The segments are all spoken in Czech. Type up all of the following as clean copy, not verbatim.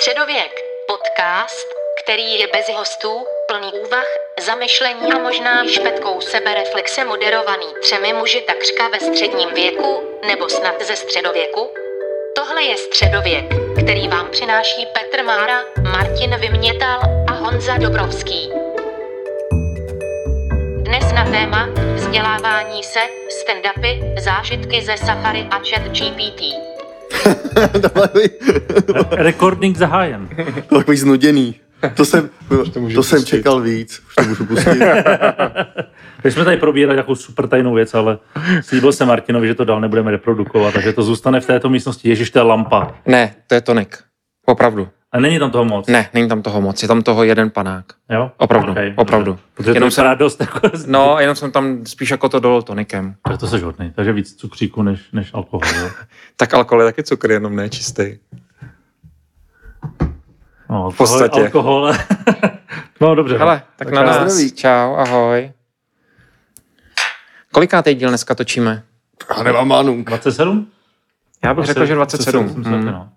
Středověk, podcast, který je bez hostů, plný úvah, zamyšlení a možná i špetkou sebereflexe, moderovaný 3 muži takřka ve středním věku, nebo snad ze středověku. Tohle je Středověk, který vám přináší Petr Mára, Martin Vymětal a Honza Dobrovský. Dnes na téma vzdělávání se, stand-upy, zážitky ze Safari a ChatGPT. Recording zahájen. Takový znuděný. To jsem čekal víc. Už to můžu pustit. My jsme tady probírali takovou super tajnou věc, ale slíbil jsem Martinovi, že to dál nebudeme reprodukovat, takže to zůstane v této místnosti. Ježiš, to je lampa. Ne, to je tonik. Opravdu. A není tam toho moc? Ne, není tam toho moc. Je tam toho jeden panák. Jo? Opravdu, Okay, opravdu. Protože jenom jsem dost jako... No, jenom jsem tam spíš jako to dolil tonikem. Tak to seš hodnej, takže víc cukříku než alkohol. Jo? Tak alkohol je taky cukr, jenom ne čistý. No, v podstatě. Alkohol. No dobře. Hele, tak na nás. Zdraví. Čau, ahoj. Kolikátej díl dneska točíme? Já nemám mánu. 27? Já bych řekl, že 27. No.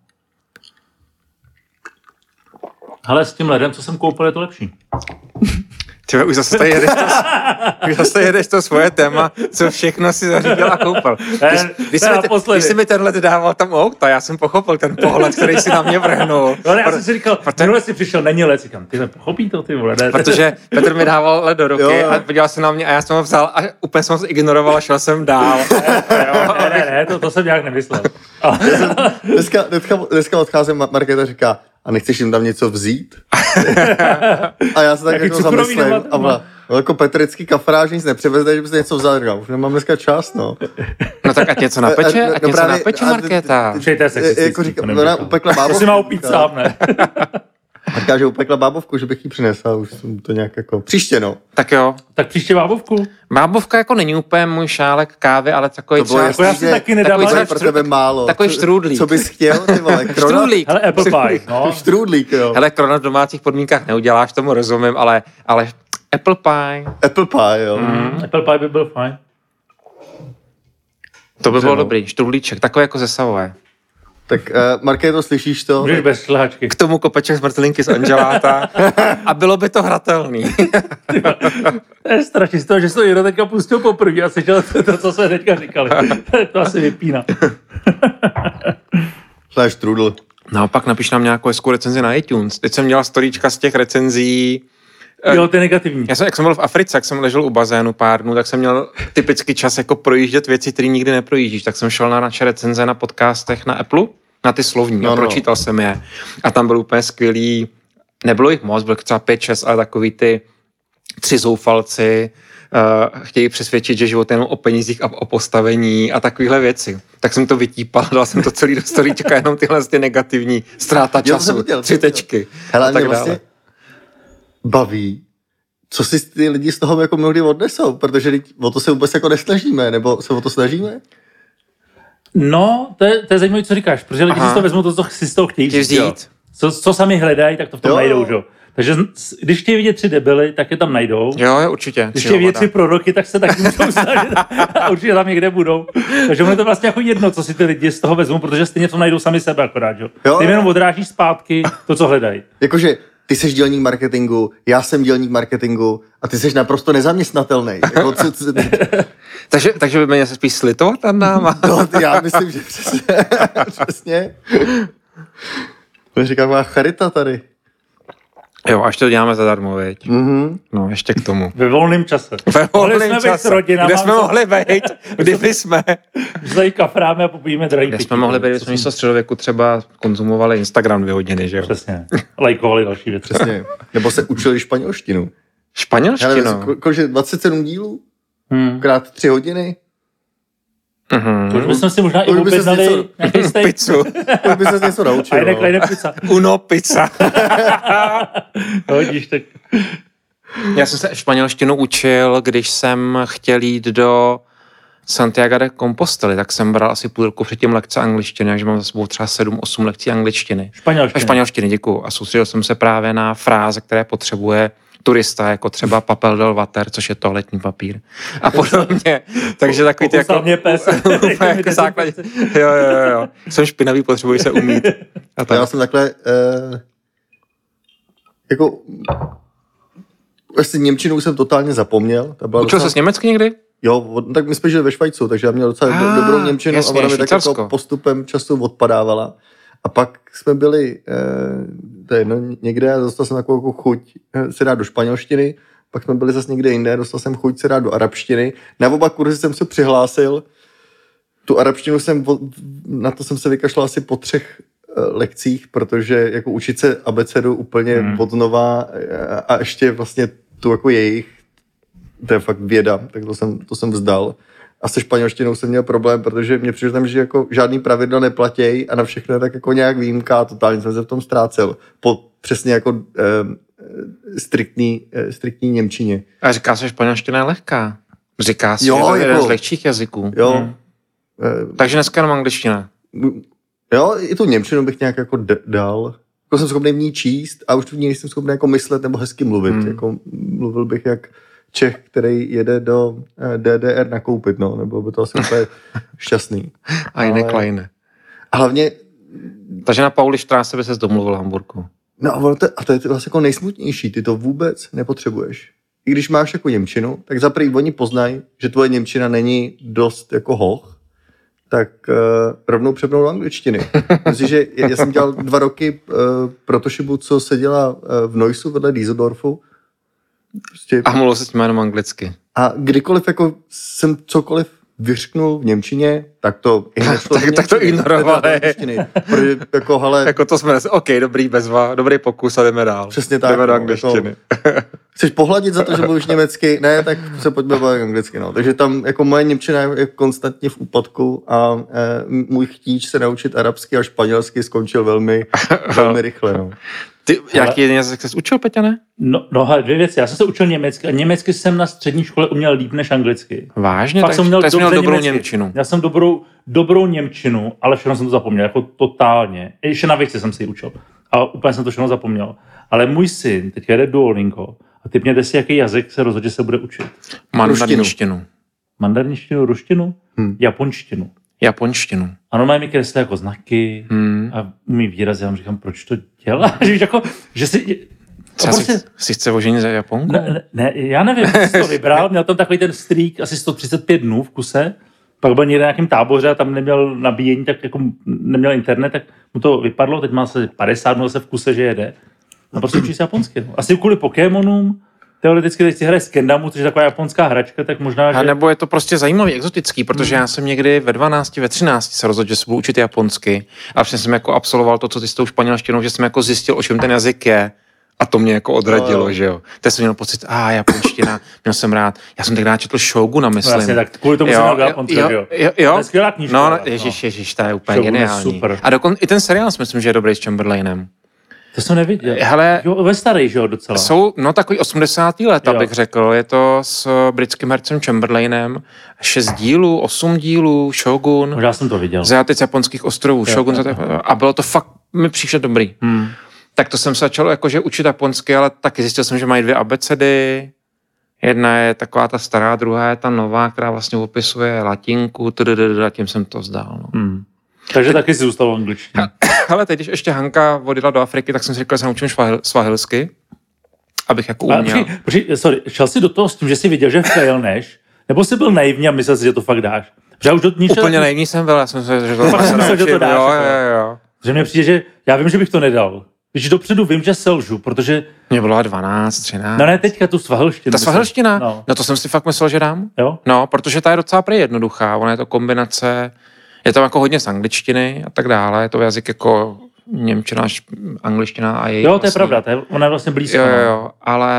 Hele, s tím ledem, co jsem koupil, je to lepší. Tyve, už zase jedeš to svoje téma, co všechno si zařídil a koupil. Když jsi mi ten led dával tam auta, já jsem pochopil ten pohled, který si na mě vrhnul. No já jsem si říkal, minule si přišel, není led, říkám, ty pochopí to, ty vole. Protože Petr mi dával led do ruky a podíval se na mě a já jsem ho vzal a úplně jsem ho ignoroval a šel jsem dál. Ne, to jsem nějak nemyslel. Dneska odcházím, Markéta říká, a nechceš jim tam něco vzít? A já se tak jako zamyslím. A jako petrický kafráž nic nepřivezde, že byste něco vzal. Říkám, už nemám dneska čas, no. No tak ať něco napeče, Markéta. Přijďte sexistický. Jako říkám, ona upekla bábovku. To si má upít sám, ne? Říká, že upekla bábovku, že bych jí přinesl, už jsem to nějak jako příště, no. Tak jo. Tak příště bábovku. Bábovka jako není úplně můj šálek kávy, ale takový třeba... Jako já si taky nedám. Takový pro tebe málo. Takový štrůdlík. Co bys chtěl, ty vole? Štrůdlík. Hele, apple pie, no. Štrůdlík, jo. Hele, krona v domácích podmínkách neuděláš, tomu rozumím, ale apple pie. Apple pie, jo. Apple pie by byl fajn. To by bylo dobrý, štrůdlíček, takový jako ze Savoie. Tak Markéto, slyšíš to? Můžeš bez šlehačky. K tomu kopeček z mrtlinky z Angeláta a bylo by to hratelný. To je strašně z toho, že jsi to jenom teďka pustil poprvé a slyšel to, co jsme teďka říkali. To asi vypíná. Sláš trudl. Naopak napiš nám nějakou hezkou recenzi na iTunes. Teď jsem dělal storíčka z těch recenzí. Jo, to je negativní. Jak jsem byl v Africe, jak jsem ležel u bazénu pár dnů, tak jsem měl typický čas jako projíždět věci, které nikdy neprojíždíš. Tak jsem šel na naše recenze na podcastech na Apple, na ty slovní a pročítal jsem je. A tam byl úplně skvělý, nebylo jich moc, bylo třeba 5-6, ale takový ty 3 zoufalci, chtějí přesvědčit, že život je jenom o penězích a o postavení a takovéhle věci. Tak jsem to vytípal, dal jsem to celý do storíčka, jenom tyhle negativní ztráta času, 3 tečky. Hele, mě vlastně baví, co si ty lidi z toho jako mnohdy odnesou, protože o to se vůbec jako nesnažíme, nebo se o to snažíme? No, to je zajímavé, co říkáš, protože lidi si to vezmou to, co si z toho chtějí vzít. Co sami hledají, tak to v tom najdou, že? Takže když chtějí vidět 3 debily, tak je tam najdou. Jo, určitě. Když chtějí vidět 3 proroky, tak se taky můžou snažit a určitě tam někde budou. Takže ono je to vlastně jako jedno, co si ty lidi z toho vezmou, protože stejně to najdou sami sebe akorát, že? Ty jenom odrážíš zpátky to, co hledají. Jakože ty seš dělník marketingu, já jsem dělník marketingu a ty seš naprosto nezaměstnatelný. Jako, takže by mě se spíš slitovat nad náma? No, já myslím, že přesně. To říká má charita tady. Jo, až to děláme zadarmo, veď. Mm-hmm. No, ještě k tomu. Ve volném čase. Ve volném čase. Kde jsme mohli být? Kdyby jsme. Tady kafráme a popijeme drahý pití. Kde jsme mohli být, kdyby jsme místo středověku třeba konzumovali Instagram 2 hodiny, že jo? Přesně. Lajkovali další věci. Přesně. Nebo se učili španělštinu. Španělštinu? Jakože 27 dílů? Krát 3 hodiny? To už bychom si možná i objednali nějaký steak. Pizzu. To by se něco naučil. A jinak pizza. Uno pizza. Hodíš, tak. Já jsem se španělštinu učil, když jsem chtěl jít do Santiago de Compostely, tak jsem bral asi půl roku předtím lekce angličtiny, takže mám za sebou třeba 7-8 lekcí angličtiny. Španělštiny, děkuju. A soustředil jsem se právě na fráze, které potřebuje turista, jako třeba papel del water, což je toaletní papír. A podobně. Takže takový ty jako... Pes. jako základě. Jo. Jsem špinavý, potřebuji se umýt. Já jsem takhle jako vlastně němčinu jsem totálně zapomněl. Učil jsi německy někdy? Jo, tak my jsme žili ve Švajcu, takže já měl docela dobrou němčinu a ona mi tak jako postupem času odpadávala. A pak jsme byli někde a dostal jsem takovou jako chuť se dát do španělštiny, pak jsme byli zase někde jinde, dostal jsem chuť se dát do arabštiny. Na oba kurzy jsem se přihlásil. Tu arabštinu na to jsem se vykašlal asi po 3 lekcích, protože jako učit se abecedu úplně od znova a ještě vlastně tu jako jejich, to je fakt věda, tak to jsem vzdal. A se španělštinou jsem měl problém, protože mě přišlo tam, že jako žádný pravidla neplatějí a na všechno je tak jako nějak výjimka a totálně jsem se v tom ztrácel. Po přesně jako striktní němčině. A říká se, že španělština je lehká. Říká se, že to je jeden z lehčích jazyků. Jo. Takže dneska jenom angličtina. Jo, i tu němčinu bych nějak jako dal. Jako jsem schopný v ní číst a už v ní nejsem schopný jako myslet nebo hezky mluvit. Jako mluvil bych jak Čech, který jede do DDR nakoupit, no, nebo by to asi úplně šťastný. Eine kleine. A hlavně... Takže na Pauli Štráse by ses domluvil v Hamburku. No a to je vlastně jako nejsmutnější, ty to vůbec nepotřebuješ. I když máš jako němčinu, tak zaprvé oni poznají, že tvoje němčina není dost jako hoch, tak rovnou přepnou do angličtiny. Myslím, že já jsem dělal 2 roky pro Toshibu, co seděla v Neussu vedle Düsseldorfu. Prostě... A mluvil se s tím jenom anglicky. A kdykoliv jako jsem cokoliv vyřknul v němčině, tak to tak to ignorovali. Protože jako, hele... jako to jsme... OK, dobrý bezva, dobrý pokus a jdeme dál. Přesně tak. Jdeme do angličtiny. Jako, chceš pohladit za to, že mluvíš německy? Ne, tak se pojďme bavit anglicky. No. Takže tam jako moje němčina je konstantně v úpadku a můj chtíč se naučit arabsky a španělsky skončil velmi rychle. No. Ty, jaký jazyk jsi učil, Peťane? No, 2 věci. Já jsem se učil německy a německy jsem na střední škole uměl líp než anglicky. Vážně? Tak jsem měl dobrou němčinu. Já jsem dobrou němčinu, ale všechno jsem to zapomněl, jako totálně. Ještě na věci jsem si ji učil. A úplně jsem to všechno zapomněl. Ale můj syn teď jede Duolingo a typněte si, jaký jazyk se rozhodně se bude učit. Mandarinštinu. Mandarinštinu, ruštinu, japonštinu. Japonštinu. Ano, mají mi kreslí jako znaky a umí výrazy. Já vám říkám, proč to děláš? Jako, že si... Si chce oženit za Japonku? Ne, já nevím, jsi to vybral. Měl tam takový ten streak asi 135 dnů v kuse. Pak byl někde na nějakém táboře a tam neměl nabíjení, tak jako neměl internet, tak mu to vypadlo. Teď má asi 50 dnů se v kuse, že jede. A prostě učí se japonsky. No. Asi kvůli Pokémonům. Teoreticky teď si hraje s Kendamu, což je taková japonská hračka, tak možná, že... A nebo je to prostě zajímavý, exotický, protože já jsem někdy ve 12, ve 13 se rozhodl, že se budu učit japonsky a vlastně jsem jako absolvoval to, co ty s tou španělštinou, že jsem jako zjistil, o čem ten jazyk je a to mě jako odradilo, že jo. Teď jsem měl pocit, japonština, měl jsem rád. Já jsem tenkrát četl Shoguna, myslím. Vlastně, tak kvůli tomu jsem měl japonský, jo. To je skvělá knížka. No, ježiš, ta je úplně geniální. A dokonce i ten seriál si myslím, že je dobrý s Chamberlainem. To jsem neviděl. Hele, jo, ve starý, že jo, docela. Jsou, takový 80. let, abych řekl. Je to s britským hercem Chamberlainem. 6 dílů, 8 dílů, Shogun. Možná jsem to viděl. Zajatec japonských ostrovů, Shogun. A bylo to fakt, mi přišlo dobrý. Tak to jsem se začal jakože učit japonsky, ale taky zjistil jsem, že mají 2 abecedy. Jedna je taková ta stará, druhá je ta nová, která vlastně opisuje latinku, a tím jsem to vzdál. No. Takže taky si zůstal v angličtině. Ale teď, když ještě Hanka odjela do Afriky, tak jsem si říkal, že se naučím svahilsky, abych jako uměl. Sorry, šel jsi do toho s tím, že jsi viděl, že failneš, nebo jsi byl naivní a myslel si, že to fakt dáš? Že už úplně naivní jsem byl, já jsem si že to myslel, že to dáš. Jo. Že mně přijde, že já vím, že bych to nedal. Když dopředu vím, že selžu, protože... Mě bylo 12, 13. No ne, teďka tu svahilštinu. Ta svahilština? No to jsem si fakt myslel, že dám. Jo? No, protože ta je docela prý jednoduchá, ona je to kombinace, je tam jako hodně z angličtiny a tak dále, je to jazyk jako němčina, angličtina a její. Jo, to je pravda, ona je vlastně blízko. Jo, ale...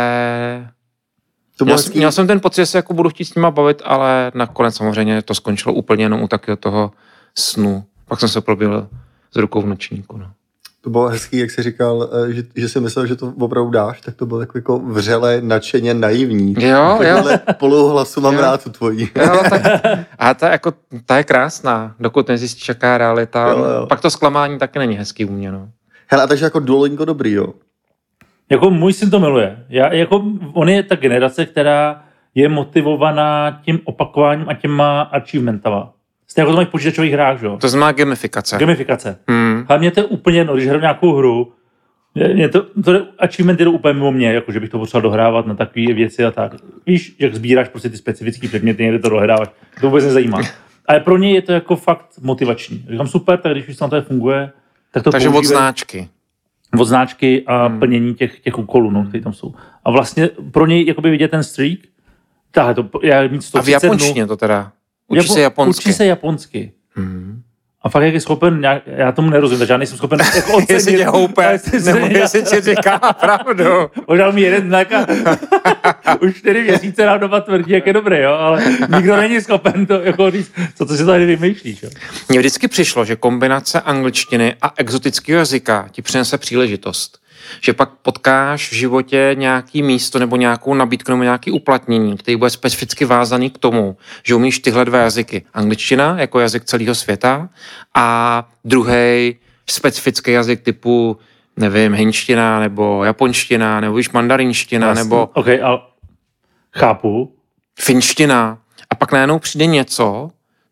Měl jsem ten pocit, že se jako budu chtít s nima bavit, ale nakonec samozřejmě to skončilo úplně jenom u takového toho snu. Pak jsem se probil s rukou v nočníku, no. To bylo hezký, jak jsi říkal, že si myslel, že to opravdu dáš, tak to bylo takový jako vřele, nadšeně naivní. Jo. Polohlasu mám rád tu tvojí. Jo, a ta je krásná, dokud nezjistíš, jaká je realita. Jo. Pak to zklamání taky není hezký u mě, no. Hele, a takže jako Duolingo dobrý, jo? Jako můj syn to miluje. On je ta generace, která je motivovaná tím opakováním a těma achievementama. Stejně jako to mají v počítačových hrách, že jo? To znamená gamifikace. Ale mě to je úplně, když hraju nějakou hru, mě to achievement jdou úplně mimo mě, jako že bych to potřeboval dohrávat na takové věci a tak. Víš, jak sbíráš prostě ty specifické předměty, někde to dohráváš, to vůbec nezajímá. Ale pro ně je to jako fakt motivační. Říkám super, tak když už tam to funguje, tak to takže od značky. Od značky a plnění těch úkolů, no, které tam jsou. A vlastně pro něj jakoby vidět ten streak, tahle to, já mít 130 a v japonštině to teda? Učí se japonsky? A fakt jak je schopen, já tomu nerozumím, takže já nejsem schopen jako ocenit. Jestli tě houpe, nebo jestli ti říká pravdu. Možná mi jeden znak a už 4 měsíce nám doma tvrdí, jak je dobrý, jo, ale nikdo není schopen to jako říct, co to si tady vymýšlíš. Jo. Mně vždycky přišlo, že kombinace angličtiny a exotického jazyka ti přinese příležitost. Že pak potkáš v životě nějaký místo nebo nějakou nabídku nebo nějaký uplatnění, který bude specificky vázaný k tomu, že umíš tyhle 2 jazyky. Angličtina jako jazyk celého světa a druhý specifický jazyk typu, nevím, hindština nebo japonština nebo víš, mandarinština. Jasný. Nebo... Okay, ale chápu. Finština. A pak najednou přijde něco,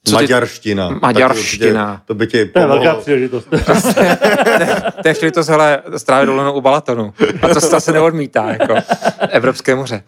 Maďarština. To by ti pomohlo. To je velká příležitost. To je příležitost, hele, strávit dovolenou u Balatonu. A to se neodmítá, jako Evropské moře.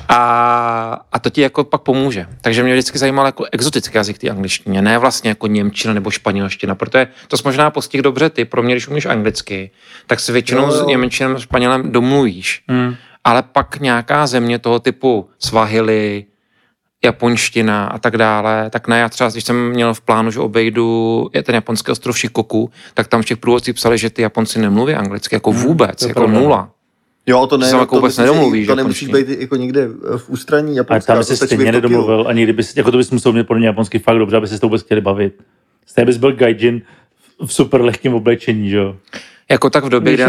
A to ti jako pak pomůže. Takže mě vždycky zajímal jako exotický jazyk té angličtině, ne vlastně jako němčina nebo španělština, protože to jsi možná postihl dobře ty. Pro mě, když umíš anglicky, tak si většinou s němčinem, španělem domluvíš. Ale pak nějaká země toho typu Swahili, japonština a tak dále, tak ne, já třeba, když jsem měl v plánu, že obejdu ten japonský ostrov Shikoku, tak tam v těch průvodcích psali, že ty Japonci nemluví anglicky, jako vůbec, jako pravda. Nula. Jo, to ne, to jako vůbec nedomluvíš. To nemusíš být jako někde v ústraní japonská. Ale tam by se stejně nedomluvil, ani kdyby, jako to bys musel mít podle mě japonsky fakt dobře, aby se s tou vůbec chtěli bavit. Stejně bys byl gaijin v super lehkém oblečení, že jo. Jako tak v době, kdy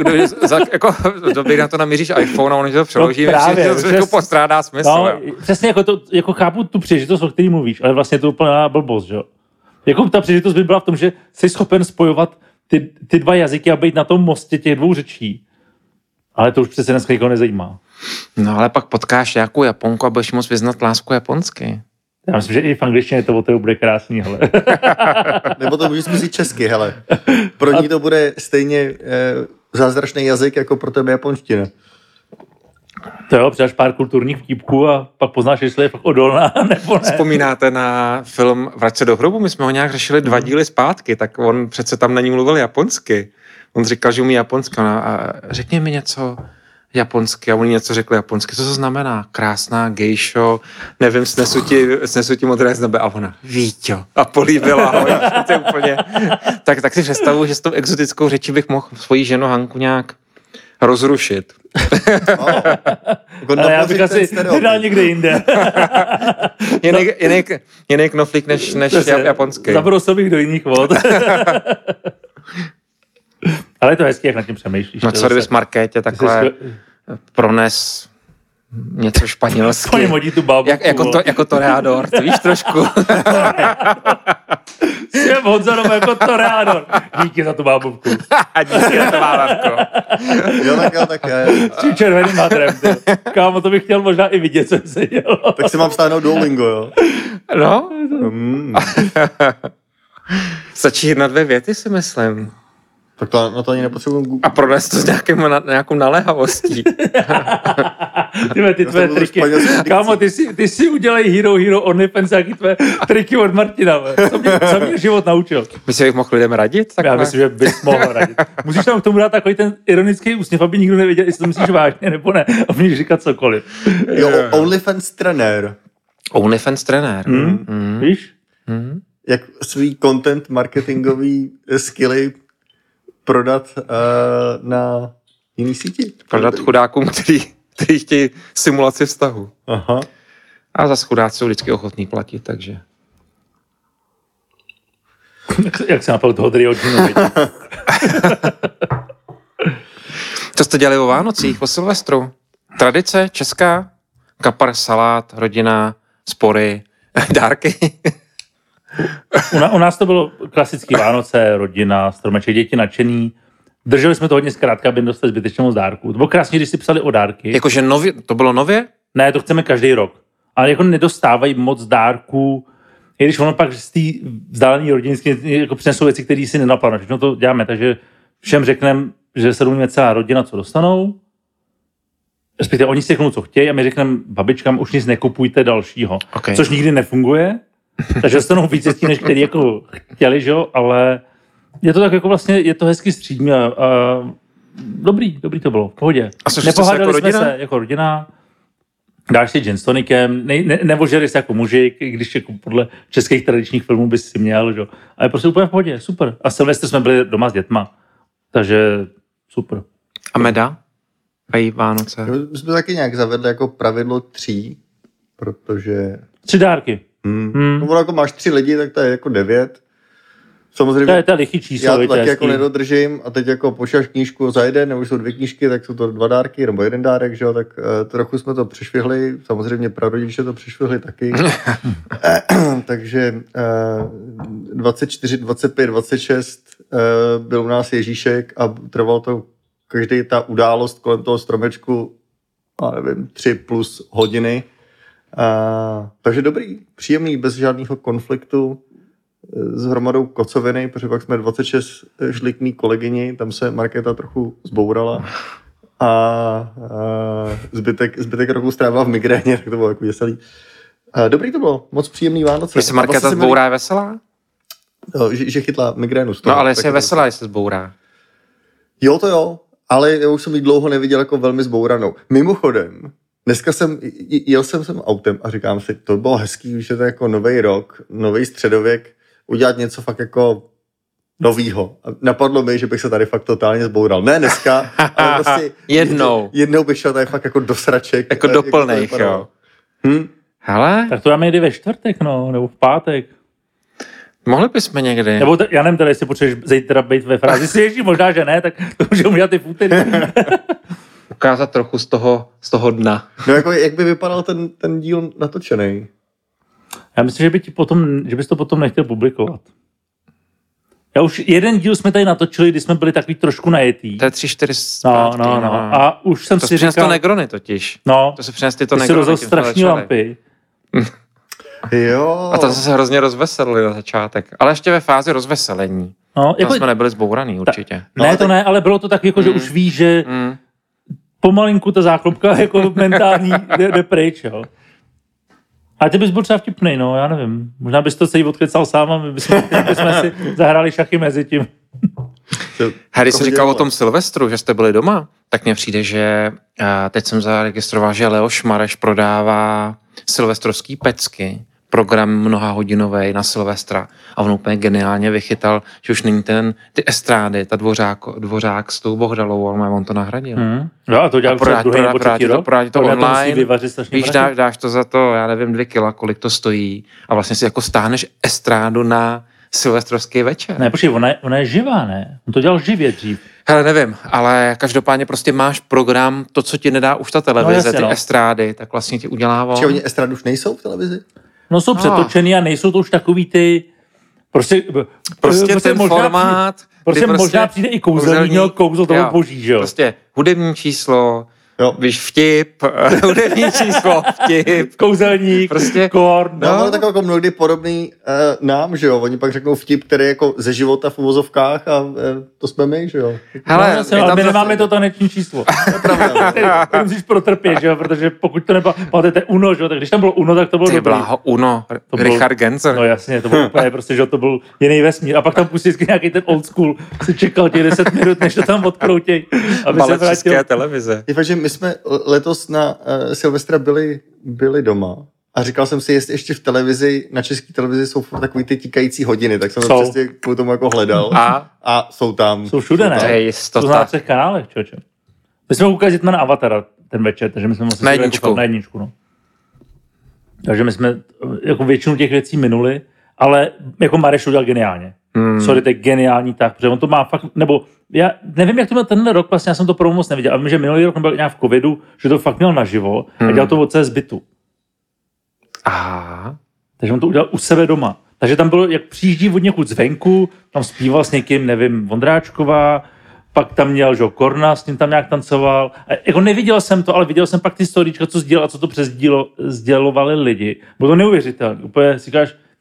na to namíříš iPhone a on to přeloží, to postrádá smysl. No, přesně jako to, jako chápu tu příležitost, o který mluvíš, ale vlastně to je úplná blbost, že jo. Jako ta příležitost by byla v tom, že jsi schopen spojovat ty 2 jazyky a být na tom mostě těch 2 řečí. Ale to už přece dneska nikoho nezajímá. No ale pak potkáš nějakou Japonku a budeš moct vyznat lásku japonsky. Já myslím, že i v angličtině to bude krásný, hele. Nebo to můžeš zkusit česky, hele. Pro ní to bude stejně zázračný jazyk, jako pro tebe japonština. To jo, přidáš pár kulturních vtípků a pak poznáš, jestli je fakt odolná, nebo ne. Vzpomínáte na film Vrať se do hrobu? My jsme ho nějak řešili 2 díly zpátky, tak on přece tam na ní mluvil japonsky. On říkal, že umí japonsko a řekni mi něco japonsky a oni něco řekli japonsky. Co to znamená? Krásná gejšo, nevím, snesu ti modré z nebe a ona, Víťo, a políbila ho. Úplně. Tak si představuji, že s tou exotickou řečí bych mohl svoji ženu Hanku nějak rozrušit. Ale já bych asi nedal někde jinde. Jiný knoflík než japonský. Zabrousil bych do jiných vod. Ale je to hezký, jak nad tím přemýšlíš. No co kdybys Markétě takhle prones něco španělsky. Hodí tu bábovku. Jako toreador, to víš trošku. Jsem Honzanov jako toreador. Díky za tu bábovku. Díky za tu bábovku. Jo, tak je. S tím červeným hadrem. Kámo, to bych chtěl možná i vidět, co se dělo. Tak si mám stáhnout Duolingo, jo? No. Stačí 1-2 věty, si myslím. Tak to, na to ani nepotřebuji Google. A pronést to s nějakou naléhavostí. Ty tvé triky. Kámo, ty si udělej Hero OnlyFans, jaký tvé triky od Martina. Co mě život naučil. Myslíš, že bych mohl lidem radit? Já myslím, že bys mohl radit. Musíš tam k tomu dát takový ten ironický úsměv, aby nikdo nevěděl, jestli to myslíš vážně nebo ne. A můžeš říkat cokoliv. Jo, OnlyFans trenér. OnlyFans trenér. Víš? Jak svý content marketingový skilly prodat na jiný síti. Prodat chudákům, který chtějí simulaci vztahu. Aha. A za chudáci jsou vždycky ochotní platit, takže... Jak se napal toho Drioginovi. Co jste dělali o Vánocích, o Silvestru? Tradice česká? Kapar, salát, rodina, spory, dárky? U nás to bylo klasický Vánoce, rodina, stromeček, děti nadšený. Drželi jsme to hodně zkrátka, aby dostali zbytečnou z dárku. To bylo krásně, když si psali o dárky. Jakože nově, to bylo nově? Ne, to chceme každý rok. Ale jako nedostávají moc dárků i když ono pak z té vzdálené rodiny jako přinesou věci, které si nenaplánuješ. Všechno to děláme, takže všem řekneme, že se domluvíme celá rodina, co dostanou. Respektive oni si řeknou, co chtějí a my řekneme babičkám, už nic nekupujte dalšího. Okay. Což nikdy nefunguje, takže dostanou víc věcí, než který jako chtěli, že jo, ale je to tak jako vlastně, je to hezky střídní a dobrý to bylo, v pohodě. Nepohádali jsme se jako rodina, dáš si gin s tonikem, nevožeri se jako mužik, když jako podle českých tradičních filmů bys si měl, že jo. Ale prostě úplně v pohodě, super. A Silvestr jsme byli doma s dětma, takže super. A meda? Pají Vánoce? My jsme taky nějak zavedli jako pravidlo 3, protože... 3 dárky. No, jako máš 3 lidi, tak to je jako 9. Samozřejmě to je lichý číslo. Já to taky jako nedodržím a teď jako pošleš knížku za jeden, nebo jsou 2 knížky, tak jsou to 2 dárky, nebo 1 dárek, že jo, tak trochu jsme to přešvihli, samozřejmě prarodiče to přešvihli taky. Takže 24, 25, 26 byl u nás Ježíšek a trvalo to každý ta událost kolem toho stromečku, nevím, 3+ hodiny. Takže dobrý, příjemný, bez žádného konfliktu, s hromadou kocoviny, protože pak jsme 26 šli k mý kolegyni, tam se Markéta trochu zbourala a zbytek roku strávila v migréně, tak to bylo jako veselý. Dobrý to bylo, moc příjemný Vánoce. Jestli Markéta zbourá je veselá? No, že chytla migrénu z toho. No ale jestli je veselá, jestli zbourá. Jo, to jo, ale já už jsem ji dlouho neviděl jako velmi zbouranou. Mimochodem, dneska jel jsem autem a říkám si, to bylo hezký, že to je jako nový rok, nový středověk, udělat něco fakt jako novýho. A napadlo mi, že bych se tady fakt totálně zboural. Ne dneska, ale prostě jednou bych šel tady fakt jako do sraček. Jako do plných, jo. Hele? Tak to dáme někdy ve čtvrtek, nebo v pátek. Mohli bychom někdy. Nebo já nevím, teda, jestli potřebuješ zítra být ve frázi. Si ještě možná, že ne, tak to můžeme udělat i v úterý. Ukázat trochu z toho dna. No jako, jak by vypadal ten díl natočený? Já myslím, že bys to potom nechtěl publikovat. Já už jeden díl jsme tady natočili, kdy jsme byli takový trošku najetý. To je 3-4 zpátky. No. A už jsem to si říkal... To Negrony totiž. No. To se přinesli to Negrony. To si rozhodl strašný lampy. Jo. A to se hrozně rozveselili na začátek. Ale ještě ve fázi rozveselení. No, jako... jsme nebyli zbouraný určitě. Ne, to ne, ale bylo to tak, jako, že už víš, že pomalinku ta záklopka jako mentální jde pryč, jo. A ty bys byl třeba vtipnej, no, já nevím. Možná bys to celý odkecal sám a my bychom si zahráli šachy mezi tím. Harry jsi říkal o tom Silvestru, že jste byli doma, tak mně přijde, že teď jsem zaregistroval, že Leoš Mareš prodává silvestrovský pecky, program mnohahodinový na Silvestra a on úplně geniálně vychytal, že už není ty estrády, ta dvořák s tou Bohdalovou, ale on to nahradil. No a to dělal druhý nebo třetí rok. To online, víš, dáš to za to, já nevím, 2 kila, kolik to stojí a vlastně si jako stáhneš estrádu na silvestrovský večer. Ne, počkej, ona je živá, ne? On to dělal živě dřív. Hele, nevím, ale každopádně prostě máš program, to, co ti nedá už ta televize, ty estrády, tak vlastně ti udělá on. Či oni estrády už nejsou v televizi? No jsou přetočený a nejsou to už takový ty... Prostě ten formát... Prostě možná přijde i kouzelní kouzlo toho boží, že jo? Prostě hudební číslo, víš, vtip, hudební číslo, vtip. Kouzelník, prostě korn. No, ale tak jako mnohdy podobný nám, že jo? Oni pak řeknou vtip, který je jako ze života v uvozovkách a to jsme my, že jo? Hele, ale my nemáme to taneční číslo. To musíš protrpět, že jo? Protože pokud to nepamatujete Uno, že jo? Tak když tam bylo Uno, tak to bylo dobrý. Bláho, Uno, Richard Genzer. No jasně, to bylo úplně prostě, že to byl jiný vesmír. A pak tam pustí nějaký ten old school, si čekal těch 10 minut, než to tam odkroutěj. Balet České televize. My jsme letos na Silvestra byli doma a říkal jsem si, jestli ještě v televizi, na české televizi jsou furt takový ty tikající hodiny, tak jsem to přesně kvůli tomu jako hledal. A jsou tam. Jsou všude, ne? Jsou na 3 kanálech, člověče. My jsme koukali na Avatara ten večer, takže my jsme museli na jedničku. No. Takže my jsme jako většinu těch věcí minuli, ale jako Mareš udělal geniálně. Sorry, to je geniální tak, protože on to má fakt, nebo já nevím, jak to měl tenhle rok, vlastně já jsem to pro moc neviděl, ale že minulý rok byl nějak v covidu, že to fakt měl naživo a dělal to od CS bytu. Aha. Takže on to udělal u sebe doma. Takže tam bylo, jak přijíždí od někud zvenku, tam zpíval s někým, nevím, Vondráčková, pak tam měl, že Korna, s ním tam nějak tancoval. A jako neviděl jsem to, ale viděl jsem pak ty storíčka, co sdělal a co to sdělovali lidi. Bylo to neuvěřitelné. Úplně si říkáš,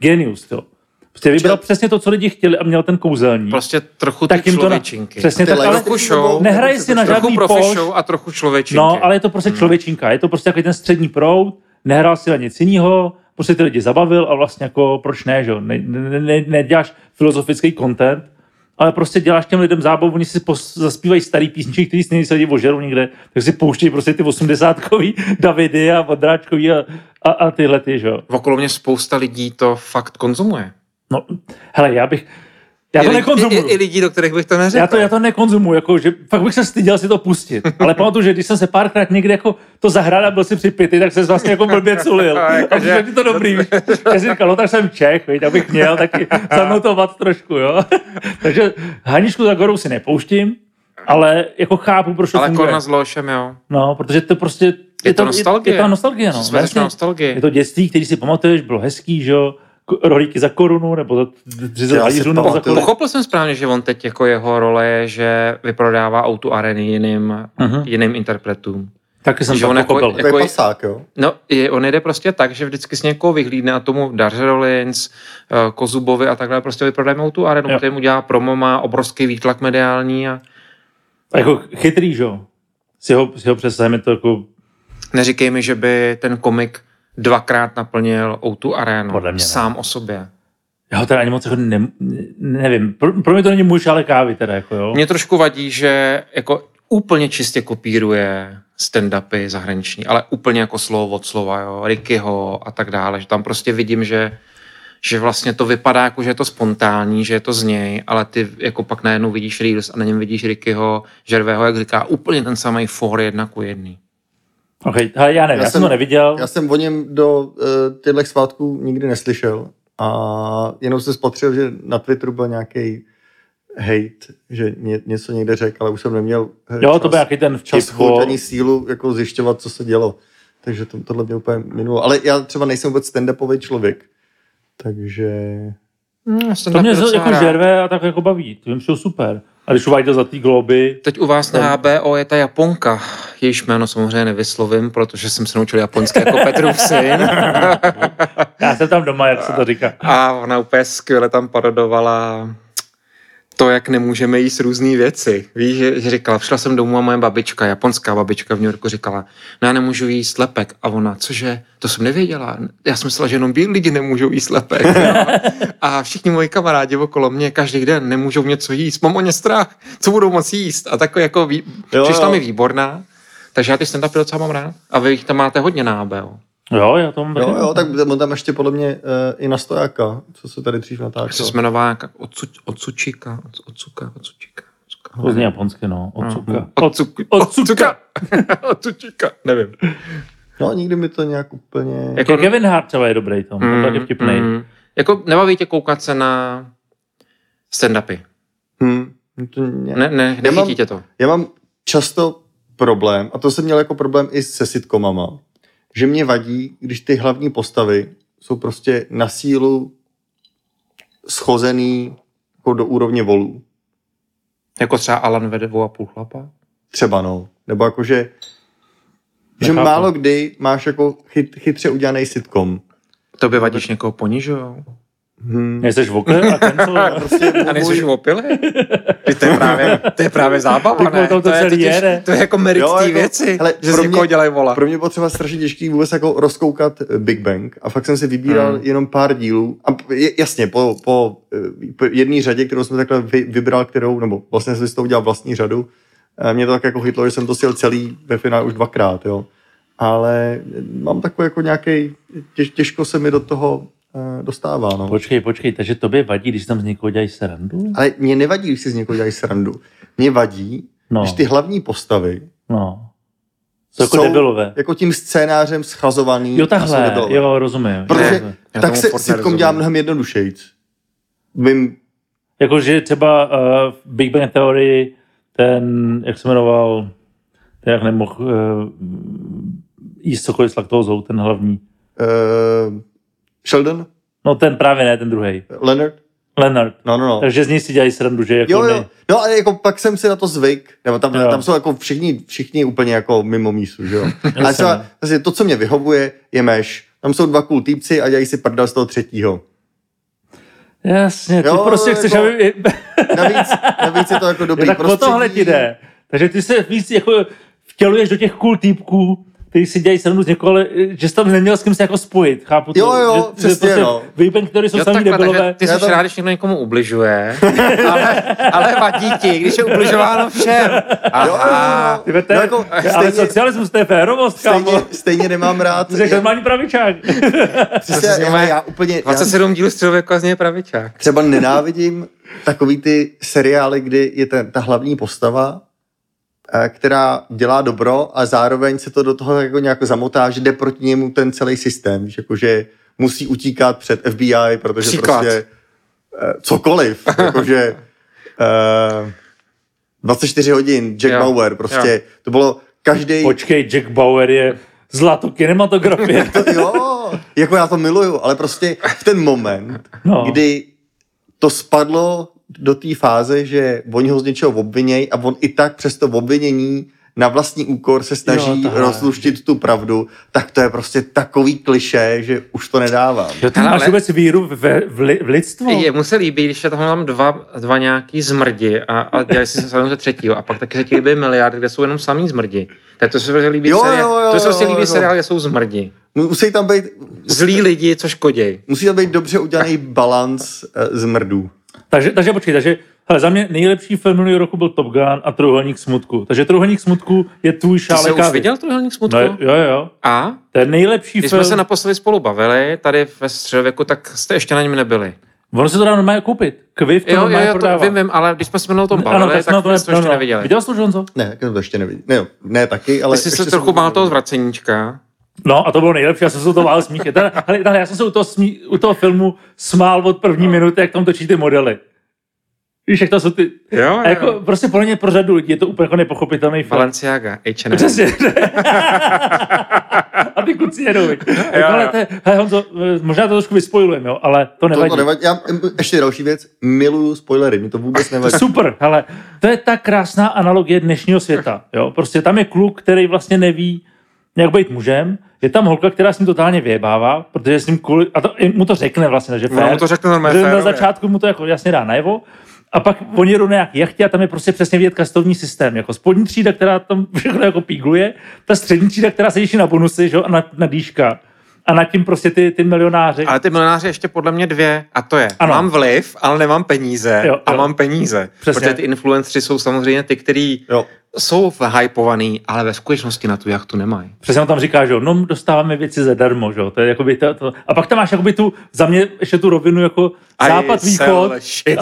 Genius, jo. Prostě vybral přesně to, co lidi chtěli a měl ten kouzelník. Prostě trochu ty člověčinky. Přesně tak, ale nehraje si na žádný poš. A trochu člověčinky. No, ale je to prostě člověčinka. Je to prostě takový ten střední proud, nehrál si na nic jinýho, prostě ty lidi zabavil a vlastně jako proč ne, že jo? Neděláš filozofický content, ale prostě děláš těm lidem zábavu, oni si zaspívají starý písničky, který si lidi ožerou někde, tak si pouštějí prostě ty 80kový Davidy a Vondráčkový a tyhle ty, že jo. Okolo mě spousta lidí to fakt konzumuje. No, hele, já to nekonzumuju. I lidí, do kterých bych to neřekl. Já to nekonzumuju, jako, že fakt bych se styděl si to pustit. Ale pamatuju, že když jsem se párkrát někde jako to zahrál a byl si připitý, tak se vlastně jako blbě culil. A přišel ti to dobrý. Já si říkal, no tak jsem Čech, tak bych měl taky zanotovat trošku, jo. Takže Haničku za Gorou si nepouštím, ale jako chápu, proč to funguje. Ale Korna s Lošem, jo. No, protože to prostě... Je to nostalgie. Je to nostalgie, no. Nostalgie. Je to dětství, který si pamatuješ, bylo hezký, že jo. Rohlíky za korunu, nebo za 30 halířů, nebo za korunu. Pochopil jsem správně, že on teď jako jeho role je, že vyprodává O2 Areny jiným interpretům. Taky jsem to pochopil. Jako je pasák, jo? No, on jde prostě tak, že vždycky s někoho vyhlídne a tomu Darře Rollins, Kozubovi a takhle prostě vyprodáme O2 Arenu, protože mu dělá promo, má obrovský výtlak mediální a jako chytrý, že jo? Si ho přesaheme to jako... Neříkej mi, že by ten komik 2krát naplnil O2 Arenu sám o sobě. Já ho teda ani moc nevím. Pro mě to není můj šálek kávy teda, jako jo. Mě trošku vadí, že jako úplně čistě kopíruje stand-upy zahraniční, ale úplně jako slovo od slova, jo, Rickyho a tak dále, že tam prostě vidím, že vlastně to vypadá jako, že je to spontánní, že je to z něj, ale ty jako pak najednou vidíš Reels a na něm vidíš Rickyho, Žervého, jak říká, úplně ten samý for 1:1. Okay, já nevím, já jsem to neviděl. Já jsem o něm do těchto svátků nikdy neslyšel a jenom jsem spatřil, že na Twitteru byl nějaký hate, že něco někde řekl, ale už jsem neměl to byl nějaký ten čas chuť ani sílu jako zjišťovat, co se dělo. Takže tohle mě úplně minulo. Ale já třeba nejsem vůbec stand-upový člověk, takže... To mě jako žerve a tak jako baví, to mi přišlo super. A když uváděl za ty globy... Teď u vás na HBO je ta Japonka. Jejíž jméno samozřejmě nevyslovím, protože jsem se naučil japonsky jako Petrův syn. Já jsem tam doma, jak se to říká. A ona úplně skvěle tam parodovala to, jak nemůžeme jíst různý věci. Víš, že říkala, přišla jsem domů a moje babička, japonská babička v New Yorku říkala, no já nemůžu jíst lepek. A ona, cože, to jsem nevěděla. Já jsem myslela, že jenom bílí lidi nemůžou jíst lepek. A všichni moji kamarádi okolo mě každý den nemůžou něco jíst. Mám o ně strach, co budou moc jíst. A takový jako přišla mi výborná. Takže já ty stand-upy docela mám rád. A vy jich tam máte hodně na HBO. Jo, já tom... Jo, tak tam ještě podle mě i na Stojáka, co se tady dřív natáčelo. Jak se jmenovala Otsuchika. To zní japonsky, no. Otsuchika. Nevím. No, nikdy mi to nějak úplně... Jako Kevin Hart třeba je dobrý tom, to je vtipnej. Jako nebaví tě koukat se na stand-upy? Nechytí tě to? Já mám často problém, a to jsem měl jako problém i se sitcomama, že mě vadí, když ty hlavní postavy jsou prostě na sílu schozený jako do úrovně volů. Jako třeba Alan vede 2,5 chlapa? Třeba no. Nebo jakože že málo kdy máš jako chytře udělaný sitcom. To by vadíš někoho ponižujou? Nejseš vokle a ten to... A nejseš opilý? To je právě zábava, ne? To je jako merit té věci, hele, že z někoho dělají vola. Pro mě bylo třeba strašně těžký vůbec jako rozkoukat Big Bang a fakt jsem si vybíral jenom pár dílů a jasně po jedné řadě, kterou jsem takhle vybral, nebo vlastně jsem si to udělal vlastní řadu, mě to tak jako chytlo, že jsem to sjel celý ve finále už 2krát, jo. Ale mám takový jako nějaký, těžko se mi do toho dostává, no. Počkej, takže tobě vadí, když tam z někoho dělají srandu? Ale mě nevadí, když si z někoho dělají srandu. Mě vadí, když ty hlavní postavy jsou debilové. Jako tím scénářem schazovaný. Jo, takhle, jo, rozumím. Protože tak se sitcom dělá mnohem jednodušejc. Jakože třeba Big Bang Theory, ten, jak se jmenoval, ten jak nemohl jíst cokoliv s laktózou, ten hlavní. Sheldon? No ten právě ne, ten druhej. Leonard. No. Takže z něj si dělají srandu, že jako jo. No ale jako pak jsem si na to zvyk, nebo tam jsou jako všichni úplně jako mimo mísu, že jo. Ale třeba, to, co mě vyhovuje, je Mesh. Tam jsou 2 cool týpci a dělají si prdel z toho 3. Jasně, ty prostě chceš, jako, aby... navíc je to jako dobrý tak prostředí. O tohle ti jde. Takže ty se víc jako vtěluješ do těch cool týpků, kteří si dělají srandu z někoho, ale že jsi tam neměl s kým se jako spojit, chápu to. Jo, přesně, že prostě Vejpen, který jsou sami debilové. Ty jsi rád, když někdo někomu ubližuje, ale vadí ti, když je ubližováno všem. Aha. Ale socialismus, to je férovost, kámo. Stejně nemám rád. Ty jsi normální pravičák. Já úplně... 27 dílů Středověku a z něj je pravičák. Třeba nenávidím takový ty seriály, kdy je ta hlavní postava, která dělá dobro a zároveň se to do toho jako nějak zamotá, že jde proti němu ten celý systém, že musí utíkat před FBI, protože příklad. Prostě cokoliv, jakože 24 hodin, Jack Bauer, prostě to bylo každý. Počkej, Jack Bauer je zlato kinematografie. Jako já to miluju, ale prostě v ten moment, kdy to spadlo do té fáze, že oni ho z něčeho obvinějí a on i tak přes to obvinění na vlastní úkor se snaží rozluštit tu pravdu, tak to je prostě takový klišé, že už to nedávám. Ty máš vůbec víru v lidstvo? Mu se líbí, když je toho mám dva nějaký zmrdi a dělají si se ze třetího a pak taky se ti líbí miliardy, kde jsou jenom samý zmrdi. Tak to se líbí seriál, kde jsou zmrdi. Musí tam být zlí lidi, co škoděj. Musí tam být dobře udělaný balans zmrdů. Takže počkej, hele, za mě nejlepší film minulého roku byl Top Gun a Trojúhelník smutku. Takže Trojúhelník smutku je tvůj šálek kávy. Ty jsi už viděl Trojúhelník smutku? No, jo. A? To je nejlepší Když film. jsme se naposledy spolu bavili, tady ve Středověku, tak jste ještě na něm nebyli. Ono se to dá normálně koupit. Kviv to normálně prodává. Vím, ale když jsme se o tom bavili, tak jsme to ještě neviděli. Viděl jsi to, Honzo? Ne, to ještě neviděl. Ne taky, ale... Ty jsi se trochu bál toho zvraceníčka. No a to bylo nejlepší, já jsem se u toho bál smíchet. Já jsem se u toho filmu smál od první minuty, jak tam točí ty modely. Víš, jak to jsou ty... Jo. Jako, prostě pro ně, pro řadu lidí je to úplně jako nepochopitelný film. Balenciaga, H&M. Přesně. A ty kluci jedou, Honzo, možná to trošku vyspojujeme, jo, ale to nevadí. To nevadí. Ještě další věc, miluju spoilery, mi to vůbec nevadí. Super, hele, to je tak krásná analogie dnešního světa, jo. Prostě tam je kluk, který vlastně neví, jak být mužem, je tam holka, která s ním totálně vyjebává, protože s ním mu to řekne vlastně, že mu to řekne normálně na začátku mu to jako jasně dá najevo. A pak oni jedou na nějaký jachtě a tam je prostě přesně vidět kastovní systém. Jako spodní třída, která tam všechno jako pígluje, ta střední třída, která se těší na bonusy, že? A na dýška. A nad tím prostě ty milionáři. Ale ty milionáři ještě podle mě dvě. A to je, mám vliv, ale nemám peníze. Jo. A mám peníze. Přesně. Protože ty influenceři jsou samozřejmě ty, kteří jsou hypovaný, ale ve skutečnosti na tu jachtu nemají. Přesně on tam říká, že no, dostáváme věci zadarmo, že jo. To je jakoby to. A pak tam máš jakoby tu, za mě ještě tu rovinu jako západ, východ.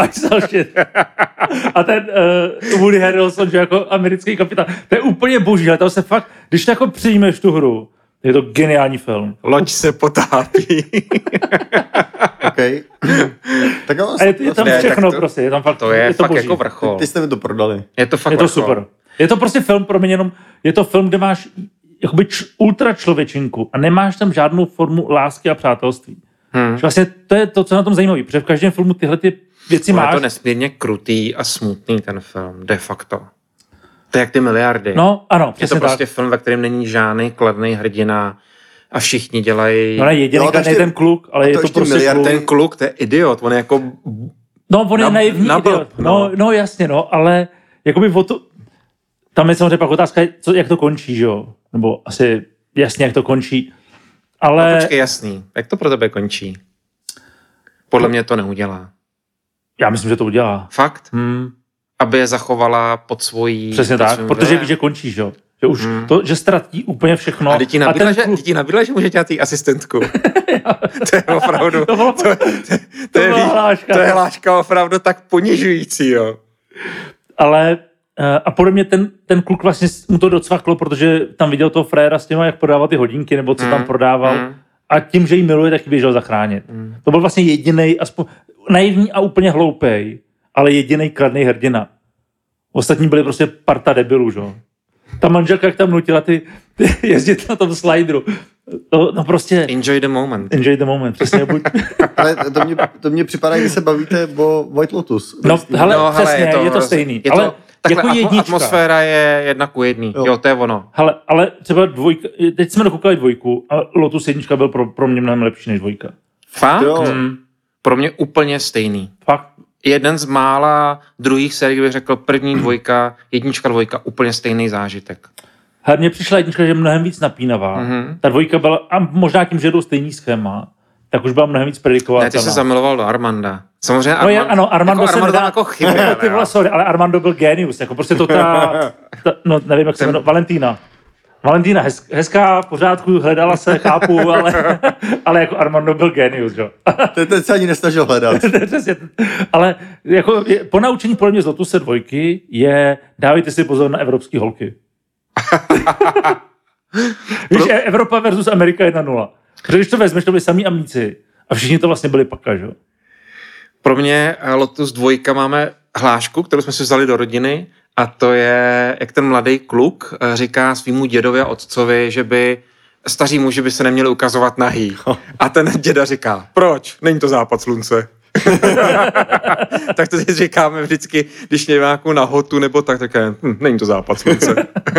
A ten Woody Harrelson, že jako americký kapitán. To je úplně boží, ale to se fakt, když to jako přijmeš tu hru, je to geniální film. Loď se potápí. Okay. Tak jo, a je tam všechno prostě, je tam fakt. To je fakt jako vrchol. Ty jste mi to prodali. Je to fakt vrchol. Super. Je to prostě film, pro mě jenom, je to film, kde máš jakoby ultra člověčinku a nemáš tam žádnou formu lásky a přátelství. Vlastně to je to, co na tom zajímavé, protože v každém filmu tyhle ty věci máš. Je to nesmírně krutý a smutný ten film, de facto. To je jak ty miliardy. No, ano, je to prostě film, ve kterém není žádný kladný hrdina a všichni dělají... No ne, jediný kladný ten kluk, ale je to prostě miliard. Ten kluk, to je idiot, on je jako... No, on je naivní idiot. No, jasně, ale jakoby o to... Tam je samozřejmě pak otázka, jak to končí, že jo? Nebo asi jasně, jak to končí. Ale... No počkej, jasný. Jak to pro tebe končí? Podle mě to neudělá. Já myslím, že to udělá. Fakt? Aby je zachovala pod svojí... Přesně tak, protože víš, že končí, že jo? Že už to, že ztratí úplně všechno. A ty ti nabídla, že může dělat jí asistentku. To je opravdu... To je hláška opravdu tak ponižující, jo. Ale... A podle mě ten kluk vlastně mu to docvaklo, protože tam viděl toho fréra s těma, jak prodával ty hodinky, nebo co tam prodával. A tím, že jí miluje, tak ji běžel zachránit. To byl vlastně jedinej, aspoň naivní a úplně hloupej, ale jedinej kladný hrdina. Ostatní byli prostě parta debilů, že? Ta manželka, jak tam nutila ty jezdit na tom slideru. No prostě... Enjoy the moment. Enjoy the moment, přesně. Ale to mě připadá, když se bavíte o White Lotus. No, přesně, je to stejný. Ale takhle jako jednička. Atmosféra je 1:1. Jo, to je ono. Hele, ale třeba dvojka, teď jsme dokoukali dvojku a Lotus 1 byl pro mě mnohem lepší než dvojka. Fakt? Jo. Pro mě úplně stejný. Fakt? Jeden z mála druhých sérií, bych řekl, první, dvojka, jednička, dvojka, úplně stejný zážitek. Mně přišla jednička, že je mnohem víc napínavá. Ta dvojka byla, a možná tím, že jdou stejný schéma, tak už byla mnohem víc predikovatelná. Ne, ty se zamiloval do Armanda. Samozřejmě Armando se nedá... jako chyběl. Ty vole, sorry, ale Armando byl genius. Jako prostě to no nevím, jak se jmenuje, Valentína, hezká, v pořádku, hledala se, chápu, ale jako Armando byl genius, jo. Ten se ani nesnažil hledat. Ale jako po naučení podle mě z Lotuse 2 je, dávejte si pozor na evropský holky. Víš, Evropa versus Amerika 1-0. Protože když to vezmeš, to byli samý amíci a všichni to vlastně byli paka, že jo. Pro mě Lotus 2 máme hlášku, kterou jsme si vzali do rodiny, a to je, jak ten mladý kluk říká svýmu dědovi a otcovi, že by staří muži by se neměli ukazovat nahý. A ten děda říká, proč? Není to západ slunce. Tak to si říkáme vždycky, když mějme nějakou nahotu nebo tak není to západ slunce.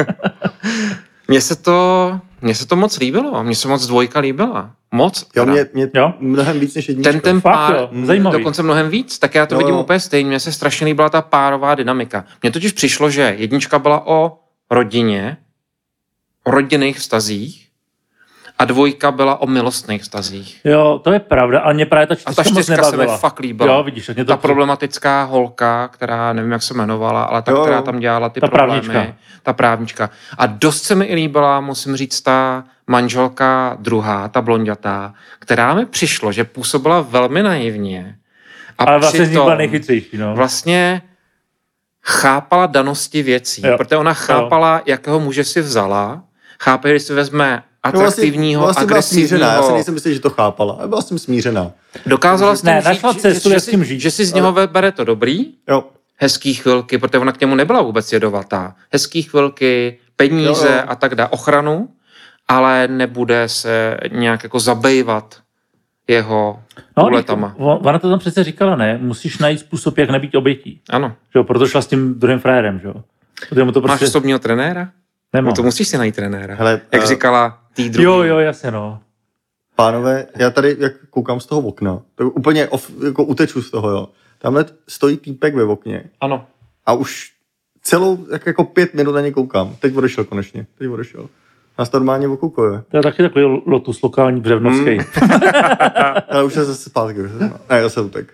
Mně se to moc líbilo. Mně se moc 2 líbila. Moc. Jo, mě mnohem víc než jednička. Ten pár, dokonce mnohem víc, tak já to vidím úplně stejně. Mně se strašně líbila ta párová dynamika. Mně totiž přišlo, že jednička byla o rodině, o rodinných vztazích a 2 byla o milostných vztazích. Jo, to je pravda, ale mě právě ta 4 se mi fakt líbila. Jo, vidíš, ta problematická holka, která, nevím, jak se jmenovala, ale ta, která tam dělala ty problémy. Ta právnička. A dost se mi i líbila, musím říct, ta manželka druhá, ta blonďatá, která mi přišlo, že působila velmi naivně. Ale vlastně byla nejchytřejší, no. Vlastně chápala danosti věcí, protože ona chápala, jakého muže si vzala, chápe, když si vezme atraktivního, vlastně agresivního. Já si nejsem myslel, že to chápala, ale byla s tím smířená. Dokázala s tím žít, že si z něho bere to dobrý, hezký chvilky, protože ona k němu nebyla vůbec jedovatá. Hezký chvilky, peníze a tak dále, ochranu, ale nebude se nějak jako zabejvat jeho úletama. Ona to tam přece říkala, ne? Musíš najít způsob, jak nebýt obětí. Ano. Že? Proto šla s tím druhým frérem, že jo? Máš osobního trenéra? Nemám. No to musíš si najít trenéra. Hele, jak říkala tý druhý. Jo, jasně, no. Pánové, já tady, jak koukám z toho okna, to úplně jako uteču z toho, jo. Tamhle stojí týpek ve okně. Ano. A už celou, jako 5 minut na ně koukám. Teď odešel konečně. Nás normálně okoukuje. To je taky takový Lotus lokální břevnovský. Ale už je zase zpátky. Ne, zase utek.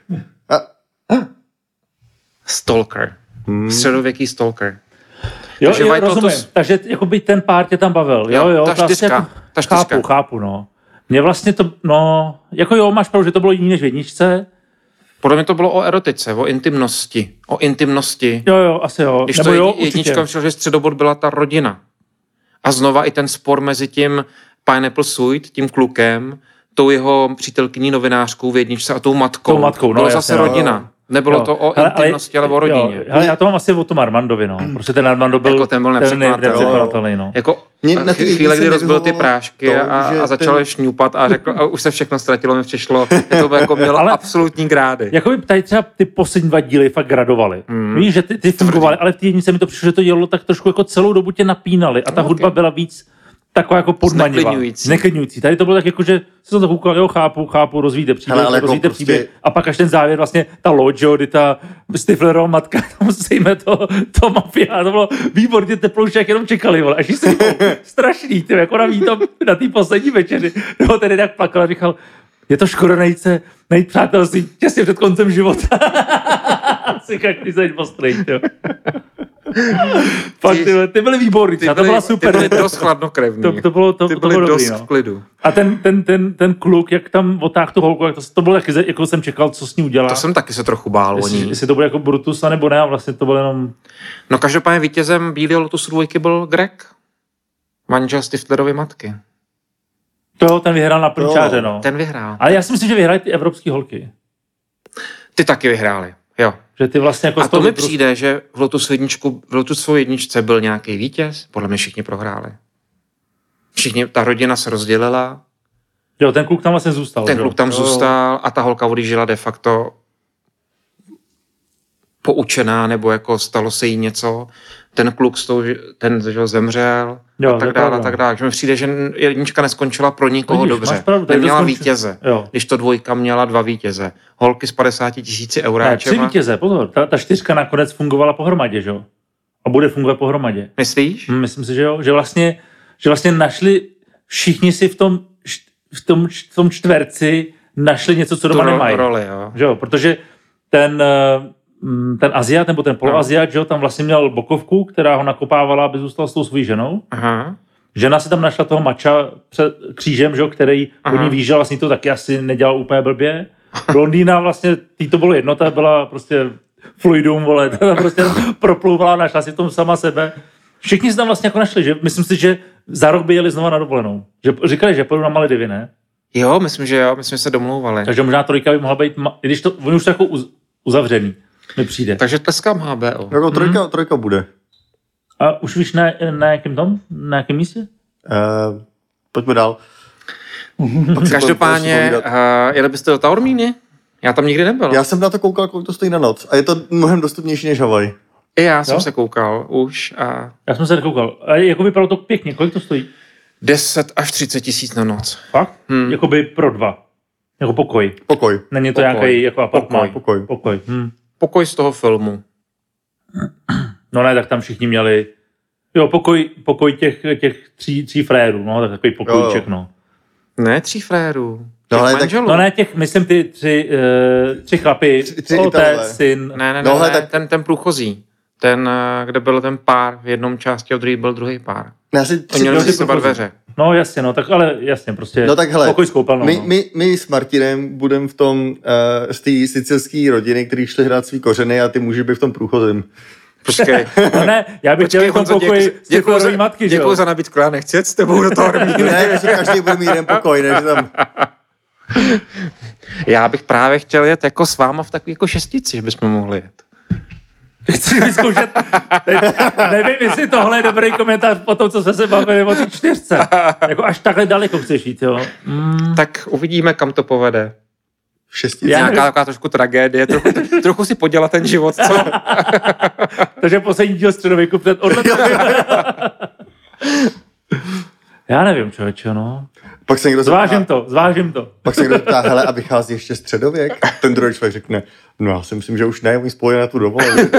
Stalker. Středověký stalker. Jo, rozumím. Takže jakoby ten pár tě tam bavil. Jo, ta čtyřka. Chápu, no. Mně vlastně to, máš pravdu, že to bylo jiný než v jedničce. Podle mě to bylo o erotice, o intimnosti. Jo, asi jo. Když to jednička přišlo, že středobod byla ta rodina. A znova i ten spor mezi tím Pineapple Suite, tím klukem, tou jeho přítelkyní novinářkou v jedničce a tou matkou. Bylo zase rodina. Nebylo to o intimnosti, ale o rodině. Hele, já to mám asi o tom Armandovi, no. Prostě ten Armando byl, jako ten byl nepřekonatelný, no. Jako chvíle, kdy rozbil ty prášky a začal šňupat a řekl, a už se všechno ztratilo, mi přišlo, že to jako mělo absolutní grády. Jakoby tady třeba ty poslední 2 díly fakt gradovaly. Víš, že ty fungovaly, ale v té jedničce mi to přišlo, že to dělalo tak trošku jako celou dobu tě napínali a ta hudba byla víc taková jako podmanivá. Zneklidňující. Tady to bylo tak jako, že se to koukal, jo, chápu, rozvíjíte příběh. A pak až ten závěr, vlastně ta loď, jo, kdy ta Stiflerová matka, tam sejme to mafia, to bylo výborně teplouše, jak jenom čekali, vole. Až se strašný, ty, jako na té poslední večeři. No, ten jak plakal a říkal, je to škoda najít přátelství těsně před koncem života. Asi jak ty se postrejt, jo. Fakt, ty byly výborný, to byla super. Ty byly dost chladnokrevný. To bylo dost dobrý, v klidu. A ten kluk, jak tam otáhl tu holku, to bylo taky, jako jsem čekal, co s ní udělá. To jsem taky se trochu bál o ní. Jestli to bude jako Brutus, nebo ne, a vlastně to bylo jenom... No každopádně vítězem Bílého Lotusu 2 byl Greg, manžel Stiflerovy matky. To, ten vyhrál na průčáře, no. Ten vyhrál. Ale já si myslím, že vyhrály ty evropské holky. Ty taky vyhrály, jo. Že ty vlastně jako a to mi přijde, že v Lotusu jedničce byl nějaký vítěz, podle mě všichni prohráli. Ta rodina se rozdělila. Jo, ten kluk tam vlastně zůstal. Zůstal a ta holka odjížděla de facto poučená, nebo jako stalo se jí něco, ten kluk ten zemřel a tak dále, a tak dále. Takže mi přijde, že jednička neskončila pro nikoho dobře. Neměla vítěze, když to dvojka měla 2 vítěze. Holky s 50 000 euráčema. 3 vítěze, pozor. Ta 4 nakonec fungovala pohromadě, že jo? A bude fungovat pohromadě. Myslíš? Myslím si, že jo. Že vlastně našli, všichni si v tom čtverci našli něco, co doma nemají. Roli, jo. Že jo? Protože ten Aziat, nebo ten poloaziat, že jo, tam vlastně měl bokovku, která ho nakopávala, aby zůstal s tou svou ženou. Aha. Žena si tam našla toho mača před křížem, že jo, který od ní výžil, vlastně to taky asi nedělal úplně blbě. Blondýna vlastně, tý to bylo jedno, ta byla prostě fluidum, vole, ta prostě proplouvala, našla si tom sama sebe. Všichni se tam vlastně jako našli, že myslím si, že za rok by jeli znova na dovolenou. Že říkali, že půjdu na Maledivy, ne? Jo, myslím, že jo, myslím, že se domlouvali. Takže možná 3 by mohla být, i když to, oni už to jako uzavřený. Mi přijde. Takže tleskám HBO. Jako trojka bude. A už víš na jakém místě? Pojďme dál. Každopádně, jeli byste do Taormíny? Já tam nikdy nebyl. Já jsem na to koukal, kolik to stojí na noc. A je to mnohem dostupnější než Havaj. I já jsem se koukal už. Já jsem se nekoukal. A jako vypadalo to pěkně. Kolik to stojí? 10 až 30 tisíc na noc. Fakt? Jakoby pro 2. Jako pokoj. Není to nějaký jako apartmán. Pokoj. Pokoj z toho filmu. No ne, tak tam všichni měli... Jo, pokoj těch tří frérů, no, tak takový pokojček, no. Ne 3 frérů. No, ale no ne, myslím ty 3 chlapy, otec, syn. Ne, ten průchozí. Ten, kde byl ten pár v jednom části, a druhý byl druhý pár. Oni měli si seba dveře. No jasně, no, tak ale jasně, prostě no, tak, hele, pokoj s koupelnou. My s Martinem budeme v tom, z té sicilské rodiny, který šli hrát svý kořeny a ty muži by v tom průchozím. Počkej. No ne, já bych chtěl v tom pokoji s ty matky, že jo? Děkuju za nabídku, já nechci jet s tebou do toho. Ne, že každý bude mít jeden pokoj, ne, že tam... Já bych právě chtěl jet jako s váma v takový jako 6, že bychom mohli jet. Chci vyzkoušet. Nevím, jestli tohle je dobrý komentář po tom, co jsme se bavili o té 4. Jako až takhle daleko chceš jít, jo? Tak uvidíme, kam to povede. 6. Nějaká taková trošku tragédie, trochu si podělat ten život, co? Takže poslední díl středověku před odletem. Já nevím, člověče, no. Pak se někdo zvážím to. Pak se někdo ptá, hele, a vychází ještě středověk? A ten druhý člověk řekne, no já si myslím, že už ne, oni spojí na tu dovolenou.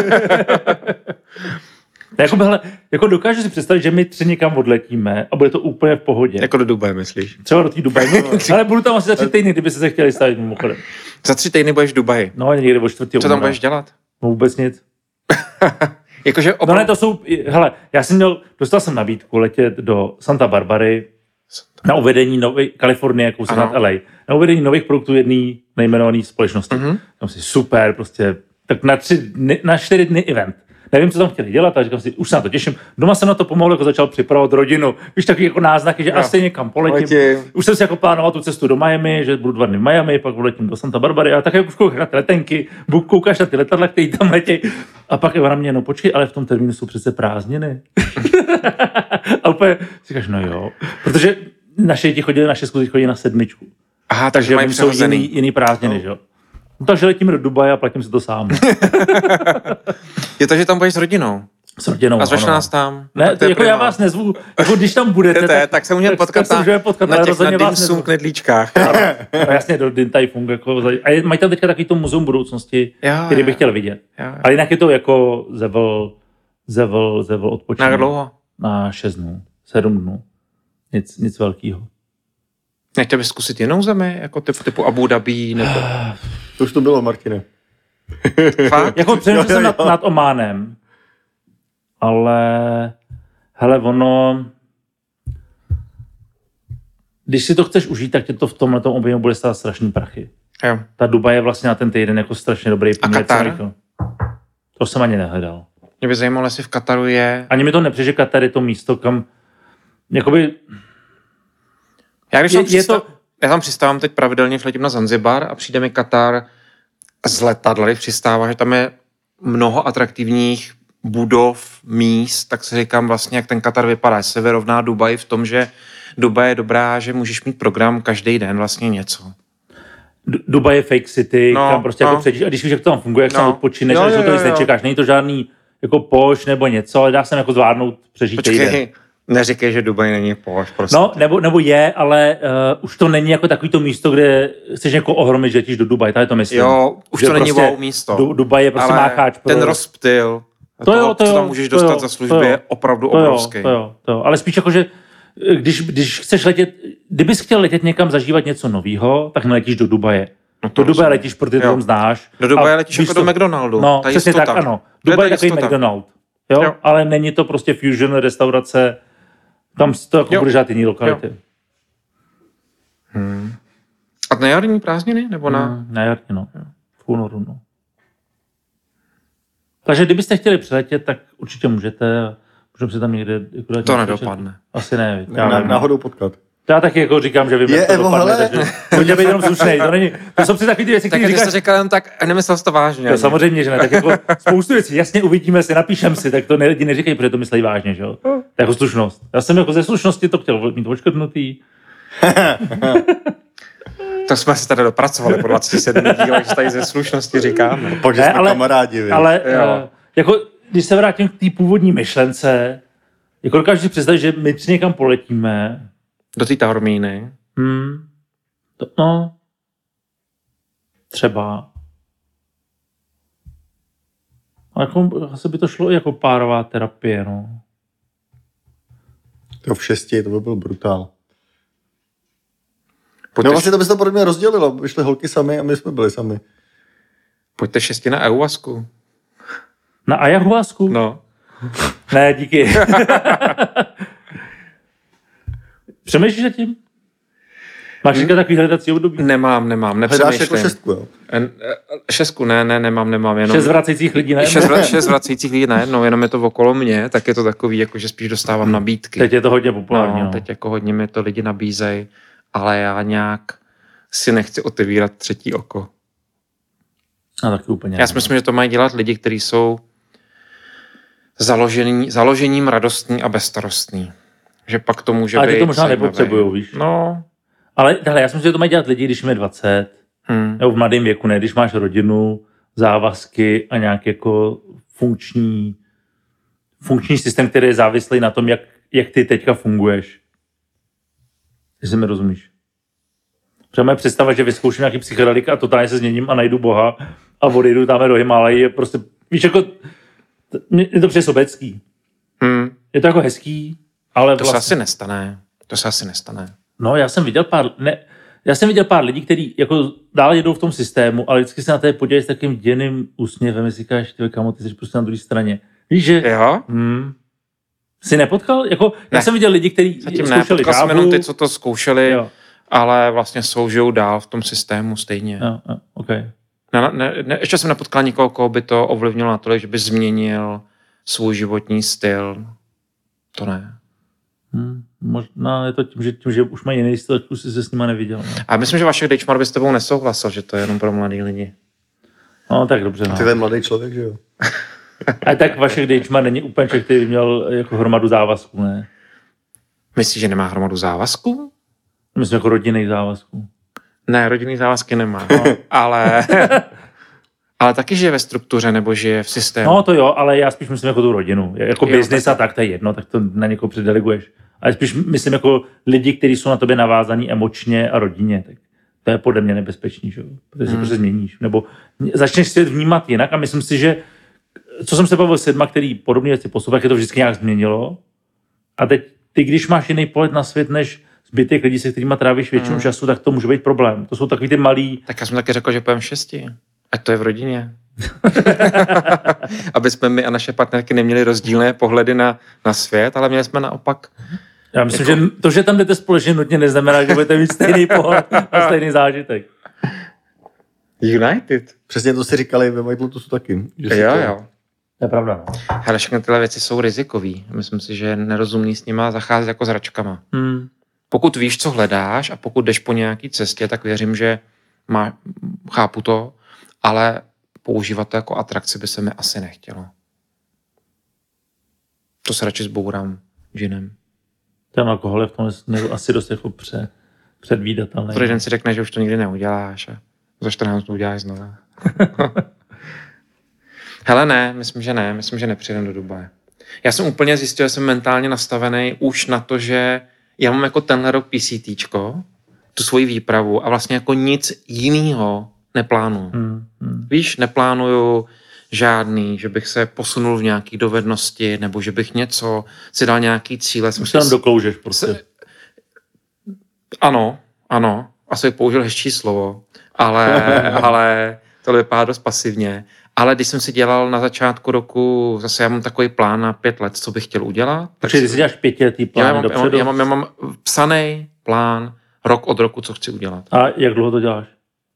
Jako dokážu si představit, že my 3 někam odletíme a bude to úplně v pohodě. Jako do Dubaje, myslíš? Třeba do té Dubaje. Ale budu tam asi za 3 týdny, kdyby se chtěli stavit mimochodem. Za 3 týdny budeš v Dubaji? No, někdy o 4. Co tam budeš dělat? No vůbec nic. Jakože No ne, to jsou, hele, dostal jsem nabídku letět do Santa Barbary na uvedení Kalifornie, jakou jsem nad LA, na uvedení nových produktů jedné nejmenované společnosti. Tam si super, prostě, tak na 4 dny event. Nevím, co tam chtěli dělat, ale říkám si, už se na to těším. Doma jsem na to pomalu jako začal připravovat rodinu. Víš, takový jako náznaky, že asi někam poletím. Už jsem si jako plánoval tu cestu do Miami, že budu 2 dny v Miami, pak letím do Santa Barbary a tak jako koukáš na ty letenky, koukáš na ty letadla, který tam letí. A pak Eva na mě, no počkej, ale v tom termínu jsou přece prázdniny. A úplně si říkáš, no jo, protože naše schůzky chodí na 7. Aha, takže mají jsou jiný prázdniny, že jo. No, takže letím do Dubaje a platím si to sám. Je to, že tam budeš s rodinou? S rodinou, a zveš nás tam? Ne, jako já vás nezvu. Jako když tam budete, tak se můžeme potkat na těch na Dimsum knedlíčkách. No, jasně, do Din Tai Fung. Jako, a mají tam teďka takový to muzeum budoucnosti, který bych chtěl vidět. Ale jinak je to jako Zevel odpočinek. Na dlouho? Na 6 dnů, 7 dnů. Nic velkého. Nechtěl bys zkusit jinou zemi? Jako typu Abu Dhabi? Nebo... To už to bylo, Martine. Fakt? Jako přemýšlel jsem nad Ománem. Ale hele, ono... Když si to chceš užít, tak tě to v tomhletom objemu bude stát strašný prachy. Jo. Ta Dubaj je vlastně na ten týden jako strašně dobrý. A Katar? To jsem ani nehledal. Mě by zajímalo, jestli v Kataru je... Ani mi to nepřijde, že Katar je to místo, kam... Jakoby... Já tam přistávám teď pravidelně, letím na Zanzibar a přijde mi Katar z letadla, když přistává, že tam je mnoho atraktivních budov, míst, tak si říkám vlastně, jak ten Katar vypadá. Je se vyrovná Dubaj v tom, že Dubaj je dobrá, že můžeš mít program každý den vlastně něco. Dubaj je fake city, kam prostě jako předíš, a když víš, jak to tam funguje, jak se tam odpočineš, že to nic nečekáš, není to žádný jako poš nebo něco, ale dá se jako zvládnout, přežít týden. Neříkej, že Dubaj není poš, prostě. No, nebo je, ale už to není jako takový to místo, kde chceš někoho ohromit, že letíš do Dubaje, tady to myslím. Jo, už to není wow místo. Dubaj je prostě mácháč. Ten rozptyl, co tam můžeš dostat za služby, je opravdu obrovský. To jo, ale spíš jako, že když chceš letět, kdybys chtěl letět někam zažívat něco novýho, tak neletíš do Dubaje. No do Dubaje letíš, protože to tam znáš. Do Dubaje letíš jako do McDonaldu. No, přesně tak, ano. Dubaj je takový McDonald. Jo? Ale není to prostě fusion restaurace, tam to jako budeš žát jiný lokality. A na jarní prázdniny? Nebo na... Na jarní, no. V únoru, no. Takže kdybyste chtěli přiletět, tak určitě můžete. Můžeme se tam někde... To nedopadne. Asi ne. Náhodou potkat. Já taky jako říkám, že vím, jak to dopadne, takže může být jenom slušnej. To jsou přeci takový ty věci, které říkáš... Tak říkal jen tak, nemyslel jsi to vážně. To samozřejmě, že ne. Tak jako spoustu věcí, jasně uvidíme si, napíšem si, tak to lidi neříkají, protože to myslí vážně, že jo. To je jako slušnost. Já jsem jako ze slušnosti to chtěl mít odškrtnutý. To jsme se tady dopracovali po 27 dílech, že tady ze slušnosti říkáme. Pak, že jsme kamarádi. Ale jako, když se vrátím k té původní myšlence, jako dokážu si představit, že my si někam poletíme. Do té Taormíny. No. Třeba. Ale jako, asi by to šlo jako párová terapie, no. To v 6, to by byl brutál. No vlastně to by se to podle mě rozdělilo. By šly holky sami a my jsme byli sami. Pojďte 6 na ayahuasku. Na ayahuasku? No. Ne, díky. Přemýšlíš nad tím? Máš říkat takový hledací období? Nemám, nepřemýšlím. Hledáš jako 6, jo? 6, ne, nemám. Jenom 6 vracejících lidí najednou? 6 vracejících lidí najednou, jenom je to okolo mě, tak je to takový, jako že spíš dostávám nabídky. Teď je to hodně populární. No, teď jako hodně mi to lidi nabízejí, ale já nějak si nechci otevírat třetí oko. A taky úplně. Já si myslím, že to mají dělat lidi, kteří jsou založením radostní a bezstarostní. Že pak to může být... Ale ty to možná nepotřebujou, víš? No. Ale já si myslím, že to mají dělat lidi, když jim je 20, nebo v mladém věku, ne, když máš rodinu, závazky a nějak jako funkční systém, který je závislý na tom, jak ty teďka funguješ. Jestli mi rozumíš. Protože moje představa, že vyzkouším nějaký psychedelika a totálně se změním a najdu Boha a odejdu tam do Himalají, je prostě, víš, jako, je to přesobecký. Je to jako hezký, ale to vlastně... To se asi nestane. No, já jsem viděl pár lidí, kteří jako dál jedou v tom systému, ale vždycky se na té podívají s takým děným úsměvem, jestli říkáš, ty kámo, ty jsi prostě na druhé straně. Víš, že... Jo? Jsi nepotkal? Jako, já jsem viděl lidi, kteří zkoušeli dávu. Jsem jenom ty, co to zkoušeli, ale vlastně žijou dál v tom systému stejně. Jo, okay. Ještě jsem nepotkal nikoho, koho by to ovlivnilo natolik, že by změnil svůj životní styl. To ne. Možná je to tím, že už mají jiný styl, už jsi se s nima neviděl. No. A myslím, že Vašek Dejčmar by s tebou nesouhlasil, že to je jenom pro mladý lidi. No, tak dobře. No. Ty je mladý člověk, že jo? A tak Vašek Dejčmar není úplně člověk, který měl jako hromadu závazků, ne? Myslíš, že nemá hromadu závazků? Myslím jako rodinných závazků. Ne, rodinný závazky nemá, no. ale taky žije ve struktuře nebo žije v systému. No to jo, ale já spíš myslím jako tu rodinu. Jako biznis a tak, to je jedno, tak to na někoho předeleguješ. Ale spíš myslím jako lidi, kteří jsou na tobě navázaní emočně a rodině. Tak to je podle mě nebezpečný, že? Protože se prostě změníš. Nebo začneš svět vnímat jinak a myslím si, že co jsem se bavil s lidma, který podobné věci posouvají, jak je to vždycky nějak změnilo. A teď ty, když máš jiný pohled na svět než zbytek lidí, se kterýma trávíš většinu času, tak to může být problém. To jsou takový ty malý... Tak já jsem taky řekl, že pojem 6. Ať to je v rodině. Aby jsme my a naše partnerky neměli rozdílné pohledy na svět, ale měli jsme naopak... Já myslím, že to, že tam jdete společně, nutně neznamená, že budete mít stejný pohled a stejný zážitek. United. Přesně to si říkali ve White Lotusu taky. Že jo. To je pravda. No. Hele, všechny tyhle věci jsou rizikový. Myslím si, že je nerozumný s nima zacházet jako s hračkama. Pokud víš, co hledáš a pokud jdeš po nějaký cestě, tak věřím, že chápu to, ale používat to jako atrakci by se mi asi nechtělo. To se radši zbourám džinem. Ten alkohol je v tom asi dost jako předvídatelný. Protože den si řekne, že už to nikdy neuděláš. Za 14 dnů uděláš znovu. Hele ne, myslím, že nepřijedem do Dubaje. Já jsem úplně zjistil, že jsem mentálně nastavený už na to, že já mám jako tenhle rok PCTčko, tu svoji výpravu a vlastně jako nic jinýho neplánuju. Víš, neplánuju žádný, že bych se posunul v nějaký dovednosti, nebo že bych něco si dal nějaký cíle. Už se tam dokloužeš prostě. Ano, asi použil hezčí slovo, ale to vypadá dost pasivně. Ale když jsem si dělal na začátku roku, zase já mám takový plán na 5 let, co bych chtěl udělat. Takže ty si děláš 5letý plán dopředu? Já mám psaný plán rok od roku, co chci udělat. A jak dlouho to děláš?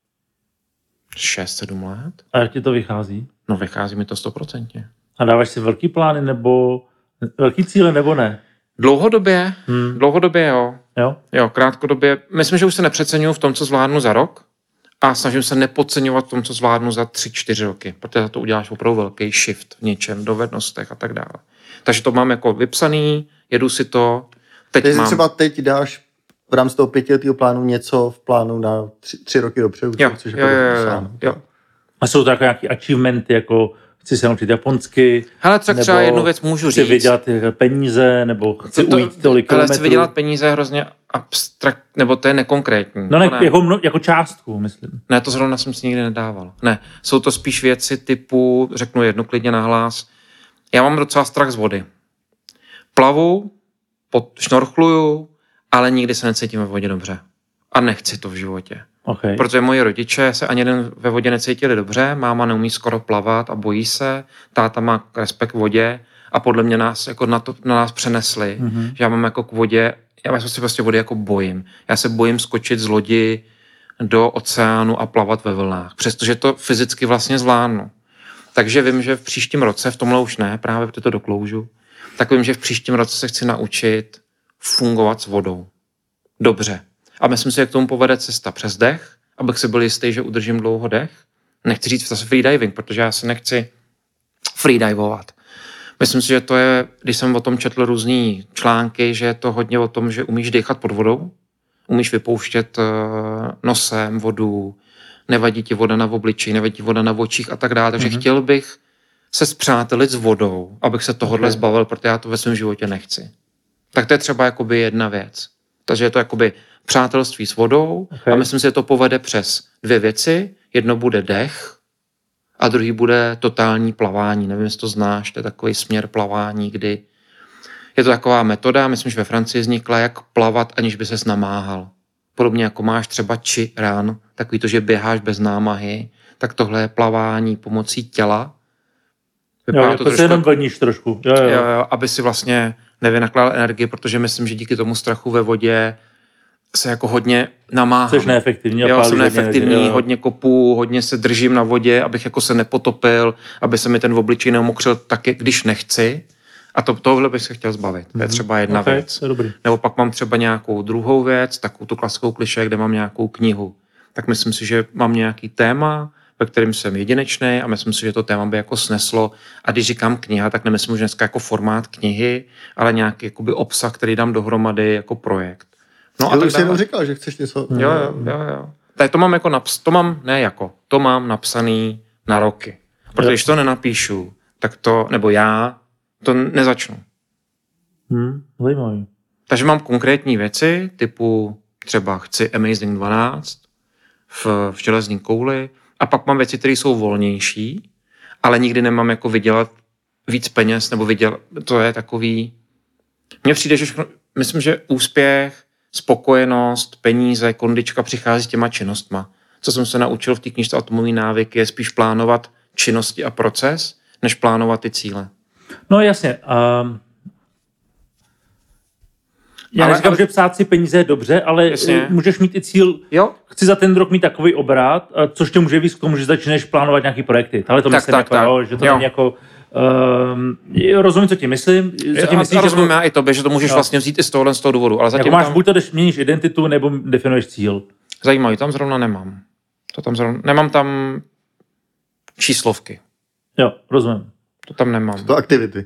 6-7 let. A jak ti to vychází? No vychází mi to 100%. A dáváš si velký plány nebo velký cíle nebo ne? Dlouhodobě jo. Jo, krátkodobě. Myslím, že už se nepřeceňuju v tom, co zvládnu za rok a snažím se nepodceňovat v tom, co zvládnu za 3-4 roky, protože za to uděláš opravdu velký shift v něčem, dovednostech a tak dále. Takže to mám jako vypsaný, jedu si to. Teď třeba teď dáš v rámci toho 5letého plánu něco v plánu na 3 roky dopředu. Jo. A jsou to jako nějaký achievementy, jako chci se naučit japonsky. Hele, třeba jednu věc můžu říct. Chci vydělat peníze, nebo chci ujít tolik kilometrů. Chci vydělat peníze je hrozně abstrakt, nebo to je nekonkrétní. No ne, jako částku, myslím. Ne, to zrovna jsem si nikdy nedával. Ne, jsou to spíš věci typu, řeknu jednu klidně nahlas, já mám docela strach z vody. Plavu, šnorchluju, ale nikdy se necítím ve vodě dobře. A nechci to v životě. Okay. Protože moji rodiče se ani jeden ve vodě necítili dobře, máma neumí skoro plavat a bojí se, táta má respekt k vodě a podle mě nás jako na nás přenesli, že já mám jako k vodě, já se prostě vody jako bojím. Já se bojím skočit z lodi do oceánu a plavat ve vlnách, přestože to fyzicky vlastně zvládnu. Takže vím, že v příštím roce, v tomhle už ne, právě protože to dokloužu, tak vím, že v příštím roce se chci naučit fungovat s vodou. Dobře. A myslím si, že k tomu povede cesta přes dech, abych si byl jistý, že udržím dlouho dech. Nechci říct zase freediving, protože já se nechci freedivovat. Myslím si, že to je, když jsem o tom četl různý články, že je to hodně o tom, že umíš dýchat pod vodou, umíš vypouštět nosem vodu, nevadí ti voda na obličeji, nevadí ti voda na očích a tak dále. Takže chtěl bych se spřátelit s vodou, abych se tohohle zbavil, protože já to ve svém životě nechci. Tak to je třeba jakoby jedna věc. Takže je to jakoby přátelství s vodou a myslím si, že to povede přes 2 věci. Jedno bude dech a druhý bude totální plavání. Nevím, jestli to znáš, to je takový směr plavání, kdy je to taková metoda, myslím, že ve Francii vznikla, jak plavat, aniž by ses namáhal. Podobně jako máš třeba či run, takový to, že běháš bez námahy, tak tohle je plavání pomocí těla. Vypadá to trošku, jenom vlníš trošku. Jo, aby si vlastně nevynakládal energii, protože myslím, že díky tomu strachu ve vodě se jako hodně namáhám. Jsi neefektivní. Jo, jsem neefektivní, hodně kopu, hodně se držím na vodě, abych jako se nepotopil, aby se mi ten obličej neomokřil taky, když nechci. A tohle bych se chtěl zbavit. To je třeba jedna věc. Nebo pak mám třeba nějakou druhou věc, takovou tu klasickou klišé, kde mám nějakou knihu. Tak myslím si, že mám nějaký téma, ve kterém jsem jedinečný a myslím si, že to téma by jako sneslo. A když říkám kniha, tak nemyslím už dneska jako formát knihy, ale nějaký jakoby obsah, který dám dohromady jako projekt. No a tak jsi jenom říkal, že chceš něco. Jo. Tak to mám napsaný na roky. Protože když to nenapíšu, tak to, nebo já, to nezačnu. Zajímavý. Takže mám konkrétní věci, typu třeba chci Amazing 12 v železní kouli, a pak mám věci, které jsou volnější, ale nikdy nemám jako vydělat víc peněz, nebo to je takový... Mně přijde, že myslím, že úspěch, spokojenost, peníze, kondička přichází s těma činnostma. Co jsem se naučil v té knížce Atomový návyk, je spíš plánovat činnosti a proces, než plánovat ty cíle. No jasně. Já neříkám, že psát si peníze je dobře, ale jasně. Můžeš mít i cíl, chci za ten rok mít takový obrat, což tě může víc k tomu, že začneš plánovat nějaký projekty. Ale to myslím, že to není jako... rozumím, co ti myslím. Rozumím já i tobě, že to můžeš vlastně vzít i z toho důvodu. Ale zatím máš buď to, když měníš identitu, nebo definuješ cíl. Zajímavý, tam zrovna nemám. Nemám tam číslovky. Jo, rozumím. To tam nemám. To aktivity.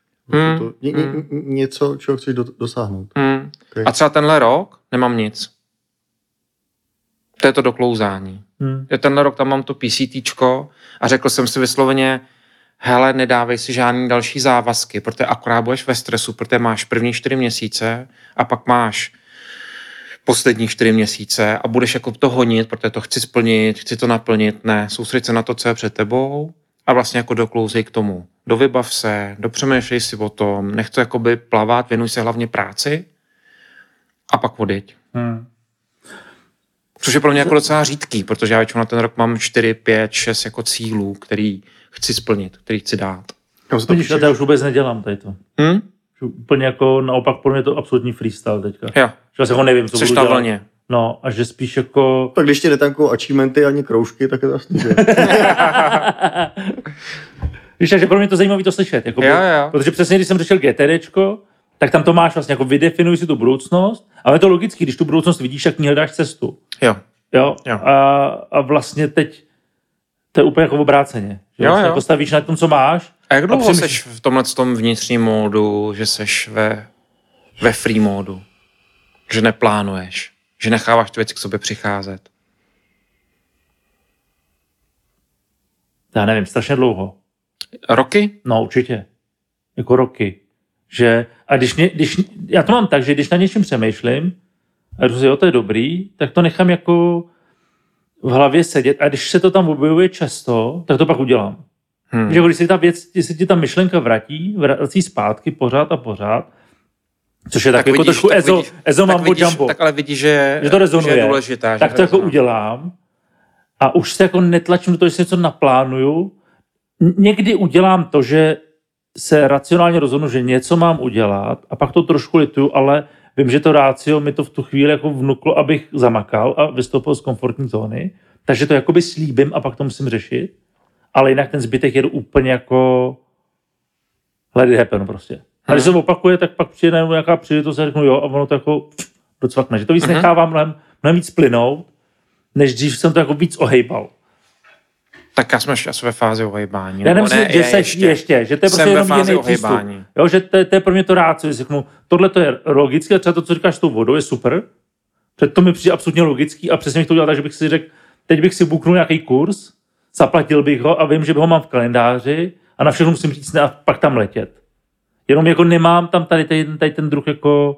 Něco, čeho chceš dosáhnout. Okay. A třeba tenhle rok nemám nic. To je to doklouzání. Tenhle rok tam mám to PCTčko a řekl jsem si vysloveně, hele, nedávej si žádný další závazky, protože akorát budeš ve stresu, protože máš první 4 měsíce a pak máš poslední 4 měsíce a budeš jako to honit, protože to chci splnit, chci to naplnit. Ne, soustřeď se na to, co je před tebou a vlastně jako doklouzej k tomu. Dovybav se, dopřemýšlej si o tom, nech to jakoby plavat, věnuj se hlavně práci a pak odjeď. Což je pro mě jako docela řídký, protože já většinou na ten rok mám 4, 5, 6 jako cílů, který chci splnit, který chci dát. Já už vůbec nedělám tady to. Úplně jako naopak pro mě to absolutní freestyle teďka. Jo. Že jako nevím, co budu dělat. Vlně. No, a že spíš jako... Tak když ti netankují achievementy ani kroužky, tak je to jasný, že? Víš, že pro mě to zajímavé to slyšet. Jako jo. Protože přesně, když jsem řešil GTDčko, tak tam to máš vlastně jako vydefinuj si tu budoucnost, ale je to logický, když tu budoucnost vidíš, tak ní hledáš cestu. Jo. A vlastně teď to je úplně jako obráceně. Že vlastně jako stavíš na tom, co máš. A jak dlouho seš v tomhletom vnitřním módu, že seš ve free módu? Že neplánuješ? Že necháváš ty věci k sobě přicházet? Já nevím, strašně dlouho. Roky? No, určitě. Jako roky. Že, a když já to mám tak, že když na něčem přemýšlím a říkám si, jo, to je dobrý, tak to nechám jako v hlavě sedět a když se to tam objevuje často, tak to pak udělám. Že když se ta věc, jestli ti ta myšlenka vrací zpátky pořád a pořád, což je tak jako trošku ezo mambo jumbo. Tak ale vidíš, že to rezonuje, že je důležitá. Tak to jako udělám a už se jako netlačím do toho, že si něco naplánuju. Někdy udělám to, že se racionálně rozhodnu, že něco mám udělat a pak to trošku lituju, ale vím, že to rácio mi to v tu chvíli jako vnuklo, abych zamakal a vystoupil z komfortní zóny. Takže to jakoby slíbím a pak to musím řešit. Ale jinak ten zbytek jedu úplně jako let it happen prostě. A když se to opakuje, tak pak přijde nějaká příležitost a řeknu jo a ono to jako docvakne. Že to víc nechávám mnohem víc plynout, než když jsem to jako víc ohejbal. Tak já jsme ve fázi ohejbání. Já nemyslím, že seš ještě, že to je prostě jenom jiný přístup. Jo, že to je pro mě to rácio, že řeknu, tohle to je logické a třeba to, co říkáš s tou vodou, je super. To mi přijde absolutně logický a přesně bych to udělal tak, že bych si řekl, teď bych si booknul nějaký kurz, zaplatil bych ho a vím, že ho mám v kalendáři a na všechno musím říct ne a pak tam letět. Jenom jako nemám tam tady ten druh jako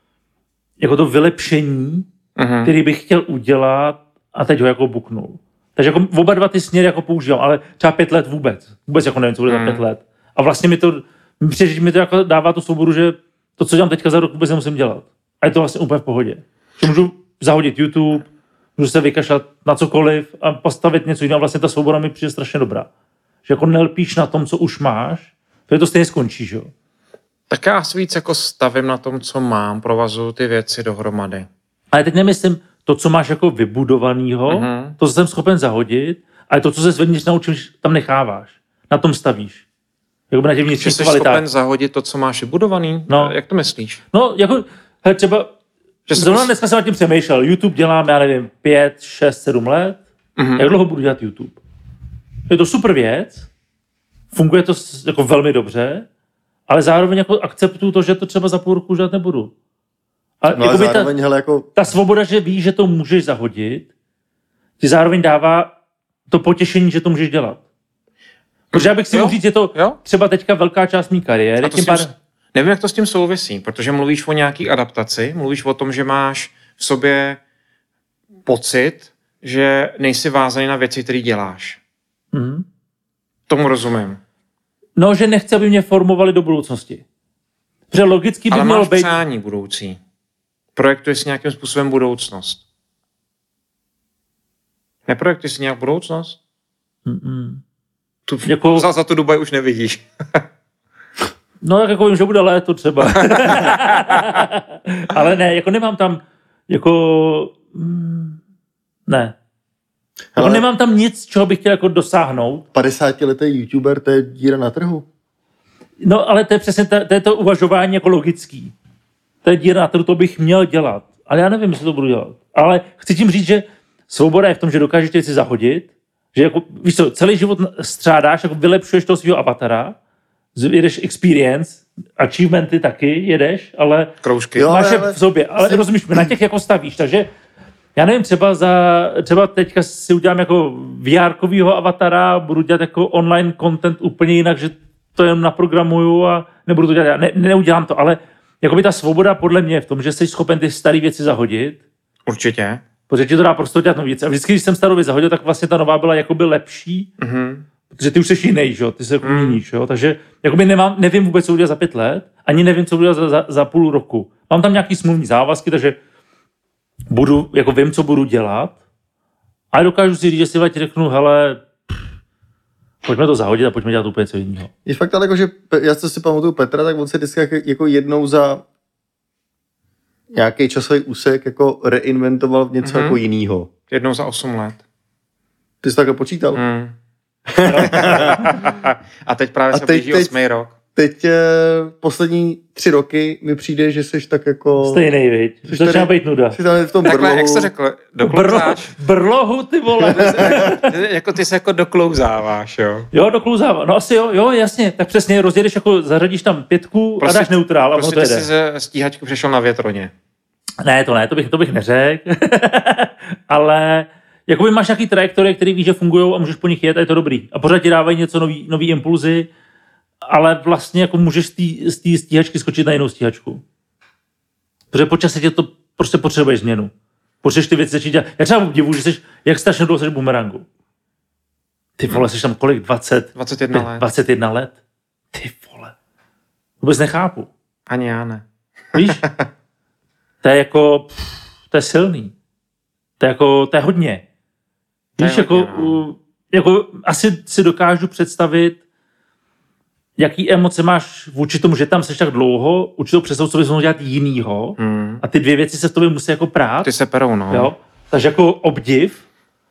to vylepšení, který bych chtěl udělat a teď ho jako booknul. Takže jako oba dva ty směry jako používám, ale třeba 5 let vůbec. Vůbec jako nevím, co bude za 5 let. A vlastně mi to jako dává tu svobodu, že to, co dělám teďka za rok, vůbec nemusím dělat. A je to vlastně úplně v pohodě. Že můžu zahodit YouTube, můžu se vykašlat na cokoliv a postavit něco jiného. Vlastně ta svoboda mi přijde strašně dobrá. Že jako nelpíš na tom, co už máš, protože to stejně skončí, že jo? Tak já víc jako stavím na tom, co mám, provazuju ty věci dohromady. Ale teď nemyslím to, co máš jako vybudovanýho, to, co jsem schopen zahodit, ale to, co se zvnitř naučíš, tam necháváš. Na tom stavíš. Jakoby na těch vnitřních kvalitách. Že jsi schopen zahodit to, co máš vybudovaný? No. Jak to myslíš? No, jako, třeba, zrovna dneska jsem nad tím přemýšlel. YouTube dělám, já nevím, 5, 6, 7 let. Jak dlouho budu dělat YouTube? Je to super věc, funguje to jako velmi dobře, ale zároveň jako akceptuju to, že to třeba za půl roku dělat nebudu. Ale zároveň, ta svoboda, že víš, že to můžeš zahodit, ti zároveň dává to potěšení, že to můžeš dělat. Protože já bych si mohl říct, že to třeba teďka velká část mý kariéry. Nevím, jak to s tím souvisí, protože mluvíš o nějaký adaptaci, mluvíš o tom, že máš v sobě pocit, že nejsi vázaný na věci, které děláš. Tomu rozumím. No, že nechci, aby mě formovali do budoucnosti. Protože logicky by mělo být... Ale máš přání budoucí. Projektuješ si nějakým způsobem budoucnost. Neprojektuješ si nějak budoucnost? Jako... Za tu Dubaj už nevidíš. No, tak jako vím, že bude léto třeba. Ale ne, jako nemám tam jako... Ne. Jako nemám tam nic, čeho bych chtěl jako dosáhnout. 50letý YouTuber, to je díra na trhu. No, ale to je přesně to je to uvažování jako logický. To je díra na trhu, to bych měl dělat. Ale já nevím, jestli to budu dělat. Ale chci tím říct, že svoboda je v tom, že dokážeš ty věci zahodit, že jako, víš co, celý život střádáš, jako vylepšuješ toho svého avatara, jedeš experience, achievementy taky jedeš, ale kroužky. Máš je v sobě, ale rozumíš, na těch jako stavíš, takže já nevím, třeba teďka si udělám jako VR-kovýho avatara, budu dělat jako online content úplně jinak, že to jen naprogramuju a nebudu to dělat, neudělám to, ale jakoby ta svoboda podle mě je v tom, že jsi schopen ty staré věci zahodit. Určitě. Protože ti to dá prostě dělat nový věci. A vždycky, když jsem starou věc zahodil, tak vlastně ta nová byla jakoby lepší, protože ty už jsi jiný, že jo, ty se jako měníš, jo, takže jakoby nevím vůbec, co udělat za 5 let, ani nevím, co udělat za půl roku. Mám tam nějaký smluvní závazky, takže vím, co budu dělat, ale dokážu si říct, že si ti řeknu, hele, pojďme to zahodit a pojďme dělat úplně co jiného. Je fakt ale, že já si pamatuju Petra, tak on se vždycky jako jednou za nějaký časový úsek jako reinventoval v něco jako jinýho. Jednou za 8 let. Ty jsi takhle počítal? A teď právě se blíží 8. rok. Teď poslední 3 roky mi přijde, že jsi tak jako... Stejnej, viď? Začíná být nuda. Jsi tam v tom takhle, brlohu. jak jsi řekl, doklouzáš. Brlohu, ty vole. Jako ty se jako doklouzáváš, jo? Jo, doklouzávám. No asi jo, jasně. Tak přesně rozjedeš, jako zařadíš tam 5 a dáš neutrál a ono to jede. Prostě ty jsi ze stíhačky přešel na větroně. Ne, to bych neřekl. Ale jakoby máš nějaký trajektorie, který víš, že fungují a můžeš po nich jet a je to dobrý. A pořád ti dávají něco nový impulzy, ale vlastně jako můžeš z té stíhačky skočit na jinou stíhačku. Protože po čase tě to prostě potřebuješ změnu. Potřebuješ ty věci začít dělat. Já třeba obdivuji, že jak strašně dlouho jsi v bumerangu. Ty vole, jsi tam kolik? 21 let? Ty vole. Vůbec nechápu. Ani já ne. Víš? To je jako, to je silný. To je hodně. Víš, jako asi si dokážu představit, jaký emoce máš vůči tomu, že tam seš tak dlouho, určitou představu, co bys mohl dělat jinýho a ty 2 věci se v tobě musí jako prát. Ty se perou, no. Jo? Takže jako obdiv.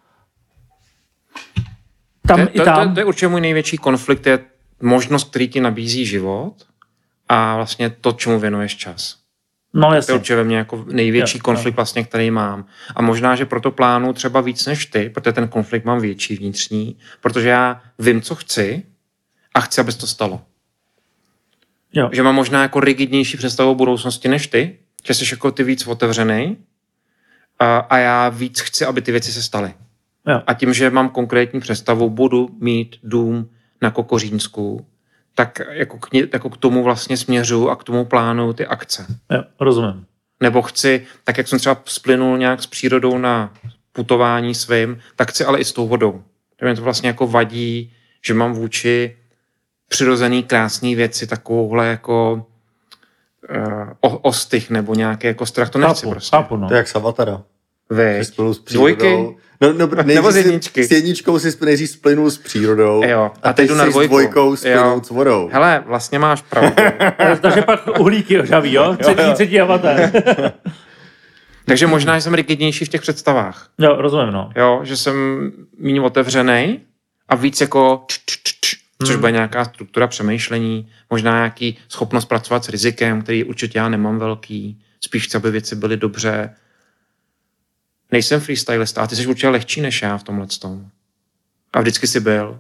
To je určitě můj největší konflikt, je možnost, který ti nabízí život a vlastně to, čemu věnuješ čas. No, jasně. To je určitě ve mně jako největší konflikt vlastně, který mám. A možná, že proto plánuju třeba víc než ty, protože ten konflikt mám větší vnitřní, protože já vím, co chci a chci, aby se to stalo. Jo. Že mám možná jako rigidnější představu o budoucnosti než ty, že jsi jako ty víc otevřenej a já víc chci, aby ty věci se staly. Jo. A tím, že mám konkrétní představu, budu mít dům na Kokořínsku, tak jako k tomu vlastně směřuju a k tomu plánuju ty akce. Jo, rozumím. Nebo chci, tak jak jsem třeba splynul nějak s přírodou na putování svým, tak chci ale i s tou vodou. Mě to vlastně jako vadí, že mám vůči přirozený krásný věci takovouhle jako ostych nebo nějaký jako strach. To nechci prostě. Chápu, no. To je jak Savatara. Spolu s přírodou. Dvojky? Nebo s jedničky. S jedničkou si nejdřív splynul s přírodou. Jo. A teď jsi s dvojkou splynout s vodou. Hele, vlastně máš pravdu. Takže pak uhlíky ožaví, jo? Třetí avatar. Takže možná, že jsem rigidnější v těch představách. Jo, rozumím, no. Jo, že jsem méně otevřenej a víc jako což bude nějaká struktura přemýšlení, možná nějaký schopnost pracovat s rizikem, který určitě já nemám velký. Spíš chci, aby věci byly dobře. Nejsem freestylista a ty jsi určitě lehčí než já v tomhletom. A vždycky jsi byl.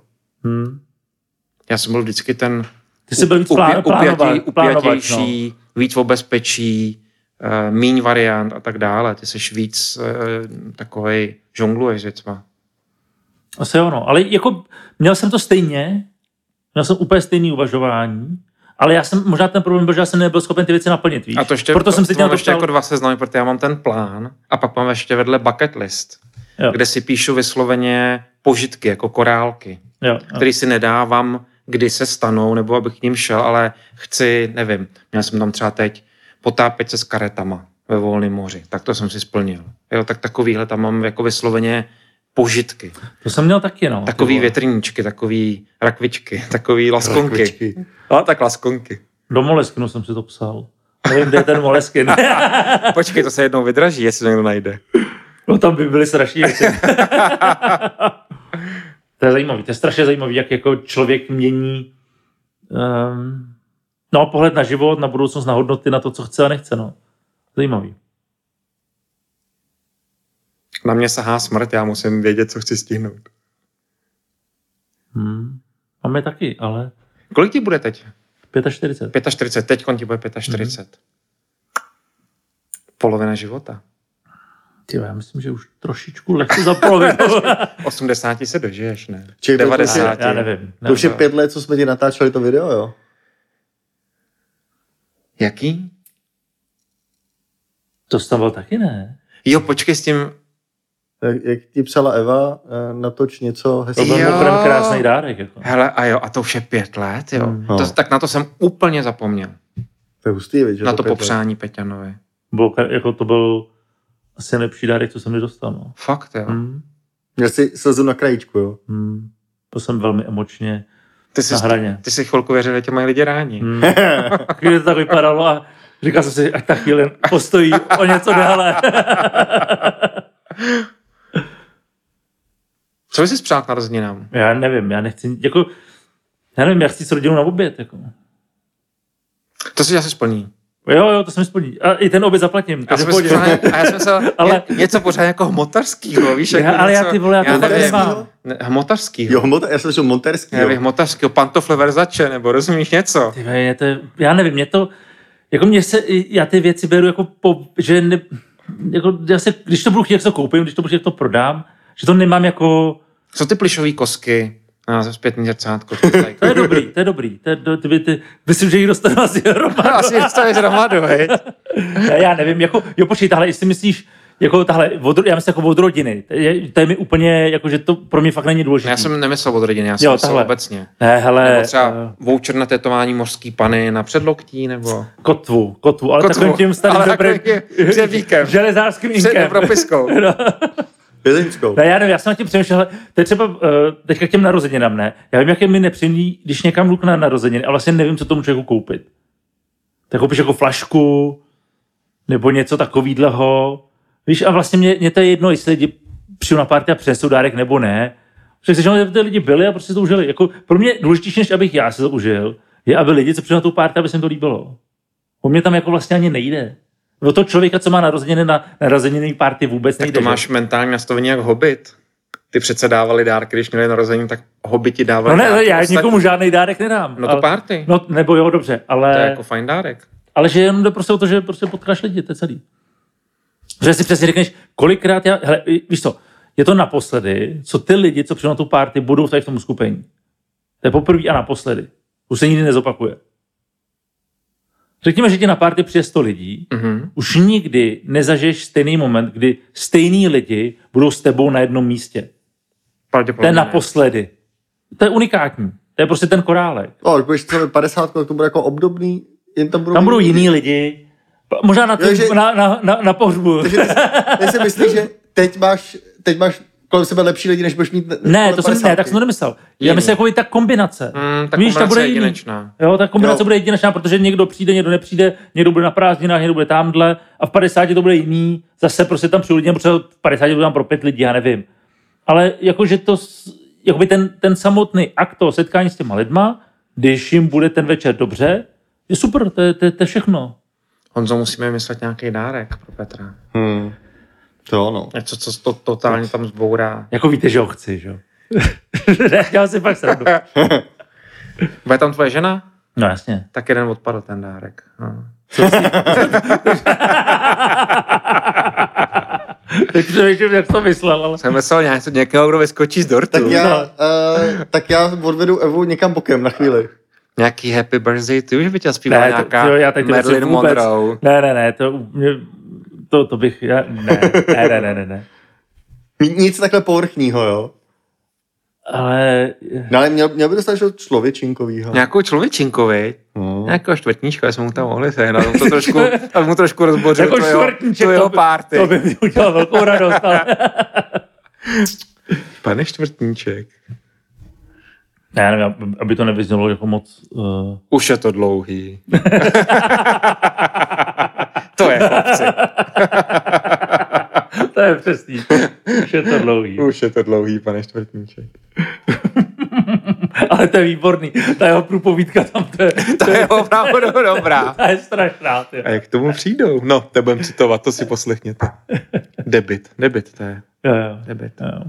Já jsem byl vždycky ten ty jsi byl víc upjatější, no. Víc o bezpečí, míň variant a tak dále. Ty jsi víc takovej žongluješ věcma. Asi jo, no. Ale jako měl jsem to stejně, měl jsem úplně stejný uvažování, ale já jsem, možná ten problém byl, že já jsem nebyl schopen ty věci naplnit, víš? A to ještě, proto jsem si mám ještě jako 2 seznamy, protože já mám ten plán a pak mám ještě vedle bucket list, kde si píšu vysloveně požitky, jako korálky, který si nedávám, kdy se stanou, nebo abych k ním šel, ale chci, nevím, měl jsem tam třeba teď potápět se s karetama ve volném moři, tak to jsem si splnil. Jo, tak takovýhle tam mám jako vysloveně požitky. To jsem měl taky, no. Takový větrníčky, takový rakvičky, takový laskonky. No, tak laskonky. Do Moleskinu jsem si to psal. Nevím, kde je ten Moleskin. Počkej, to se jednou vydraží, jestli to někdo najde. No tam by byly strašně věci. To je zajímavý, to je strašně zajímavý, jak jako člověk mění pohled na život, na budoucnost, na hodnoty, na to, co chce a nechce, no. Zajímavý. Na mě sahá smrt, já musím vědět, co chci stihnout. Máme taky, ale... Kolik ti bude teď? 45. Teď ti bude 45. Polovina života. Já myslím, že už trošičku lehce za polovinu. 80 se dožiješ, ne? 90. Já nevím. To už je 5 let, co jsme ti natáčeli to video, jo? Jaký? To jsi tam byl taky, ne? Jo, počkej s tím... Jak ti psala Eva, natoč něco hezkého. To byl mimochodem krásný dárek. Jako. Hele, a to už je 5 let, jo. No. Tak na to jsem úplně zapomněl. To je hustý, víš, že na to popřání Peťanovi. To byl asi nejlepší dárek, co jsem dostal. No. Fakt, jo. Měl jsi slzu na krajíčku, jo. To jsem velmi emočně na hraně. Ty jsi chvilku věřil, že tě mají lidi rádi. Když to tak vypadalo a říkal jsem si, ať ta chvíli postojí o něco dále. Co jsi přál k narozeninám? Já nevím, já nechci, jako, já nevím, já chci s rodinou na oběd, jako. To si asi splní. Jo, to se mi splní. A i ten oběd zaplatím. A já jsem myslel, ale něco pořád jako hmotařskýho, víš? Jako ale já ty vole, já to nemám. Hmotařskýho. Jo, já jsem slyšel monterskýho. Já hmotařskýho, pantofle Versace, nebo rozumíš něco? Já nevím, já ty věci beru jako že ne, jako když to budu chtít, jak to koupím, když to budu chtít, jak to prodám, že to nemám jako... Co ty plišový kosky? Za zpětný zrcátko. To je dobrý. Myslím, že jich dostanu asi hromadu. Asi dostaneš hromadu, hej. Já nevím, jako, počkej, tahle, jestli myslíš, jako tahle, já myslím jako od rodiny. To je mi úplně, jako, že to pro mě fakt není důležité. Já jsem nemyslel od rodiny, já jsem myslel obecně. Ne, hele. Nebo třeba voucher na tetování mořský pany na předloktí, nebo... Kotvu, ale takovým tím starým dobrým dřevíkem. Železářským inkem. Před propiskou. Vězeňskou. Já nevím, já jsem na tím přemýšlel, to je třeba teďka k těm narozeninám, ne? Já vím, jak je mi nepříjemný, když někam jdu na narozeniny, a vlastně nevím, co tomu člověku koupit. Tak koupíš jako flašku, nebo něco takovýhleho. Víš, a vlastně mě to je jedno, jestli lidi přijdu na party a přinesou dárek, nebo ne. Protože chceš, aby ty lidi byli a prostě to užili. Jako, pro mě důležitější, než abych já si to užil, je, aby lidi, co přijdou na tu party, aby se jim to líbilo. Po mě tam jako vlastně ani nejde. O toho člověka, co má narozeniny na narozeninný party, vůbec nejde. Tak to máš mentální nastavení jak Hobbit. Ty přece dávali dárky, když měli narozeniny, tak Hobbiti dávali dárky. No ne, já nikomu žádný dárek nedám. No to party. No, nebo jo, dobře, ale... To je jako fajn dárek. Ale že jenom jde prostě o to, že prostě potkáš lidi, to je celý. Že si přesně řekneš, kolikrát hele, víš co, je to naposledy, co ty lidi, co přijdou na tu party, budou tady v tom skupení. To je poprvé a naposledy. Už se nikdy nezopakuje. Řekněme, že ti na party přijde 100 lidí, už nikdy nezažiješ stejný moment, kdy stejný lidi budou s tebou na jednom místě. To je naposledy. To je unikátní. To je prostě ten korálek. Když budeš třeba 50, to bude jako obdobný, jen tam budou jiní lidi. Možná na pohřbu. Takže ty si myslíš, že teď máš kolem sebe lepší lidi, než budeš mít... Ne, tak jsem to nemyslel. Já myslím, jako i ta kombinace. Ta víš, kombinace bude jedinečná. Jo, ta kombinace bude jedinečná, protože někdo přijde, někdo nepřijde, někdo bude na prázdninách, někdo bude tamhle a v 50 to bude jiný. Zase prostě tam přijde lidi, protože v 50 to tam pro 5 lidí, já nevím. Ale jakože to, jakoby ten samotný akt toho setkání s těma lidma, když jim bude ten večer dobře, je super, to je všechno. Honzo, musíme vymyslet nějaký dárek pro Petra. To ono. Něco, co to totálně tam zbourá. Jako víte, že ho chci, že jo? Já si fakt srandu. Bude tam tvoje žena? No jasně. Tak jeden odpadl ten dárek. No. Teď přemýšlím, jak to myslel, ale... Jsem myslel někoho, kdo vyskočí z dortu. Tak já odvedu Evu někam bokem na chvíli. Nějaký happy birthday, ty už by tě zpívala nějaká Marilyn Monroe. Ne, to bych, ne. Nic takhle povrchního, jo? Ale měl by dostat člověčinkovýho. Nějakou člověčinkový? Nějakého čtvrtníčka, jsme mu tam mohli sehnat. Aby mu trošku rozbořil tvojho party. To by mi udělal velkou radost, ale... Pane čtvrtníček. Já nevím, aby to nevyznělo jako moc... Už je to dlouhý. To je chlapci. To je přesný. Už je to dlouhý, pane čtvrtníček. Ale to je výborný. Ta jeho průpovídka tam, to je opravdu dobrá. Ta je strašná. Tyjo. A jak k tomu přijdou? No, to budem citovat, to si poslechněte. Debit, to je. Jo. Debit. Jo.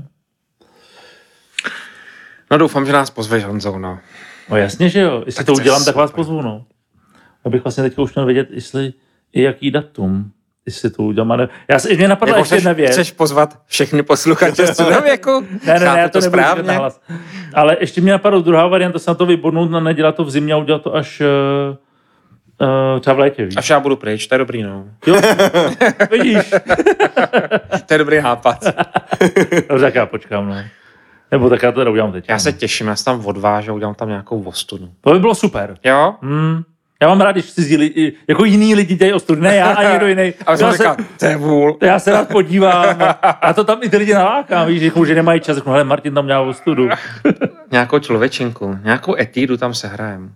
No doufám, že nás pozveš, Honzo, no. No jasně, že jo. Jestli tak to udělám, tak vás pozvu, no. Abych vlastně teďka už měl vědět, jestli je jaký datum. jestli to udělám. Mě napadla ještě jedna věc. Chceš pozvat všechny posluchače z středověku? Ne, já to nebudu říkat nahlas. Ale ještě mě napadla druhá varianta, se na to vybodnout, nedělat to v zimě a udělat to až třeba v létě, víš? Až já budu pryč, to je dobrý, no. Jo, vidíš. To je dobrý nápad. Dobře, tak já počkám, no. Nebo tak já to udělám teď. Já se těším, já se tam odvážu a udělám tam nějakou ostudu. To by bylo super. Jo? Já mám rád, když si jako jiní lidi dělají ostudy, ne já a někdo jiný. A jsem říkal, to je vůl. Já se rád podívám a to tam i ty lidi nalákám, víš, že nemají čas, řeknu, hele, Martin tam dělal ostudu. Nějakou člověčinku, nějakou etídu tam se hrajem.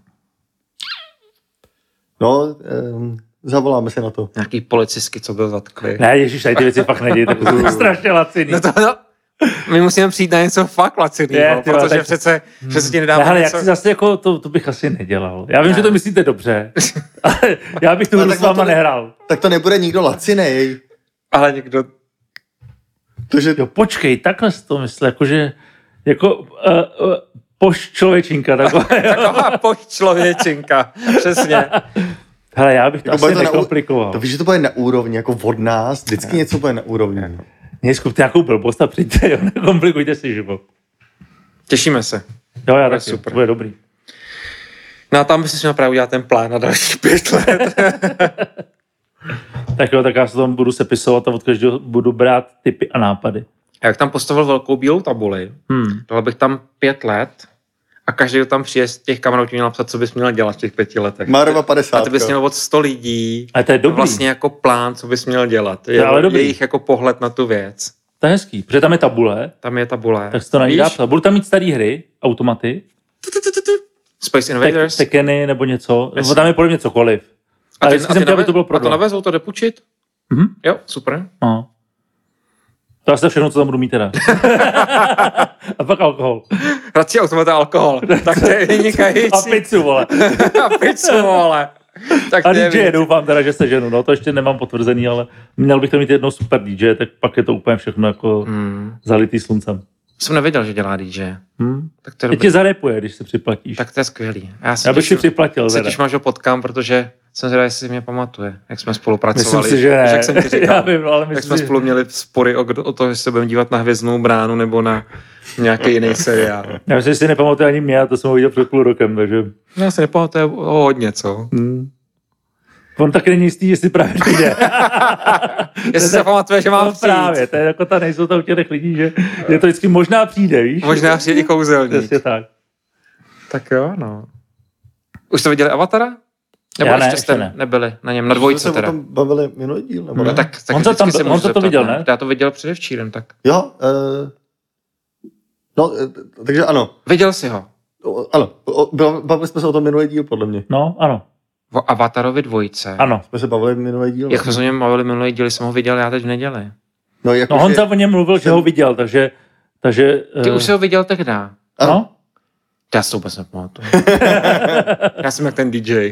No, zavoláme se na to. Nějaký policistky, co byl zatkli. Ne, ježiš, tady ty věci fakt nedějí, tak to strašně laciný. My musíme přijít na něco fakt lacinýho, protože přece ti nedáme něco. Jak si zase jako, to bych asi nedělal. Já vím, že to myslíte dobře, ale já bych tu hru s váma nehrál. Tak to nebude nikdo lacinej. Ale někdo... Jo, počkej, takhle si to myslel, jakože poščlověčinka. Taková poščlověčinka, přesně. Hele, já bych to asi nekomplikoval. To víš, že to bude na úrovni, jako od nás, vždycky něco bude na úrovni. Skupte nějakou blbost a přijďte, jo, nekomplikujte si život. Těšíme se. Jo, já taky, super. Bude dobrý. No a tam bys si měl právě udělat ten plán na dalších 5 let. Tak jo, tak já se tam budu sepisovat a od každého budu brát tipy a nápady. A jak tam postavil velkou bílou tabuli, dal bych tam 5 let a každý, kdo tam přijde z těch kamarů, měl napsat, co bys měl dělat v těch 5 letech. Marva 50. A ty bys měl od 100 lidí. A to je dobrý. Vlastně jako plán, co bys měl dělat. Jejich jako pohled na tu věc. To je hezký, protože tam je tabule. Tam je tabule. Tak se to najde. Budu tam mít staré hry, automaty. Space Invaders. Tekeny nebo něco. Nebo tam je podle mě cokoliv. A to navezou, to jde půjčit? Jo, super. No. To asi všechno, co tam budu mít teda. A pak alkohol. Hrací automat a alkohol. Tak to je vynikající. A pizzu, vole. A pizzu, vole. Tak a DJ doufám teda, že se ženu. No to ještě nemám potvrzený, ale měl bych to mít jednou super DJ, tak pak je to úplně všechno jako zalitý sluncem. Jsem nevěděl, že dělá DJ. Tak to je tě zarepuje, když se připlatíš. Tak to je skvělý. Já bych si připlatil. Se těším, až ho potkám, protože jsem zvědavý, jestli mě pamatuje, jak jsme spolupracovali. Myslím si, že ne. Jak jsem ti říkal, vím, ale jak jsme spolu měli spory o to, jestli se budeme dívat na Hvězdnou bránu nebo na nějaký jiný seriál. Já myslím, že si nepamatuje ani mě, a to jsem ho viděl před půl rokem, takže... Já si nepamatuju hodně, co? On taky není jistý, jestli právě jde. Jestli se pamatuje, že mám přijít. Právě, to je jako ta nejistota u těch lidí, že je to vždycky možná přijde, víš? Možná přijde i kouzelník. Přesně tak. Tak jo, no. Už jste viděli Avatara? Nebo já ještě jste nebyli na něm, na dvojce teda. Jsme o tom bavili minulý díl, nebo ne? Tak on to viděl, ne? Já to viděl předevčírem, tak. Jo, no, takže ano. Viděl jsi ho? Ano, bavili jsme se o tom minulý díl, podle mě. No, ano. O Avatarovi dvojce. Ano. Jsme se bavili minulý díl. Jak jsme se o něm bavili minulý díl, jsem ho viděl já teď v neděli. No Honza o něm mluvil, že ho viděl, takže Ty už jsi ho viděl tehdy? No. Já si to vůbec nepamatuju. Já jsem jak ten DJ.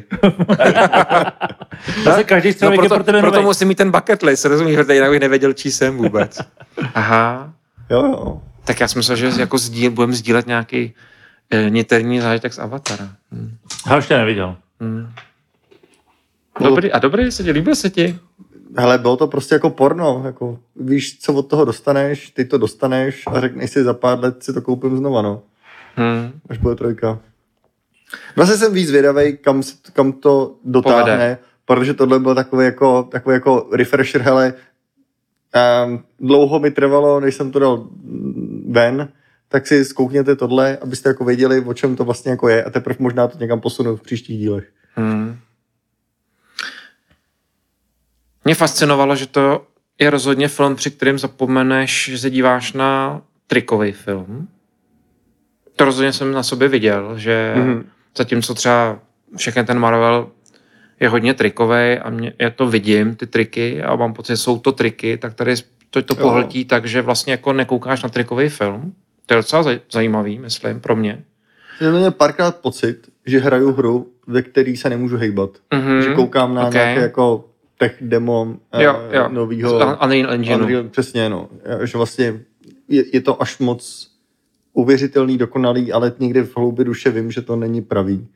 Každý člověk je pro tebe proto musím mít ten bucket list, rozumíš, protože jinak bych nevěděl, čí jsem vůbec. Aha. Jo. Tak já jsem myslel, že jako budeme sdílet nějaký niterní zážitek z Avatara. Já ještě neviděl. Dobrý, líbil se ti? Hele, bylo to prostě jako porno, jako víš, co od toho dostaneš, ty to dostaneš a řekneš si za pár let si to koupím znova, no. Až bude 3. Vlastně jsem víc zvědavej, kam to dotáhne, povede. Protože tohle byl takový jako refresher, hele, dlouho mi trvalo, než jsem to dal ven, tak si zkoukněte tohle, abyste jako věděli, o čem to vlastně jako je a teprve možná to někam posunu v příštích dílech. Mě fascinovalo, že to je rozhodně film, při kterém zapomeneš, že se díváš na trikový film. To rozhodně jsem na sobě viděl, že zatímco třeba všechny ten Marvel je hodně trikový a já to vidím, ty triky, a mám pocit, že jsou to triky, tak tady to pohltí tak, že vlastně jako nekoukáš na trikový film. To je docela zajímavý, myslím, pro mě. Já měl párkrát pocit, že hraju hru, ve který se nemůžu hejbat. Že koukám na nějaké jako tech demo novýho Unreal Engineu. Přesně, no. Že vlastně je to až moc uvěřitelný, dokonalý, ale někde v hloubi duše vím, že to není pravý.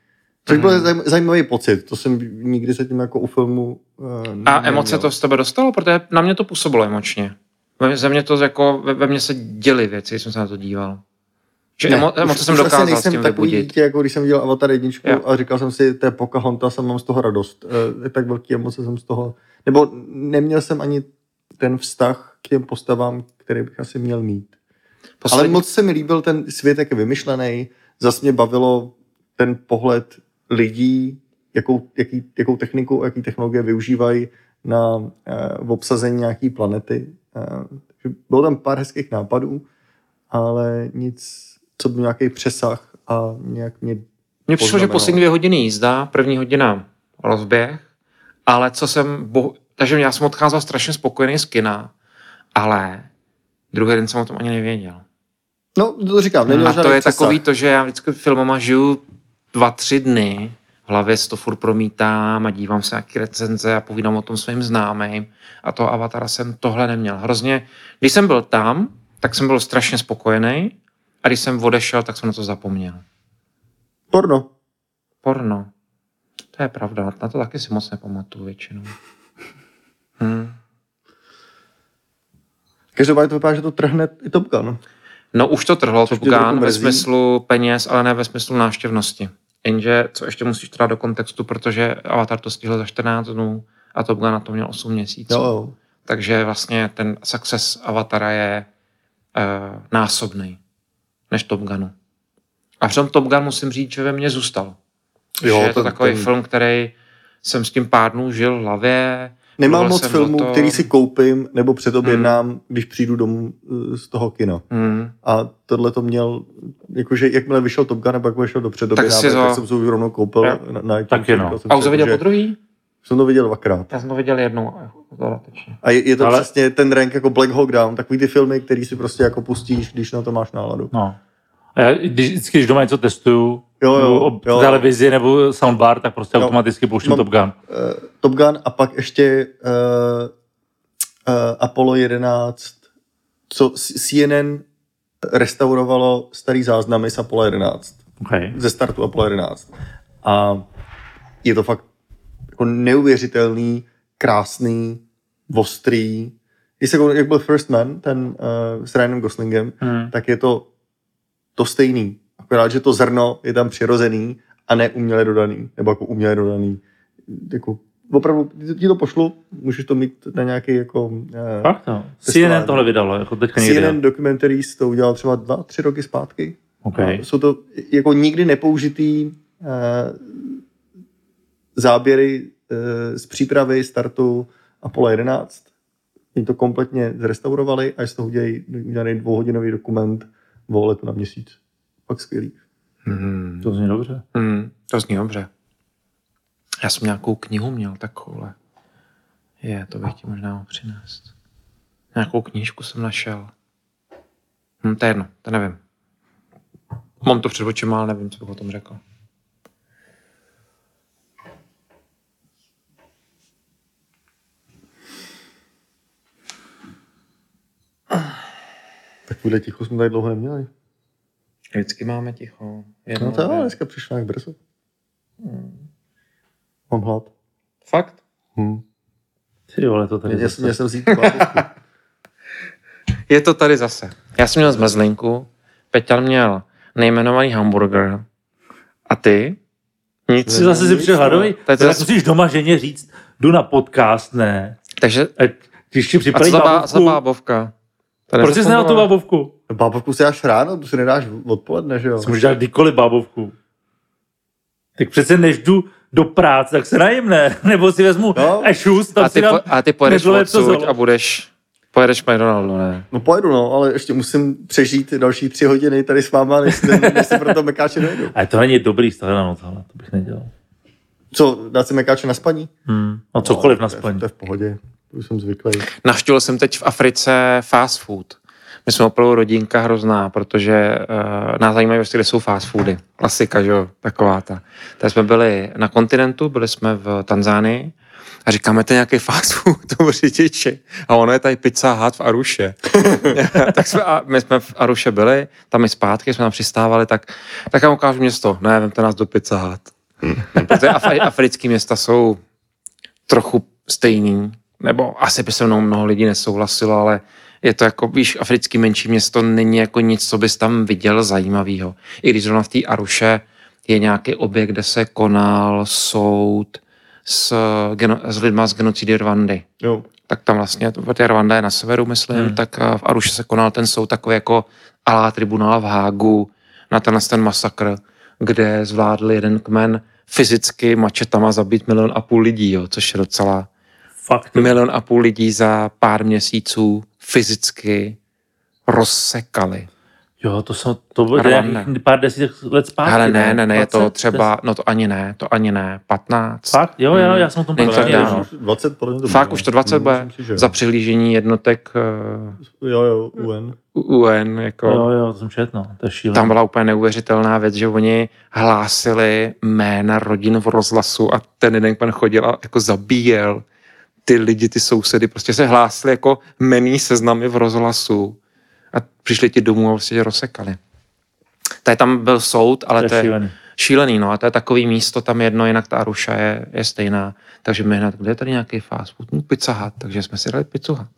Což byl zajímavý pocit, to jsem nikdy se tím jako u filmu A emoce to z tebe dostalo? Protože na mě to působilo emočně. Ve mně se děly věci, když jsem se na to díval. Že emoce jsem dokázal s tím vybudit. Dítě, jako když jsem viděl Avatar 1 a říkal jsem si, to je Pocahontas a mám z toho radost. Tak velký emoce jsem z toho... Nebo neměl jsem ani ten vztah k těm postavám, který bych asi měl mít. Ale moc se mi líbil ten svět, jak je vymyšlený. Zas mě bavilo ten pohled lidí, jakou techniku, jaký technologie využívají na obsazení nějaký planety. Bylo tam pár hezkých nápadů, ale nic, co by nějaký přesah a nějak mě Mně přišlo, že poslední 2 hodiny jízda, první hodina rozběh, ale takže já jsem odcházel strašně spokojený z kina, ale druhý den jsem o tom ani nevěděl. No, to říkám. A to je takový to, že já vždycky filmama žiju 2-3 dny, v hlavě si to furt promítám a dívám se nějaký recenze a povídám o tom svým známým a toho Avatara jsem tohle neměl. Hrozně, když jsem byl tam, tak jsem byl strašně spokojený a když jsem odešel, tak jsem na to zapomněl. Porno. To je pravda, na to taky si moc nepamatuju většinou. Každopádně to vypadá, že to trhne i Top Gun. No už to trhlo Top Gun ve smyslu peněz, ale ne ve smyslu návštěvnosti. Jenže, co ještě musíš dát do kontextu, protože Avatar to stihl za 14 dnů a Top Gun na to měl 8 měsíců. Jo. Takže vlastně ten success Avatara je násobný než Top Gunu. A v tom Top Gun musím říct, že ve mně zůstal. Jo, je to takový film, který jsem s tím pár dnů žil v hlavě. Nemám moc filmů, který si koupím nebo předobjednám, když přijdu domů z toho kina. A tohle to měl, jakože jakmile vyšel Top Gun, nebo jak vyšel do předobjednávek, tak jsem se rovnou koupil na taky no. A už to viděl po druhý? Jsem to viděl 2krát. Já jsem to viděl jednou. A je to přesně ten rank jako Black Hawk Down, takový ty filmy, který si prostě jako pustíš, když na to máš náladu. No. A já, když doma něco testuju, o televizi nebo soundbar, tak prostě automaticky pouštím Top Gun. Top Gun a pak ještě Apollo 11, co CNN restaurovalo starý záznamy z Apollo 11. Okay. Ze startu Apollo 11. A je to fakt jako neuvěřitelný, krásný, ostrý. Jak byl First Man, ten s Ryanem Goslingem, tak je to stejný. Akorát, že to zrno je tam přirozený a ne uměle dodaný. Nebo jako uměle dodaný. Jako, opravdu, ti to pošlu, můžeš to mít na nějaký jako... Fakt no. CNN tohle vydalo, jako teďka někde. CNN Documentaries to udělal třeba 2-3 roky zpátky. Okay. Jsou to jako nikdy nepoužitý záběry z přípravy startu Apollo 11. Oni to kompletně zrestaurovali a z toho udělají 2hodinový dokument o letu na měsíc. Pak skvělý. To zní dobře. To zní dobře. Já jsem nějakou knihu měl takovouhle. To bych ti možná mohl přinést. Nějakou knížku jsem našel. To je jedno, to nevím. Mám to před očima, ale nevím, co bych o tom řekl. Takovýhle ticho jsme tady dlouho neměli. Vždycky máme ticho. No to jo, dneska přišlo nějak brzo. Mám hlad. Fakt? Ty vole, to tady Měl jsem vzít bábovku. Je to tady zase. Já jsem měl zmrzlinku, Peťan měl nejmenovaný hamburger. A ty? Nic. Zase si přišel hladový. Tak musíš doma ženě říct, jdu na podcast, ne. Takže... Když ti připraví za bábovka. Proč jsi znal tu bábovku? Bábovku si dáš ráno, to si nedáš odpoledne, že jo? Můžeš dát kdykoliv bábovku. Tak přece než jdu do práce, tak se najím, ne? Nebo si vezmu šus, tam si dám... A ty pojedeš odsud a pojedeš McDonaldu, ne? No pojedu, ale ještě musím přežít další 3 hodiny tady s váma, než se pro to mekáče dojdu. Ale to není dobrý stav na noc, ale to bych nedělal. Co, dát si mekáče na spaní? No cokoliv na spaní. To je v pohodě, to už jsem zvyklý. Navštívil jsem teď v Africe fast food. My jsme opravdu rodinka hrozná, protože nás zajímají, kde jsou fast foody. Klasika, že jo, taková ta. Tak jsme byli na kontinentu, byli jsme v Tanzánii a říkáme, to je nějaký fast food, to řidiči. A ono je tady Pizza Hut v Aruše. My jsme v Aruše byli, tam i zpátky jsme tam přistávali, tak já ukážu město. Ne, vemte nás do Pizza Hut. Protože africké města jsou trochu stejný, nebo asi by se mnou mnoho lidí nesouhlasilo, ale je to jako, víš, africký menší město není jako nic, co bys tam viděl zajímavého. I když zrovna v té Aruše je nějaký objekt, kde se konal soud s lidma z genocidy Rwandy. Jo. Tak tam vlastně, protože Rwanda je na severu, myslím, tak v Aruše se konal ten soud takový jako alá tribunál v Hágu na ten masakr, kde zvládl jeden kmen fyzicky mačetama zabít 1,5 milionu lidí, jo, což je docela... Fakt. 1,5 milionu lidí za pár měsíců fyzicky rozsekali. Jo, to bylo pár desítek let zpátky. Ale ne, je to třeba, no to ani ne, 15. Fakt? Jo, já jsem o tom povedal. 20 podle mě. Fakt, už to 20 bude za přihlížení jednotek UN. Jako, jo, to jsem četl, to je šílené. Tam byla úplně neuvěřitelná věc, že oni hlásili jména rodin v rozhlasu a ten jeden pan chodil a jako zabíjel ty lidi, ty sousedy, prostě se hlásili jako jmenný seznamy v rozhlasu a přišli ti domů a vlastně tě rozsekali. Tady tam byl soud, ale to je šílený, no, a to je takový místo, tam jedno, jinak ta Aruša je stejná. Takže my hned, kde je tady nějaký fast food? No, Pizza Hut, takže jsme si dali Pizza Hut.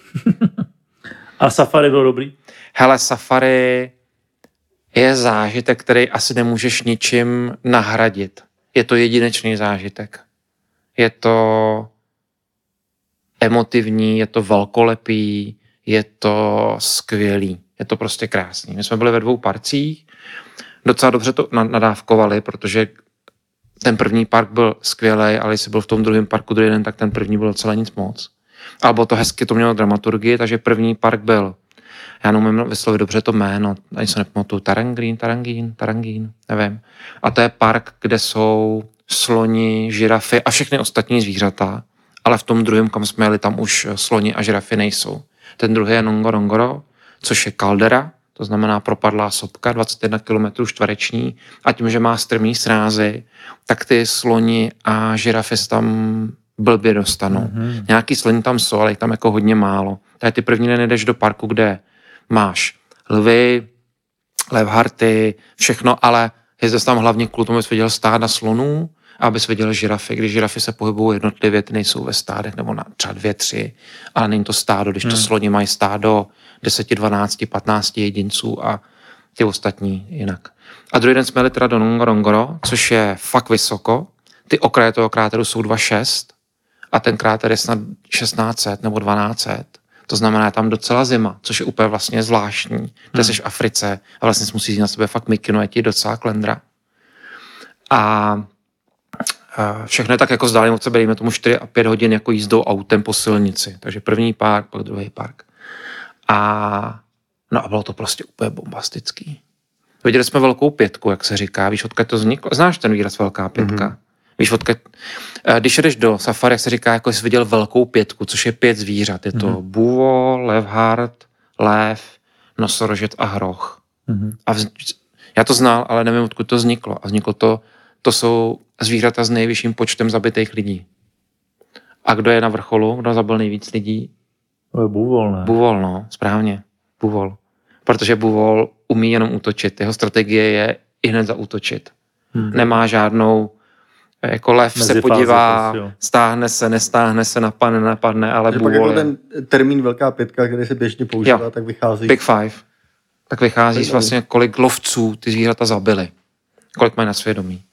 A safari bylo dobrý? Hele, safari je zážitek, který asi nemůžeš ničím nahradit. Je to jedinečný zážitek. Je to emotivní, je to velkolepý, je to skvělý, je to prostě krásný. My jsme byli ve 2 parcích, docela dobře to nadávkovali, protože ten první park byl skvělej, ale jestli byl v tom druhém parku druhý den, tak ten první byl docela nic moc. Ale bylo to hezky, to mělo dramaturgii, takže první park byl, já neumím vyslovit dobře to jméno, ani se nepamatuju, Tarangín, nevím. A to je park, kde jsou sloni, žirafy a všechny ostatní zvířata, ale v tom druhém, kam jsme jeli, tam už sloni a žirafy nejsou. Ten druhý je Ngorongoro, což je kaldera, to znamená propadlá sopka, 21 km čtvereční, a tím, že má strmý srázy, tak ty sloni a žirafy se tam blbě dostanou. Mm-hmm. Nějaký sloni tam jsou, ale jich tam jako hodně málo. Tady ty první den jdeš do parku, kde máš lvy, levharty, všechno, ale je tam hlavně kvůli tomu, abys viděl stáda slonů, a abys viděl žirafy. Když žirafy se pohybují jednotlivě, ty nejsou ve stádech, nebo na třeba 2, 3, ale není to stádo, když to sloni mají stádo 10, 12, 15 jedinců a ty ostatní jinak. A druhý den jsme jeli teda do Ngorongoro, což je fakt vysoko. Ty okraje toho kráteru jsou 2,6 a ten kráter je snad 1600 nebo 1200. To znamená, je tam docela zima, což je úplně vlastně zvláštní. Ty jsi v Africe a vlastně si musíš na sebe fakt mikinu, je ti docela klendra. A všechno je tak jako zdálně od sebe, dejme tomu 4 a 5 hodin jako jízdou autem po silnici. Takže první park, pak druhý park. A bylo to prostě úplně bombastický. Viděli jsme velkou pětku, jak se říká. Víš, odkud to vzniklo? Znáš ten výraz velká pětka? Mm-hmm. Víš, odkud... Když jdeš do safari, jak se říká, jako jsi viděl velkou pětku, což je 5 zvířat. Je to bůvol, levhart, lev, nosorožec a hroch. Mm-hmm. A já to znal, ale nevím, odkud to vzniklo. A vzniklo to jsou zvířata s nejvyšším počtem zabitých lidí. A kdo je na vrcholu? Kdo zabil nejvíc lidí? To je bůvol, ne? Bůvol, no, správně. Bůvol. Protože bůvol umí jenom útočit. Jeho strategie je i hned zaútočit. Nemá žádnou, jako lev se podívá, stáhne se, nestáhne se, napadne, nenapadne, ale bůvol pak jako ten termín velká pětka, který se běžně používá, tak vychází... Big Five. Tak vychází vlastně, kolik lovců ty zvířata zabili. Kolik mají na svědomí.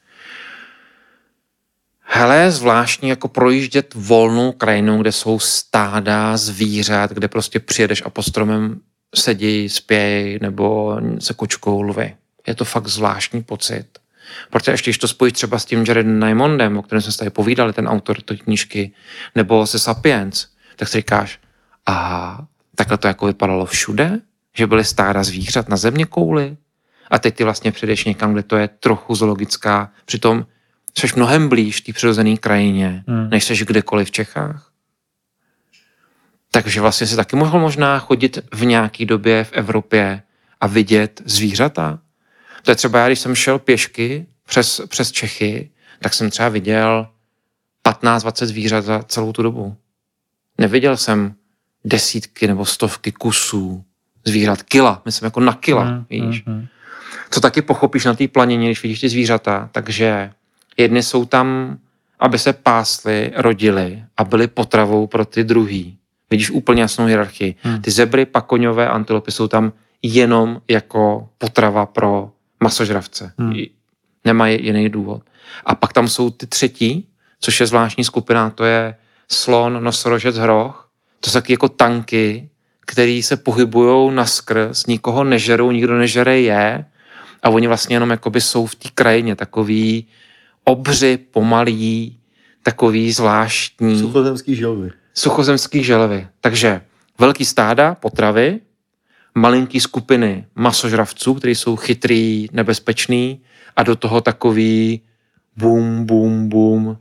Hele, je zvláštní jako projíždět volnou krajinou, kde jsou stáda zvířat, kde prostě přijedeš a po stromem sedí, spějí nebo se kočkou lvy. Je to fakt zvláštní pocit. Protože ještě, když to spojíš třeba s tím Jaredem Naimondem, o kterém jsme tady povídali, ten autor té knížky, nebo se Sapiens, tak si říkáš, aha, takhle to jako vypadalo všude, že byly stáda zvířat na zeměkouli a teď ty vlastně přijdeš někam, kde to je trochu zoologická, přitom jsi mnohem blíž té přirozené krajině, než jsi kdekoliv v Čechách. Takže vlastně si taky mohl možná chodit v nějaký době v Evropě a vidět zvířata. To je třeba já, když jsem šel pěšky přes Čechy, tak jsem třeba viděl 15-20 zvířat za celou tu dobu. Neviděl jsem desítky nebo stovky kusů zvířat, kila, myslím jako na kila, víš. Co taky pochopíš na té planině, když vidíš ty zvířata, takže Jedny jsou tam, aby se pásly, rodily a byly potravou pro ty druhý. Vidíš úplně jasnou hierarchii. Ty zebry, pakoňové, antilopy jsou tam jenom jako potrava pro masožravce. Nemají jiný důvod. A pak tam jsou ty třetí, což je zvláštní skupina, to je slon, nosorožec, hroch. To jsou taky jako tanky, který se pohybujou naskrz, nikoho nežerou, nikdo nežere je a oni vlastně jenom jakoby jsou v té krajině takový obři, pomalí, takový zvláštní. Suchozemský želvy. Takže velký stáda, potravy, malinký skupiny masožravců, kteří jsou chytrý, nebezpečný a do toho takový bum,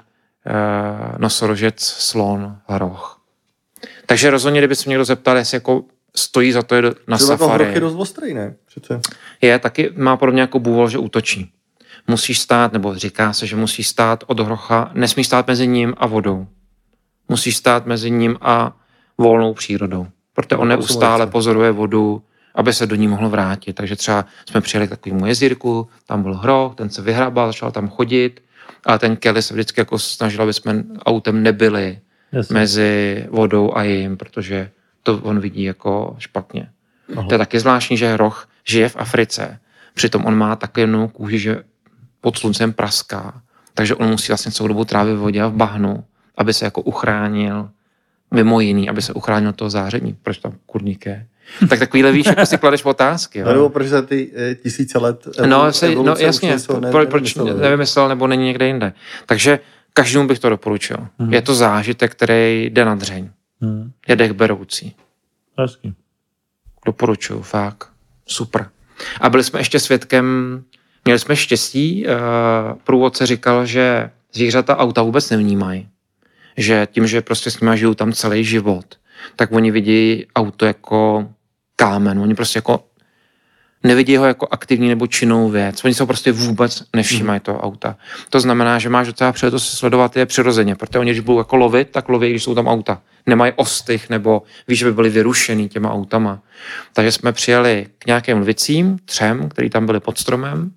nosorožec, slon, hroch. Takže rozhodně, kdyby se někdo zeptal, jestli jako stojí za to je na safari. Hroch je dost ostrý, ne? Přece. Je, taky má podobně jako bůvol, že útočí. Musíš stát, nebo říká se, že musíš stát od hrocha, nesmíš stát mezi ním a vodou. Musíš stát mezi ním a volnou přírodou. Protože on neustále pozoruje vodu, aby se do ní mohl vrátit. Takže třeba jsme přijeli k takovému jezírku, tam byl hroch, ten se vyhrabal, začal tam chodit, ale ten Kelly se vždycky jako snažil, aby jsme autem nebyli mezi vodou a jim, protože to on vidí jako špatně. To je taky zvláštní, že hroch žije v Africe. Přitom on má takovou kůži, že pod sluncem praská. Takže on musí vlastně celou dobu trávit v vodě a v bahnu, aby se jako uchránil, mimo jiný, aby se uchránil toho záření. Proč tam kurník je? Tak takovýhle víš, jako si kladeš otázky. Nebo proč za ty tisíce let jasně, proč nevymyslel, nebo není někde jinde. Takže každému bych to doporučil. Je to zážitek, který jde na dřeň. Je dech beroucí. Hezky. Doporučuju, fakt. Super. A byli jsme ještě svědkem, měli jsme štěstí, průvodce říkal, že zvířata auta vůbec nevnímají. Že tím, že prostě s nimi žijou tam celý život, tak oni vidí auto jako kámen. Oni prostě jako nevidí ho jako aktivní nebo činnou věc. Oni se ho prostě vůbec nevšímají toho auta. To znamená, že máš docela příležitost sledovat je přirozeně, protože oni, když budou jako lovit, tak loví, když jsou tam auta. Nemají ostych, nebo víš, že by byli vyrušený těma autama. Takže jsme přijeli k nějakým lvicím, 3, který tam byli pod stromem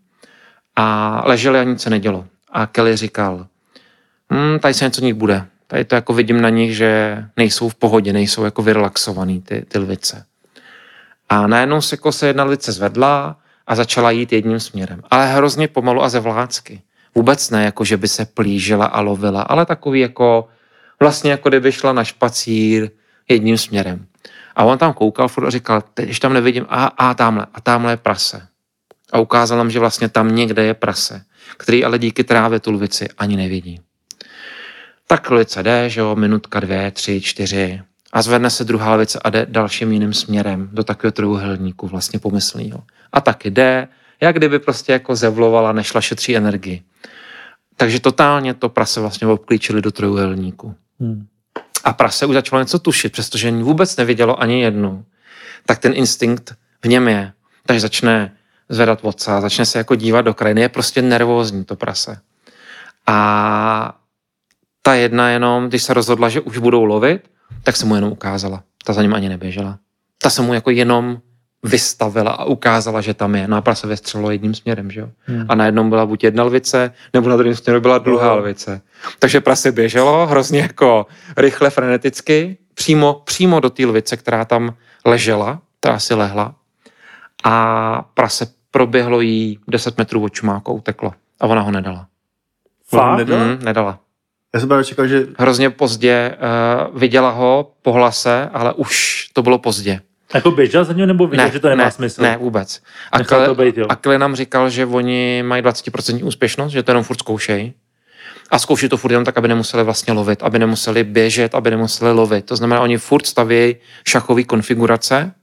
a leželi a nic se nedělo. A Kelly říkal, tady se něco nich bude. Tady to jako vidím na nich, že nejsou v pohodě, nejsou jako vyrelaxovaný ty lvice. A najednou se jedna lvice zvedla a začala jít jedním směrem. Ale hrozně pomalu a zevlácky. Vůbec ne, jako že by se plížila a lovila, ale takový jako vlastně jako kdyby šla na špacír jedním směrem. A on tam koukal furt a říkal, teď tam nevidím, a tamhle je prase. A ukázal nám, že vlastně tam někde je prase, který ale díky trávě tu lvici ani nevidí. Tak lvice jde, že jo, minutka, 2, 3, 4 a zvedne se druhá lvice a jde dalším jiným směrem do takového trojúhelníku vlastně pomyslného. A taky jde, jak kdyby prostě jako zevlovala, nešla, šetří energii. Takže totálně to prase vlastně obklíčili do trojúhelníku. A prase už začalo něco tušit, přestože vůbec nevidělo ani jednu. Tak ten instinkt v něm je. Takže začne zvedat oca, začne se jako dívat do krajiny, je prostě nervózní to prase. A ta jedna jenom, když se rozhodla, že už budou lovit, tak se mu jenom ukázala. Ta za ním ani neběžela. Ta se mu jako jenom vystavila a ukázala, že tam je. No a prase vystřelilo jedním směrem, že jo. A na jednom byla buď jedna lvice, nebo na druhém směru byla druhá lvice. Takže prase běželo hrozně jako rychle, freneticky, přímo do té lvice, která tam ležela, která si lehla. A prase proběhlo jí 10 metrů od čumáku, uteklo. A ona ho nedala. Fakt? Nedala. Já jsem právě čekal, že... Hrozně pozdě viděla ho po hlase, ale už to bylo pozdě. Jako běžel za něj, nebo viděl, že to nemá smysl? Ne, vůbec. A Kelly nám říkal, že oni mají 20% úspěšnost, že to jenom furt zkoušejí. A zkouší to furt jenom tak, aby nemuseli vlastně lovit, aby nemuseli běžet, aby nemuseli lovit. To znamená, oni furt stavějí šachové konfigurace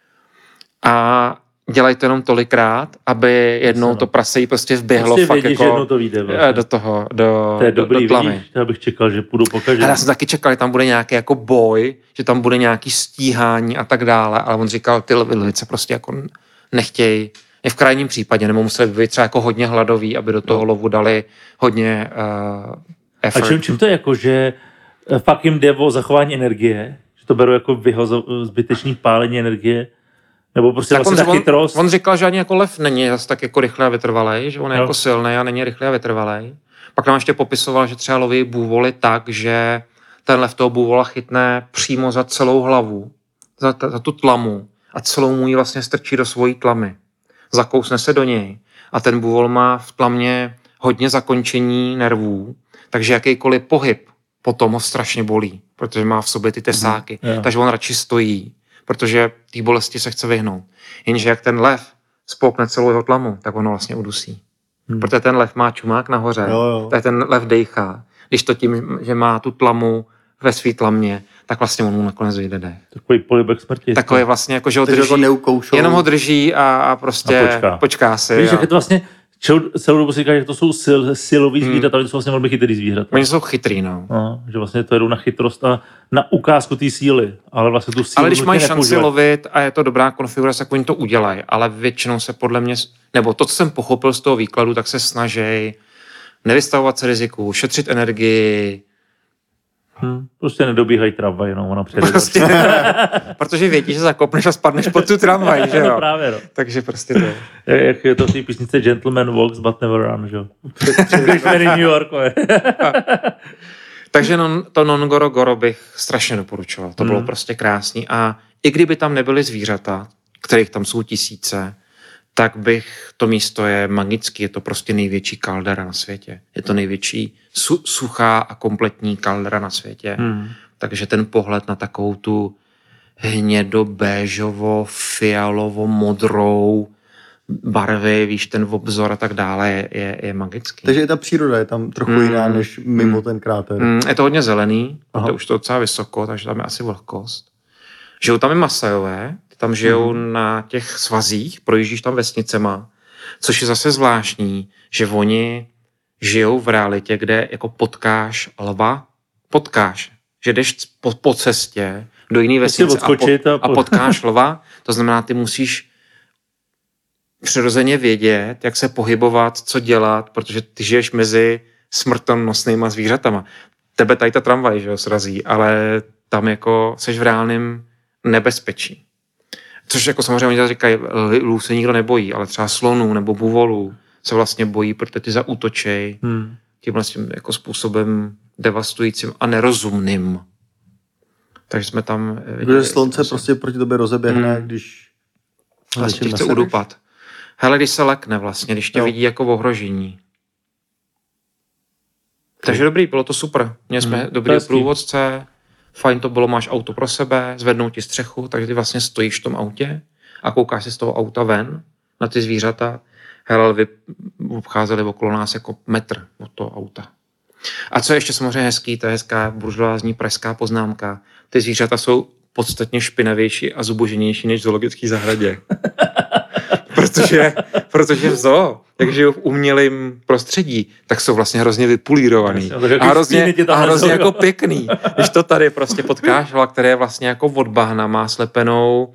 a dělají to jenom tolikrát, aby jednou to prase jí prostě vběhlo prostě fakt vědí, jako že jednou to vyjde, vlastně. Do toho, do tlamy. Vidíš, já bych čekal, že půjdu pokaždé. Já jsem taky čekal, že tam bude nějaký jako boj, že tam bude nějaký stíhání a tak dále, ale on říkal, ty lvice prostě jako nechtějí, v krajním případě, nebo museli být třeba jako hodně hladoví, aby do toho lovu dali hodně effort. A čím to je jako, že fakt jim jde o zachování energie, že to berou jako zbytečný pálení energie, nebo prostě tak vlastně ta chytrost. On říkal, že ani jako lev není zase tak jako rychle a vytrvalej, že on je jako silný a není rychle a vytrvalej. Pak nám ještě popisoval, že třeba loví bůvoly tak, že ten lev toho bůvola chytne přímo za celou hlavu, za tu tlamu a celou mu ji vlastně strčí do svojí tlamy. Zakousne se do něj a ten bůvol má v tlamě hodně zakončení nervů, takže jakýkoliv pohyb potom ho strašně bolí, protože má v sobě ty tesáky. Takže on radši stojí, protože té bolesti se chce vyhnout. Jenže jak ten lev spolkne celou jeho tlamu, tak ono vlastně udusí. Protože ten lev má čumák nahoře, tak ten lev dejchá. Když to tím, že má tu tlamu ve svý tlamě, tak vlastně on mu nakonec vyjde dech. Takový polibek smrti. Takový vlastně, jako, že ho drží, jenom ho drží a prostě počká si. Víš, jak je to vlastně, celou dobu si říká, že to jsou silový zvířata, to jsou vlastně velmi chytrý zvířata. Oni jsou chytrý, no. Že vlastně to jedou na chytrost a na ukázku té síly, ale vlastně tu sílu. Ale když mají šanci lovit a je to dobrá konfigurace, tak oni to udělají, ale většinou se podle mě, nebo to, co jsem pochopil z toho výkladu, tak se snaží nevystavovat se riziku, šetřit energii. Prostě nedobíhají tramvaj, no, ona přijde. Prostě, protože vědí, že zakopneš a spadneš pod tu tramvaj, že jo? No, právě, no. Takže prostě to. Jak je to v té písnice Gentleman walks but never run, že jo? Když jsme New York, Takže to Non-Goro bych strašně doporučoval. To bylo prostě krásný. A i kdyby tam nebyly zvířata, kterých tam jsou tisíce, tak bych, to místo je magický, je to prostě největší kaldera na světě. Je to největší suchá a kompletní kaldera na světě. Takže ten pohled na takovou tu hnědo-béžovo, fialovo-modrou barvy, víš, ten obzor a tak dále je magický. Takže i ta příroda je tam trochu jiná, než mimo ten kráter. Je to hodně zelený, to už to docela vysoko, takže tam je asi vlhkost. Žijou tam i Masajové, tam žijou na těch svazích, projíždíš tam vesnicema, což je zase zvláštní, že oni žijou v realitě, kde jako potkáš lva, že jdeš po cestě do jiné vesnice a potkáš lva, to znamená, ty musíš přirozeně vědět, jak se pohybovat, co dělat, protože ty žiješ mezi smrtonosnýma zvířatama. Tebe tady ta tramvaj, že jo, srazí, ale tam jako seš v reálném nebezpečí. Což jako samozřejmě oni říkají, lvů se nikdo nebojí, ale třeba slonů nebo buvolů se vlastně bojí, protože ty zaútočej tímhle jako způsobem devastujícím a nerozumným. Takže jsme tam... Protože slonce prostě proti tobě rozeběhne, když... Vlastně chce udupat. Hele, když se lekne vlastně, když tě vidí jako v ohrožení. Takže dobrý, bylo to super. Měli jsme dobrý průvodce, fajn to bylo, máš auto pro sebe, zvednou ti střechu, takže ty vlastně stojíš v tom autě a koukáš si z toho auta ven na ty zvířata. Hele, vy obcházeli okolo nás jako metr od toho auta. A co je ještě samozřejmě hezký, to je hezká buržoázní pražská poznámka. Ty zvířata jsou podstatně špinavější a zuboženější než v zoologické zahradě. protože v zoo, jak žijou v umělém prostředí, tak jsou vlastně hrozně vypulírovaný. A hrozně jako pěkný. Když to tady prostě potkáš, který je vlastně jako od bahna, má slepenou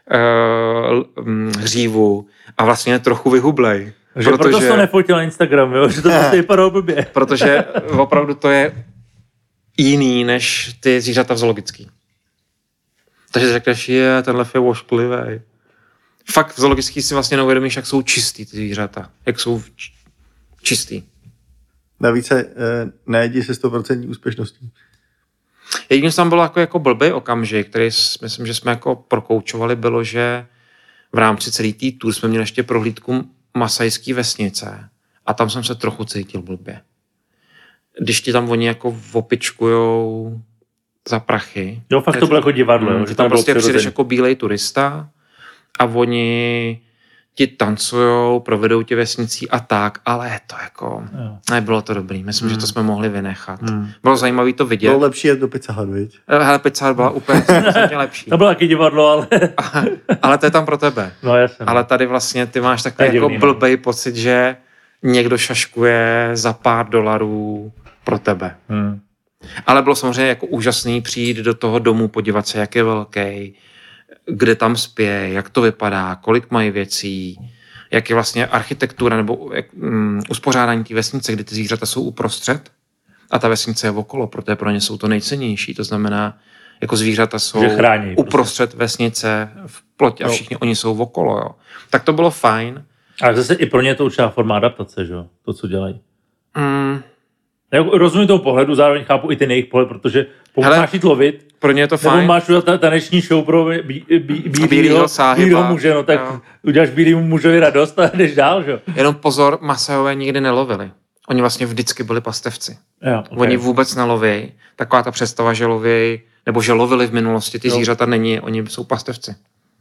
hřívu a vlastně je trochu vyhublej. Proto jsi to nefotil na Instagram, jo? Že to prostě vypadalo blbě. Protože opravdu to je jiný než ty zvířata v zoologický. Takže řekneš, ten lev je ošklivý. Fakt v zoologický si vlastně neuvědomíš, jak jsou čistý ty zvířata. Jak jsou čistý. Navíc se nejedí se 100% úspěšností. Jedině, co tam bylo jako blbý okamžik, který myslím, že jsme jako prokoučovali, bylo, že v rámci celý té tour jsme měli ještě prohlídku masajské vesnice a tam jsem se trochu cítil blbě. Když ti tam oni jako opičkujou za prachy. Jo, fakt to bylo jako divadlo. Že tam prostě přijdeš jako bílej turista a oni ti tancujou, provedou tě vesnicí a tak, ale je to jako, nebylo to dobrý. Myslím, že to jsme mohli vynechat. Bylo zajímavé to vidět. Bylo lepší jet do Pizza Hut, viď? Hele, Pizza Hut byla úplně lepší. To bylo taky divadlo, ale... ale to je tam pro tebe. No, jasně. Ale tady vlastně ty máš takový jako blbej pocit, že někdo šaškuje za pár $, pro tebe. Ale bylo samozřejmě jako úžasný přijít do toho domu, podívat se, jak je velký, kde tam spě, jak to vypadá, kolik mají věcí, jak je vlastně architektura nebo uspořádání té vesnice, kdy ty zvířata jsou uprostřed a ta vesnice je okolo, protože pro ně jsou to nejcennější. To znamená, jako zvířata jsou uprostřed vesnice v plotě a všichni oni jsou okolo. Jo. Tak to bylo fajn. Ale zase i pro ně je to určitá forma adaptace, že jo? To, co dělají. Rozumím toho pohledu, zároveň chápu i ten jejich pohled, protože pokud máš jít lovit, pro ně je to fajn. Nebo máš taneční show pro bílýho muže, no tak uděláš bílýmu mužovi radost a jdeš dál, že? Jenom pozor, Masajové nikdy nelovili. Oni vlastně vždycky byli pastevci. Jo, okay. Oni vůbec nelovějí. Taková ta představa, že lovějí, nebo že lovili v minulosti, ty zvířata není, oni jsou pastevci.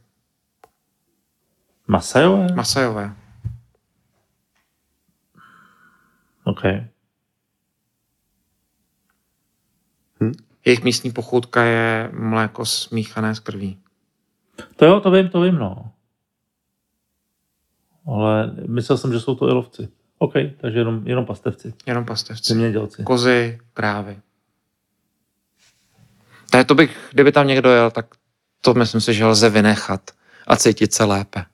Masajové. OK. Jejich místní pochůdka je mléko smíchané s krví. To vím, no. Ale myslel jsem, že jsou to i lovci. OK, takže jenom pastevci. Jenom pastevci. Zemědělci. Kozy, krávy. To bych, kdyby tam někdo jel, tak to myslím si, že lze vynechat a cítit se lépe.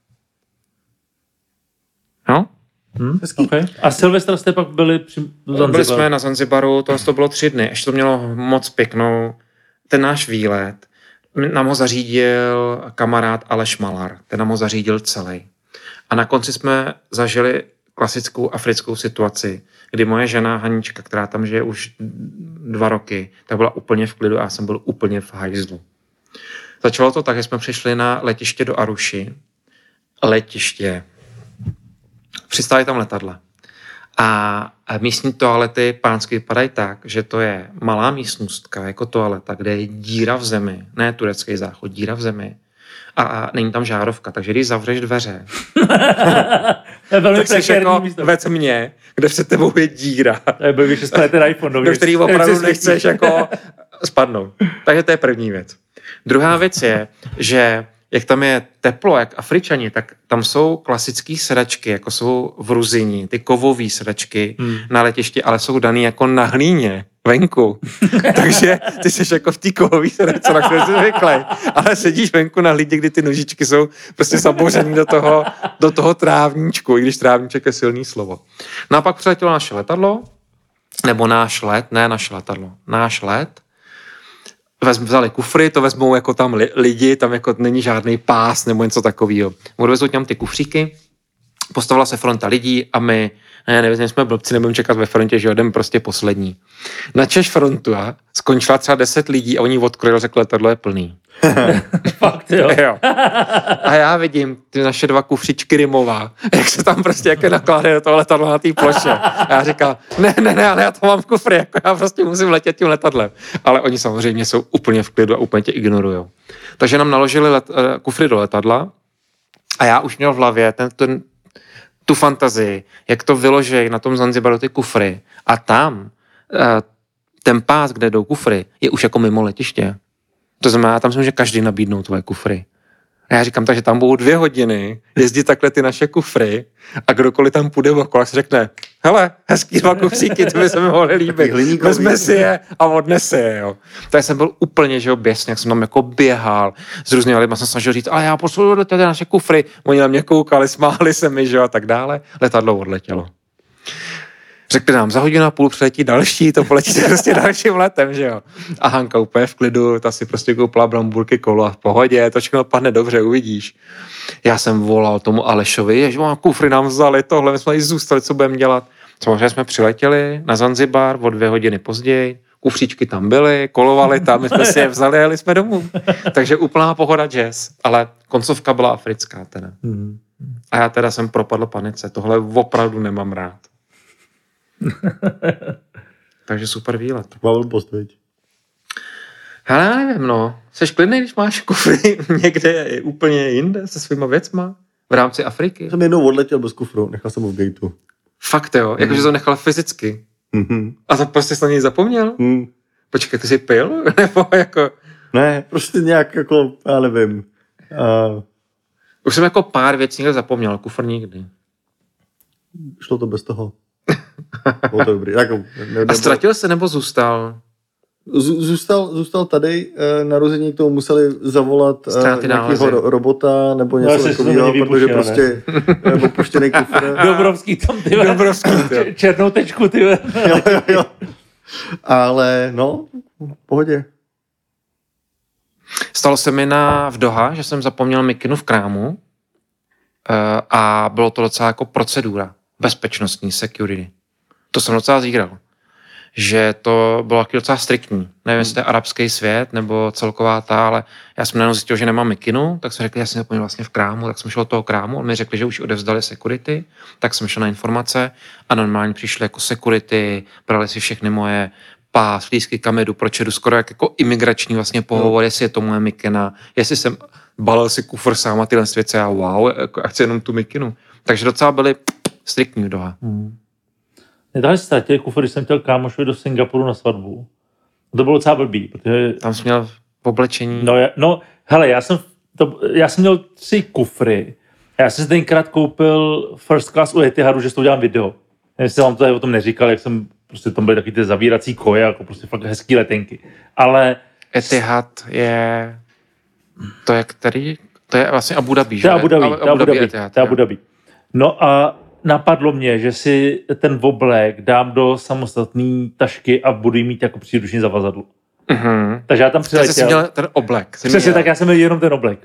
No? Okay. A Silvestra jste pak byli Byli jsme na Zanzibaru, to bylo 3 dny. Ještě to mělo moc pěknou. Ten náš výlet nám ho zařídil kamarád Aleš Malar. Ten nám ho zařídil celý. A na konci jsme zažili klasickou africkou situaci, kdy moje žena Hanička, která tam žije už 2 roky, tak byla úplně v klidu a já jsem byl úplně v hajzlu. Začalo to tak, že jsme přišli na letiště do Aruši. Přistáli tam letadla. A místní toalety pánsky vypadají tak, že to je malá místnostka, jako toaleta, kde je díra v zemi, ne turecký záchod, díra v zemi. A není tam žárovka, takže když zavřeš dveře, tak jsi jako vec mě, kde před tebou je díra. Do který opravdu nechceš jako spadnout. Takže to je první věc. Druhá věc je, že jak tam je teplo, jak Afričani, tak tam jsou klasické sedačky, jako jsou v Ruzini, ty kovové sedačky na letišti, ale jsou daný jako na hlíně venku. Takže ty jsi jako v té kovové sedačce, na které jsi zvyklý, ale sedíš venku na hlíně, kdy ty nožičky jsou prostě zabouřený do toho trávníčku, i když trávníček je silný slovo. No a pak přiletělo naše letadlo, nebo náš let, vzali kufry, to vezmou jako tam lidi, tam jako není žádný pás nebo něco takového. Odvezou tam ty kufříky, postavila se fronta lidí a my, nevím, jsme blbci, nebudeme čekat ve frontě, že jdeme prostě poslední. Na Češ frontu skončila třeba 10 lidí a oni odkryli, řekli, letadlo je plný. Fakt, jo. A já vidím ty naše 2 kufříčky Rymová, jak se tam prostě jako nakládají do toho letadla na té ploše. A já říkám, ne, ale já to mám v kufry, jako já prostě musím letět tím letadlem. Ale oni samozřejmě jsou úplně v klidu a úplně tě ignorujou. Takže nám naložili kufry do letadla a já už měl v hlavě tu fantazii, jak to vyloží na tom Zanzibaru ty kufry a tam ten pás, kde jdou kufry, je už jako mimo letiště. To znamená, tam si může každý nabídnout tvoje kufry. A já říkám, takže tam budou 2 hodiny jezdit takhle ty naše kufry a kdokoliv tam půjde okolo, se řekne, hele, hezký 2 kufříky, to by se mi mohly líbit. Vezme si je a odnese je, jo. Takže jsem byl úplně, že oběsně, jak jsem tam jako běhal s různými lidmi, jsem snažil říct, ale já posluju ty naše kufry. Oni na mě koukali, smáli se mi, že jo, a tak dále. Letadlo odletělo. Řekli nám, za 1,5 hodiny přiletí další, to poletí prostě dalším letem, že jo. A Hanka úplně v klidu, ta si prostě koupila bramburky, kolo a v pohodě, to všechno padne dobře, uvidíš. Já jsem volal tomu Alešovi, jež mám kufry nám vzali, tohle, my jsme tady zůstali, co budeme dělat. Samozřejmě jsme přiletěli na Zanzibar o 2 hodiny později, kufříčky tam byly, kolovali tam, my jsme si je vzali a jeli jsme domů. Takže úplná pohoda jazz, ale koncovka byla africká teda. A já teda jsem propadl panice, tohle opravdu nemám rád. Takže super výlet. Pavel postavit. Hele, nevím, no. Jseš klidnej, když máš kufry někde úplně jinde se svýma věcma v rámci Afriky? Jsem jednou odletěl bez kufru, nechal jsem ho v gateu. Fakt jo, jakože to nechal fyzicky. A tak prostě jsi na něj zapomněl? Počkej, ty jsi pil? Nebo jako... Ne, prostě nějak jako, já nevím. Už jsem jako pár věcí někde zapomněl, kufr nikdy. Šlo to bez toho. Bylo to dobrý. Jako, a ztratil se nebo zůstal? Zůstal tady, narození k tomu museli zavolat nějakého robota nebo něco takového, protože prostě opuštěný kufr. Dobrovský tam, ty černou tečku, ty jo. Ale no, v pohodě. Stalo se mi v Doha, že jsem zapomněl mikinu v krámu a bylo to docela jako procedura. Bezpečnostní, security. To jsem docela zíral. že to bylo taky docela striktní. Nevím, jestli to je arabský svět nebo celková ale já jsem najednou zjistil, že nemám mikinu, tak jsem řekl, že já jsem to vlastně v krámu, tak jsem šel do toho krámu, on mi řekli, že už odevzdali security, tak jsem šel na informace a normálně přišli jako security, brali si všechny moje pás, lístky, kameru, proč jedu skoro jako imigrační vlastně pohovor, jestli je to moje mikina, jestli jsem balil si kufr sám a tyhle věci a wow, jako, a chci jenom tu mikinu. Takže docela byli striktní v Doha. Nedali ztratili kufr, když jsem chtěl kámošovi do Singapuru na svatbu. To bylo docela blbý, protože... Tam jsi měl v oblečení... Hele, já jsem měl 3 kufry. Já jsem si tenkrát koupil first class u Etihadu, že s tou dělám video. Já jsem vám to o tom neříkal, jak jsem prostě tam byly taky ty zavírací koje, jako prostě fakt hezký letenky. Ale... Etihad je... To je který? To je vlastně Abu Dhabi, že? To je Abu Dhabi. No a napadlo mě, že si ten oblek dám do samostatné tašky a budu jí mít jako příruční zavazadlo. Mm-hmm. Takže já tam přiletěl. Jsi měl ten oblek. Přesně tak, já jsem měl jenom ten oblek.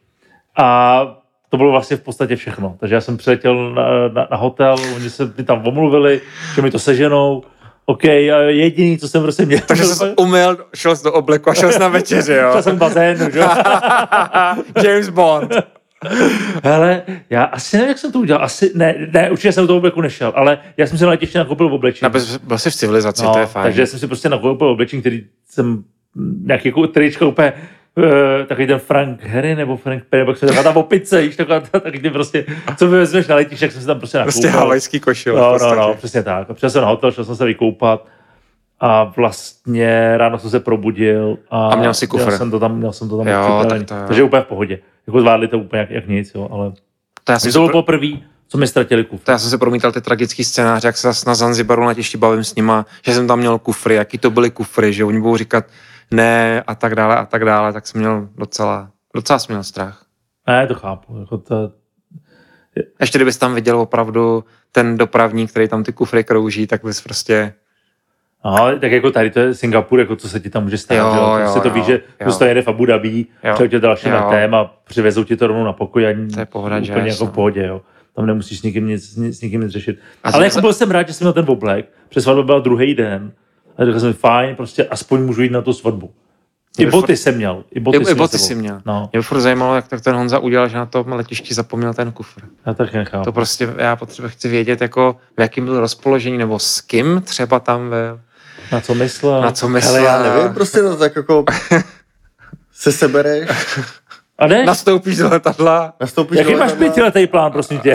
A to bylo vlastně v podstatě všechno. Takže já jsem přiletěl na hotel, oni se mi tam omluvili, že mi to seženou. OK, a jediný, co jsem prostě měl. Takže jsi umyl, šel jsi do obleku a šel jsi na večeři, jo? Šel jsem v bazénu, že? James Bond. Hele, já asi nevím, jak jsem to udělal. Ne, určitě jsem do obleku nešel, ale já jsem si na letiště nakoupil oblečení. Byl jsi v civilizaci, to je fajn. Takže jsem si prostě nakoupil oblečení, který jsem nějaký jako trička úplně takový ten Frank Harry nebo Frank Perry, nebo jak se taková tam opice, víš, taky ty prostě, co vezmeš na letiště, jak jsem si tam prostě nakoupil. Prostě havajský košil. No, přesně tak. A přišel jsem na hotel, šel jsem se vykoupat a vlastně ráno jsem se probudil a měl si kufr. Měl jsem to tam jo, takže úplně v pohodě. Jako zvládli to úplně jak nic, jo, ale to bylo poprvé, co mi ztratili kufr. To já jsem se promítal ty tragický scénáře, jak se zase na Zanzibaru na těžti bavím s nima, že jsem tam měl kufry, jaký to byly kufry, že oni budou říkat ne a tak dále, tak jsem měl docela jsem měl strach. Ne, to chápu. Jako to... Ještě kdybys tam viděl opravdu ten dopravník, který tam ty kufry krouží, tak bys prostě... No, tak jako tady to je Singapur, jako co se ti tam může stát, jo, to víš, že to jede v Abu Dhabi, přijde další letem a přivezou ti to rovnou na pokoj a to je pohoda, úplně jako v pohodě, jo. Tam nemusíš s nikým nic řešit. Ale jako byl jsem rád, že jsem měl ten oblek, přes svatbu byl druhý den a řekl jsem fajn, prostě aspoň můžu jít na tu svatbu. I boty jsem měl. I boty jsi měl. No. Mě furt zajímalo, jak tak ten Honza udělal, že na tom letišti zapomněl ten kufr. Já tak nechápu. To prostě já chci vědět, jako v jakým byl rozpoložení, nebo s kým třeba tam byl. Na co myslel? Ale já nevím, prostě no, tak jako se sebereš. A jdeš? Nastoupíš do letadla. Jaký máš 5letý plán, prosím tě?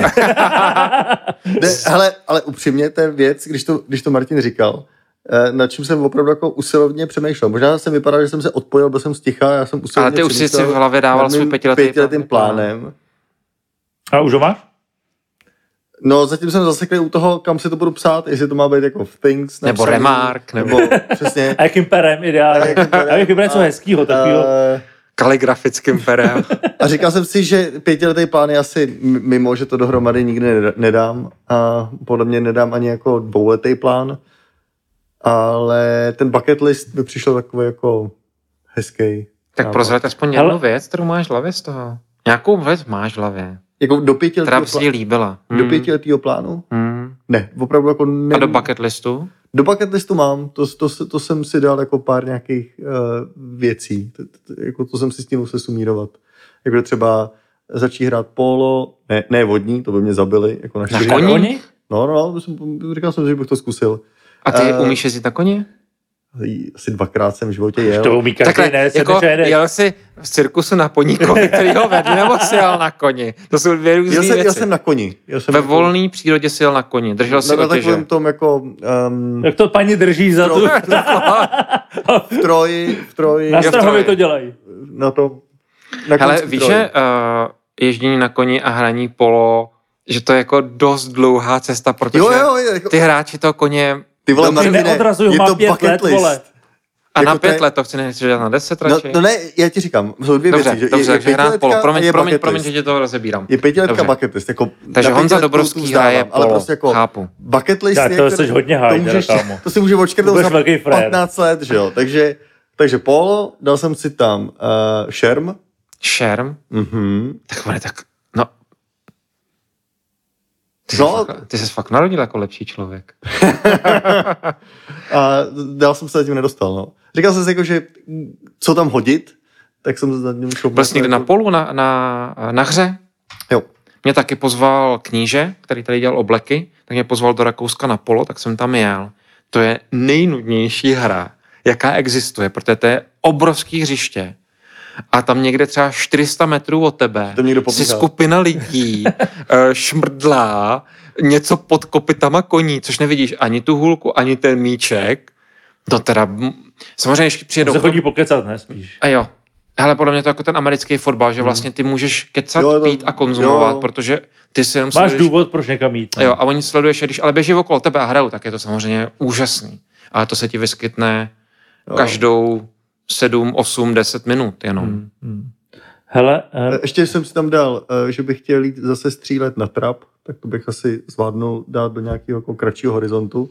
ale upřímně, to je věc, když to Martin říkal, nad čím jsem opravdu jako usilovně přemýšlel. Možná jsem vypadal, že jsem se odpojil, byl jsem sticha, já jsem usilovně ale ty už si v hlavě dával svůj 5letým plánem. A už ho máš? No, zatím jsem zaseklý u toho, kam si to budu psát, jestli to má být jako v Things, nebo Remark, nebo přesně. A jakým perem ideálně. A jakým perem co hezkýho, takovýho. Kaligrafickým perem. A říkal jsem si, že 5letý plán je asi mimo, že to dohromady nikdy nedám. A podle mě nedám ani jako 2letý plán. Ale ten bucket list by přišel takový jako hezký. Tak prozrať aspoň jednu věc, kterou máš v hlavě z toho. Nějakou věc máš v hlavě. Jako do 5letého která by se ti líbila. Do 5letého plánu? Ne, opravdu jako A do bucket listu? Do bucket listu mám, to jsem si dal jako pár nějakých věcí. Jako to jsem si s tím musel sumírovat. Jako třeba začít hrát polo, ne vodní, to by mě zabili. Jako na koni? No, říkal jsem, že bych to zkusil. A ty umíš jezdit na koni? Asi 2krát jsem v životě jel. To umí každý, ne? Jako jel jsi v cirkusu na poníkovi, který ho vedl, nebo jsi jel na koni? To jsou dvě různé věci. Jel jsem na koni. Ve volné přírodě jsi jel na koni. Držel si otěže. Na takovém tom jako... Jak to paní drží za tu... v troji. Na Strahově to dělají. Na to... Hele, víš, že ježdění na koni a hraní polo, že to je jako dost dlouhá cesta, protože ty hráči toho koně... Ty vole, Martine, je to bucket list. Vole. A jako na 5 let to chci nechci dělat na 10 radši? No ne, já ti říkám, jsou dvě věci. Dobře, takže hrám polo. Promiň, že tě toho rozebírám. Je 5letka bucket list. Jako takže Honza Dobrovský hraje polo, ale prostě jako chápu. Bucket list je... To jsi hodně hajde, kámo. To si může odškrtnout za 15 let, že jo. Takže polo, dal jsem si tam šerm. Šerm? Mhm. Tak no. Ty jsi fakt narodil jako lepší člověk. A dál jsem se zatím nedostal, no. Říkal jsem si jako, že co tam hodit, tak jsem se zatím šel. Byl jsi někdy na polu, na hře? Jo. Mě taky pozval kníže, který tady dělal obleky, tak mě pozval do Rakouska na polo, tak jsem tam jel. To je nejnudnější hra, jaká existuje, protože to je obrovský hřiště. A tam někde třeba 400 metrů od tebe si skupina lidí šmrdlá něco pod kopytama koní, což nevidíš ani tu hůlku, ani ten míček. To teda, samozřejmě, když přijedou... Se chodí pokecat, ne, spíš. A jo. Hele, podle mě to jako ten americký fotbal, že vlastně ty můžeš kecat, pít a konzumovat, protože ty si jenom máš důvod, proč někam jít. Jo, a oni sleduješ, když ale běží okolo tebe a hrajou, tak je to samozřejmě úžasný. Ale to se ti vyskytne každou 7, 8, 10 minut jenom. Hele, ještě jsem si tam dal, že bych chtěl jít zase střílet na trap, tak to bych asi zvládnul dát do nějakého jako kratšího horizontu.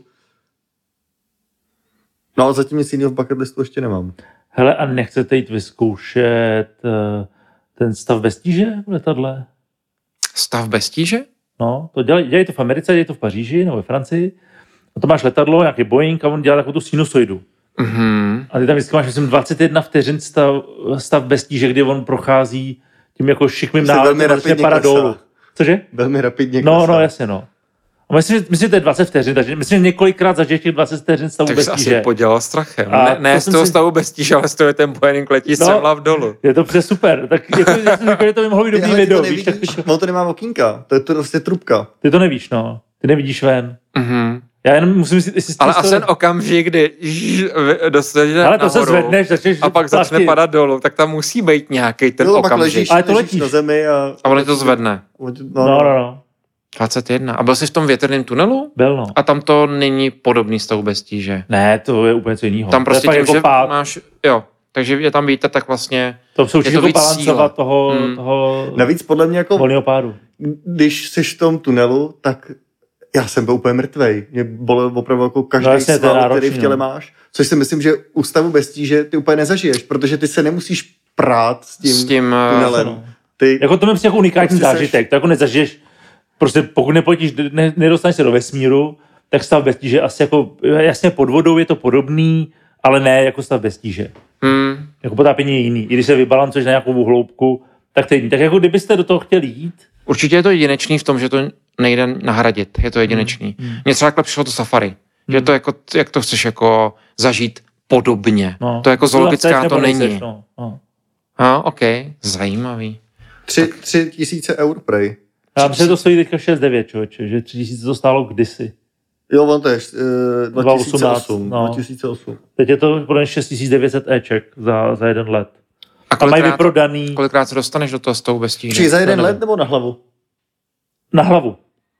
No ale zatím nic jiného v bucket listu ještě nemám. Hele, a nechcete jít vyzkoušet ten stav bez tíže v letadle? Stav bez tíže? No, to dělají to v Americe, dělají to v Paříži nebo ve Francii. A to máš letadlo, nějaký Boeing a on dělá takovou tu sinusoidu. Mm-hmm. A ty tam vždycky máš, myslím, 21 vteřin stav bez tíže, kdy on prochází tím jako šikmým náletem a začne padat dolů. Cože? Velmi rapidně klesá. No, jasně, no. A myslím, že to je 20 vteřin, takže myslím, že několikrát zažiješ těch 20 vteřin stavu bez tíže. Tak jsi asi podělal strachem. Ne z toho stavu bez tíže, ale z toho ten Boeing letí střemlav dolů. Je to přesně super. Tak jako, to by mohlo být dobrý video. Víš, on to nemá okýnka, to je to prostě trubka. Ty to nevíš, no. Ty nevidíš ven. Mhm. Já jenom musím si ale a ten okamžik, kdy dostaneš nahoru se zvedneš, a pak začne padat dolů, tak tam musí být nějaký ten okamžik. Ale to letíš na zemi a on to zvedne. No. 21. A byl jsi v tom větrném tunelu? Byl, no. A tam to není podobný stavu bez tíže? Ne, to je úplně co jiného. Tam prostě tím, že máš, takže je tam vítr, tak vlastně to jsou jako balancovat toho navíc podle mě jako volného pádu. Když jsi v tom tunelu, tak já jsem byl úplně mrtvej. Mě bolel opravdu jako každý sval, který v těle máš. Což si myslím, že u stavu bez tíže ty úplně nezažiješ, protože ty se nemusíš prát s tím tunelem. Jako to mi přijde jako unikátní zážitek. To jako nezažiješ. Prostě pokud nepletíš, nedostaneš se do vesmíru, tak stav bez tíže asi jako, jasně pod vodou je to podobný, ale ne jako stav bez tíže. Jako potápění je jiný. I když se vybalancuješ na nějakou hloubku, tak to je jiný. Tak jako kdybyste do toho chtěli jít. Určitě je to jedinečný v tom, že to nejde nahradit. Je to jedinečný. Mně třeba takhle přišlo to safari. Že to jako, jak to chceš jako zažít podobně. No, to jako zoologická to není. OK, zajímavý. 3 000 eur prej. Já myslím, že to stojí teďka 6,9, člověče, že 3 000 to stálo kdysi. Jo, on to je 2008. No. 2008. Teď je to podle 6900 Eček za 1 let. A mají vyprodaný... Kolikrát se dostaneš do toho stavu bez tíže? Či za 1 let nebo na hlavu? Na hlavu.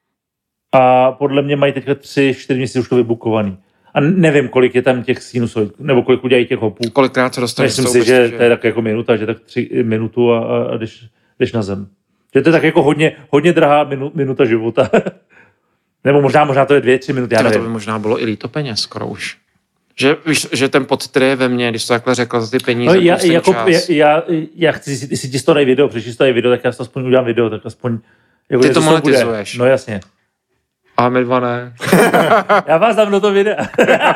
A podle mě mají teďka 3-4 měsíce už to vybukovaný. A nevím, kolik je tam těch sinusoid, nebo kolik udělají těch hopů. Kolikrát se dostaneš do stavu bez tíže? Myslím si, že to je tak jako minuta, že tak 3 minutu a jdeš na zem. Že to je tak jako hodně drahá minuta života. Nebo možná to je 2-3 minuty, já nevím. To by možná bylo i líto peněz skoro už. Že víš, že ten pocit, který je ve mně, když to takhle řekl za ty peníze, já chci, si ti to dají video, protože to dají video, tak já to aspoň udělám video, tak aspoň... Jako, ty to monetizuješ. No jasně. A my dva ne. Já vás dám do toho videa.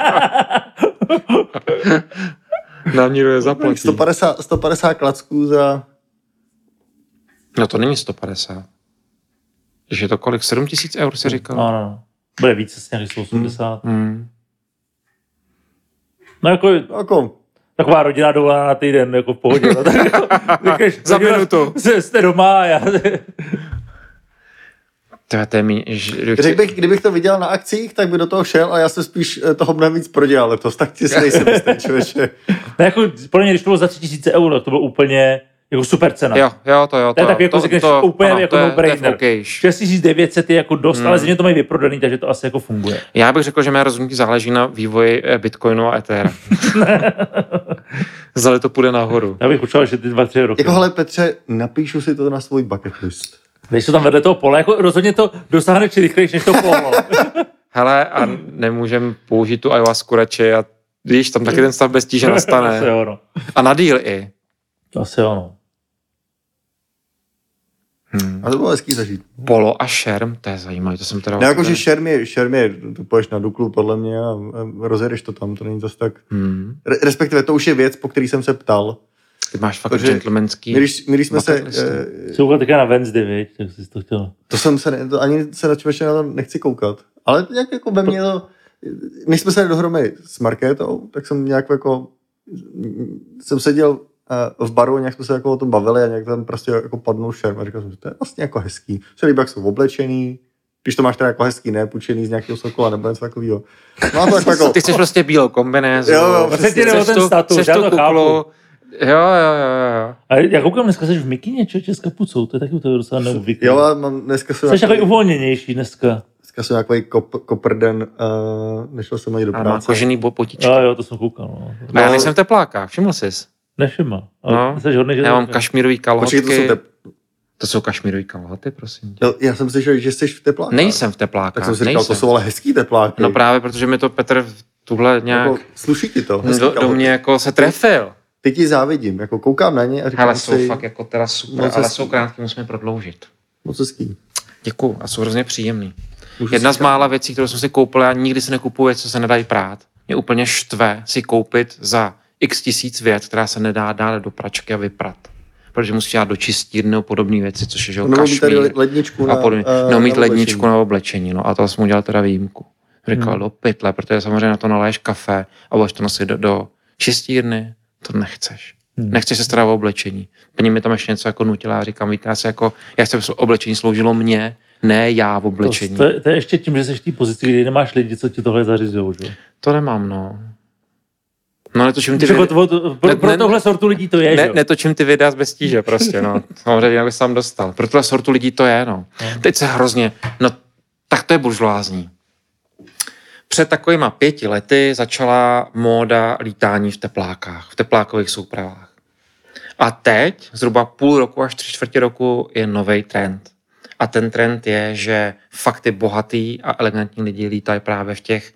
Nám někdo je zaplatí. 150 klacků za... No to není 150. Když je to kolik? 7 000 eur se říkal? No. Bude více, asi nějaký 180. No jako taková rodina dovolená na týden, jako v pohodě. No, tak za minutu. Jste doma a já... Řekl bych, kdybych to viděl na akcích, tak by do toho šel a já se spíš toho mnohem víc prodělal letos, tak ti se nejsem jistý, člověče. No jako, podle mě, když to bylo za 3 000 eur, to bylo úplně jako super cena. Jo. To je tak jako řekneš úplně jako no-brainer. 6900 je jako dost, ale země to mají vyprodaný, takže to asi jako funguje. Já bych řekl, že mé rozhodnutí záleží na vývoji Bitcoinu a Ethera. Zdali to půjde nahoru. Já bych učil, že ty 2-3 roky. Jako hele Petře, napíšu si to na svůj bucket list. Víš, to tam vedle toho pole, jako rozhodně to dosáhne rychlejší než to polo. Hele, a nemůžem použít tu ayahuasku radši a víš, tam taky ten stav bez tíže nastane. A na díl i. Asi ono. A to bylo hezký zažít. Polo a šerm, to je zajímavé, to jsem teda... Ne, jakože šerm je, to půjdeš na Duklu podle mě a rozjedeš to tam, to není zase tak... Respektive to už je věc, po který jsem se ptal. Ty máš fakt gentlemanský... Když jsme se... Jsou taky na Wednesday, viď? Tak jsi to chtěl. Ani se na to nechci koukat. Ale nějak jako ve mně to... Než jsme se dohromady s Markétou, tak jsem nějak jako... Jsem seděl v baru, nějak jsme se jako o tom bavili a nějak tam prostě jako padnul šerm a říkal jsem, že to je vlastně jako hezký. Se líbí, jak jsou oblečený, když to máš teda jako hezký, ne půjčený z nějakého Sokola nebo něco takového. No to jako... Ty chceš prostě bílou kombinézu. Jo, vlastně ti jde o ten status, já to chápu. Jo. A já koukám, dneska jsi v mikině, s kapucou, to je taky to docela neobvyklý. Jo, a mám dneska... Jsi takový uvolněnější dneska. Dneska jsem nějaký koprden, nešel jsem ani do práce. A má kožený botičky. Jo, to jsem koukal. No. A já nejsem v teplákách, všiml jsi? Nevšiml. Já mám kašmírový kalhotky. Počkej, to jsou kašmírový kalhoty, prosím tě. Já jsem slyšel, že jsi v teplákách. Nejsem v teplákách. Tak jsem si říkal, to jsou ale hezký tepláky. No právě, protože mi to Petr tuhle nějak... Jako, sluší ti to? Do mě jako se trefil. Teď ti závidím, jako koukám na ně a říkám si... Ale jsou fakt jako teda super, ale jsou krátký, musíme prodloužit. Moc hezký. Děkuju a jsou hrozně příjemný. Jedna z mála věcí, kterou jsem si koupil, já nikdy si nekupuju věc, co se nedají prát. Mě úplně štve si koupit za x tisíc věc, která se nedá dát do pračky a vyprat. Protože musíš dát do čistírny nebo podobné věci, což je, že kašmír. Ledničku a podobně. Mít ledničku na oblečení, no a to jsem udělal teda výjimku. Říkal, do pytle, protože samozřejmě na to naléješ kafe a budeš to nosit do čistírny, to nechceš. Nechceš se starat o oblečení. Paní mi tam ještě něco jako nutila a říkám, víte, já chci, aby oblečení sloužilo mně, ne já v oblečení. To je ještě tím, že jsi v té pozici, kdy nemáš lidi, co ti tohle zařizujou, že? To nemám, no. No netočím ty pro tohle sortu lidí to je, že? Netočím ty videa bez tíže prostě, no. Samozřejmě, jak bych sám dostal. Pro tohle sortu lidí to je, no. Teď se hrozně, no tak to je buržoázní. Před takovýma 5 lety začala móda lítání v teplákách, v teplákových soupravách. A teď, zhruba půl roku až 3/4 roku, je nový trend. A ten trend je, že fakt ty bohatý a elegantní lidi lítají právě v těch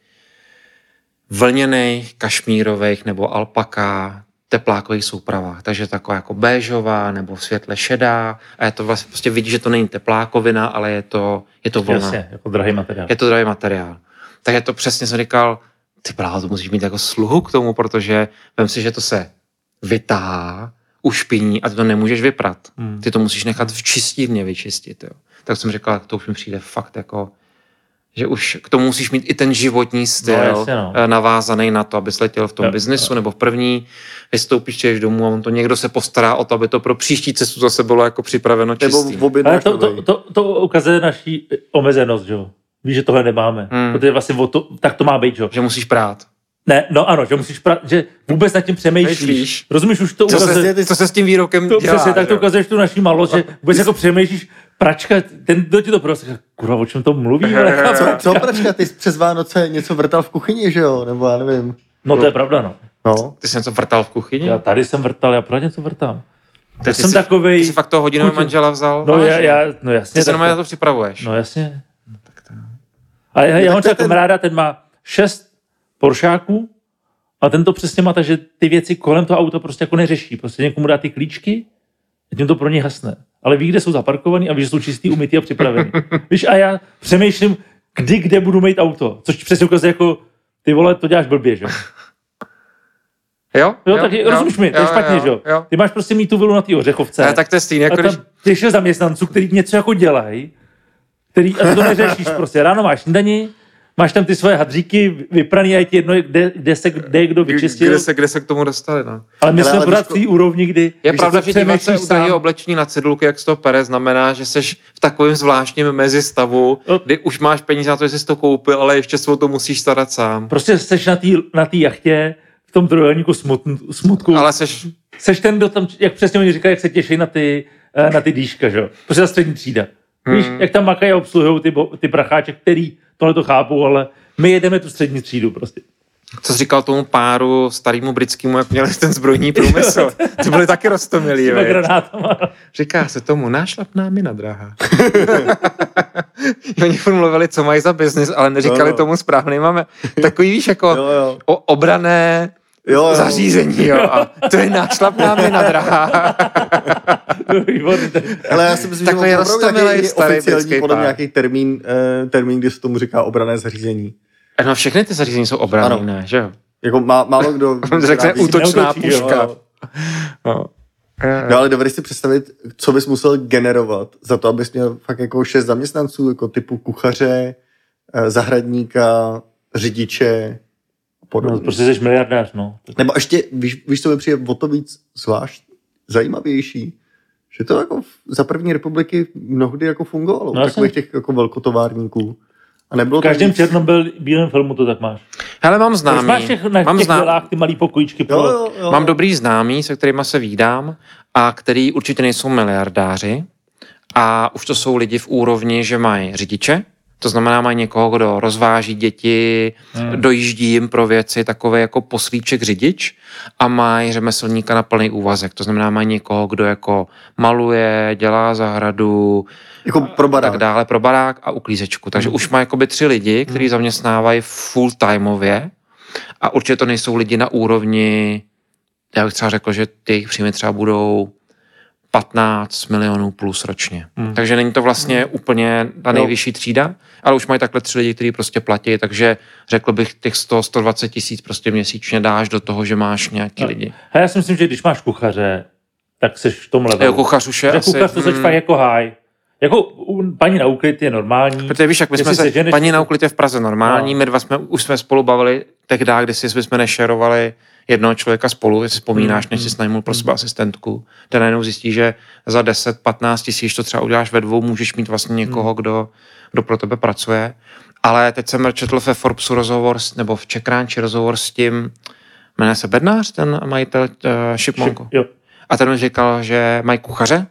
vlněných, kašmírových nebo alpaká teplákových soupravách. Takže taková jako béžová nebo světle šedá. A je to vlastně, prostě vidíš, že to není teplákovina, ale je to vlna. Jasně, jako drahý materiál. Je to drahý materiál. Takže to přesně jsem říkal, ty bláho, to musíš mít jako sluhu k tomu, protože vem si, že to se vytáhá, ušpiní a ty to nemůžeš vyprat. Ty to musíš nechat v čistírně vyčistit. Jo. Tak jsem říkal, to už mi přijde fakt jako, že už k tomu musíš mít i ten životní styl navázaný na to, abys letěl v tom biznesu nebo v první, vystoupíš, přijdeš domů a on to někdo se postará o to, aby to pro příští cestu zase bylo jako připraveno čistý. Ale to ukazuje naší omezenost, že jo. Víš, že tohle nemáme. Protože vlastně tak to má být, že? Že musíš prát. Ne, no ano, že musíš prát, že vůbec nad tím přemýšlíš. Rozumíš, už to ukazuje. Co se s tím výrokem dělá? Přesně, tak to ukazuješ tu naší malost, že vůbec jako přemýšlíš, pračka, kdo ti to prostě, kurva, o čem to mluví? Co pračka, ty jsi přes Vánoce něco vrtal v kuchyni, že jo? Nebo já nevím. No to je pravda, no. Ty jsi něco vrtal v kuchyni? Já tady jsem vrtal, já pořád něco vrtám. Ty jsi fakt toho hodinový manžela vzal? No jasně. Ty se na to připravuješ? No jasně. A já mám třeba kamaráda, ten má 6 Poršáků a ten to přesně má tak, že ty věci kolem toho auta prostě jako neřeší. Prostě někomu dá ty klíčky a tím to pro něj hasne. Ale ví, kde jsou zaparkovaný a ví, že jsou čistý, umytý a připravený. Víš, a já přemýšlím, kde budu mít auto. Což přesně ukazuje jako, ty vole, to děláš blbě, že? Jo, taky rozumíš mi, to je špatně, že jo? Ty máš prostě mít tu vilu na té Ořechovce. Tak to je stejný, jako když... Těch 6 zaměstnanců, který něco jako dělají, a to neřešíš prostě. Ráno máš snídani, máš tam ty svoje hadříky vypraný a je ti jedno, kde kdo vyčistil. Kde se k tomu dostali, no. Ale my jsme pořád v té úrovni, kdy... Je pravda, že dívat se u drahého oblečení na cedulky, jak se to pere, znamená, že seš v takovém zvláštním mezistavu, kdy už máš peníze na to, že jsi to koupil, ale ještě svou to musíš starat sám. Prostě seš na té jachtě, v tom trojuhelníku smutku. Ale seš ten, kdo tam, jak přesně oni říkají, jak se těší na ty dýška, že jo. Prostě ta střední třída. Víš, jak tam makají a obsluhují ty pracháče, který tohle to chápou, ale my jedeme tu střední třídu prostě. Co jsi říkal tomu páru starýmu britskému, jak měli ten zbrojní průmysl? Ty byli taky roztomilí, s granátama. Říká se tomu nášlapná mina, drahá. Oni mluvili, co mají za biznis, ale neříkali tomu správný. Máme takový, víš, jako obrané zařízení, jo. A to je nášlapná mina, drahá. Ale já si myslím, že je oficiální podle nějaký termín, kdy se tomu říká obranné zařízení. No všechny ty zařízení jsou obranné, ne, že jo? Jako málo kdo... Řekne útočná puška. No ale dovedeš si představit, co bys musel generovat za to, abys měl fakt jako 6 zaměstnanců, jako typu kuchaře, zahradníka, řidiče, podobně. No, prostě jsi miliardář, no. Nebo ještě, víš, co mi přijde o to víc zvlášť zajímavější, že to jako za první republiky mnohdy jako fungovalo, no, takových těch jako velkotovárníků. A nebylo v každém černobílém filmu to tak máš. Hele, mám známý. Máš těch dělách, ty malý pokojíčky. Jo. Mám dobrý známý, se kterýma se vídám a který určitě nejsou miliardáři a už to jsou lidi v úrovni, že mají řidiče, to znamená mají někoho, kdo rozváží děti, dojíždí jim pro věci, takový jako poslíček řidič a mají řemeslníka na plný úvazek, to znamená mají někoho, kdo jako maluje, dělá zahradu, jako pro barák. Tak dále, pro barák a uklízečku. Takže už má jakoby 3 lidi, kteří zaměstnávají full-timeově a určitě to nejsou lidi na úrovni, já bych třeba řekl, že ty příjmy třeba budou 15 milionů plus ročně. Takže není to vlastně úplně ta nejvyšší třída, ale už mají takhle 3 lidi, kteří prostě platí, takže řekl bych těch 100-120 tisíc prostě měsíčně dáš do toho, že máš nějaký lidi. A já si myslím, že když máš kuchaře, tak seš v tom levelu. Kuchař už je asi... Kuchař to seš fakt jako high. Jako paní na úklid je normální. Protože víš, jak my jsme se, paní na úklid je v Praze normální, my dva už jsme spolu bavili tehdy, když jsme nešerovali jednoho člověka spolu, jestli vzpomínáš, než jsi najmul pro sebe asistentku, ten najednou zjistí, že za 10-15 tisíc to třeba uděláš ve 2, můžeš mít vlastně někoho, kdo pro tebe pracuje. Ale teď jsem četl ve Forbesu rozhovor, nebo v Czech Crunchi rozhovor s tím, jmenuje se Bednář, ten majitel Šipmonko. A ten mi říkal, že mají kuchaře,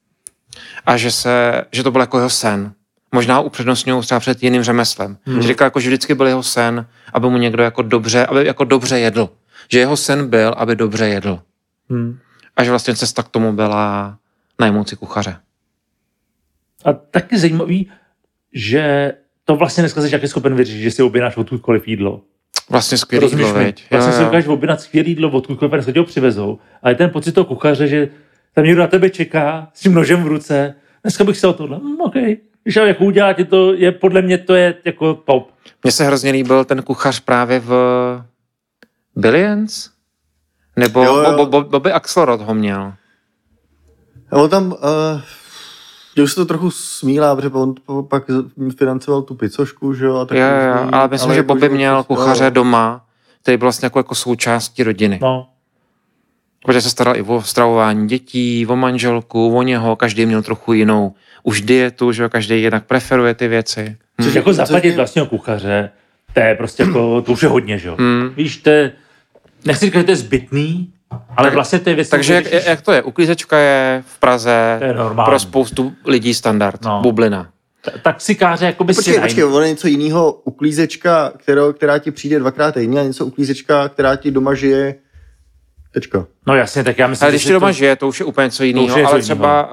a že to byl jako jeho sen. Možná upřednostňují třeba před jiným řemeslem. Že říkal, jako, že vždycky byl jeho sen, aby mu někdo jako dobře jedl. Že jeho sen byl, aby dobře jedl. A že vlastně cesta k tomu byla najmout si kuchaře. A taky zajímavý, že to vlastně dneska jsi jaký schopen vyřešit, že si objednáš odkudkoliv jídlo. Vlastně skvělý jídlo, veď. Vlastně si dokážeš objednat skvělý jídlo odkudkoliv, dneska tě ho přivezou. Ale ten pocit toho kuchaře, že tam někdo na tebe čeká s tím nožem v ruce. Dneska bych se o tohle, OK. Když jak udělat, podle mě to je jako top. Mně se hrozně líbil ten kuchař právě v Billions? Nebo Bobby Axelrod ho měl. A on tam, už se to trochu smílá, protože on pak financoval tu pizzošku, že jo? Jo, ale myslím, že Bobby měl kuchaře doma, který byl vlastně jako součástí rodiny. No. Protože se staral i o stravování dětí, o manželku, o něho, každý měl trochu jinou už dietu, že jo, každý jinak preferuje ty věci. Což jako zaplatit vlastního kuchaře, to je prostě jako, to už je hodně, že jo. Víš, to je, nechci říkat, že to je zbytný, ale vlastně to je věc. Takže jak to je? Uklízečka je v Praze je pro spoustu lidí standard, bublina. Taxikáře jakoby Počkej, ono je něco jiného uklízečka, která ti přijde 2x týdně, a něco uklízečka, která ti doma žije. Tečka. No jasně, tak já myslím, ale když ti doma žije, to už je úplně něco jiného, ale třeba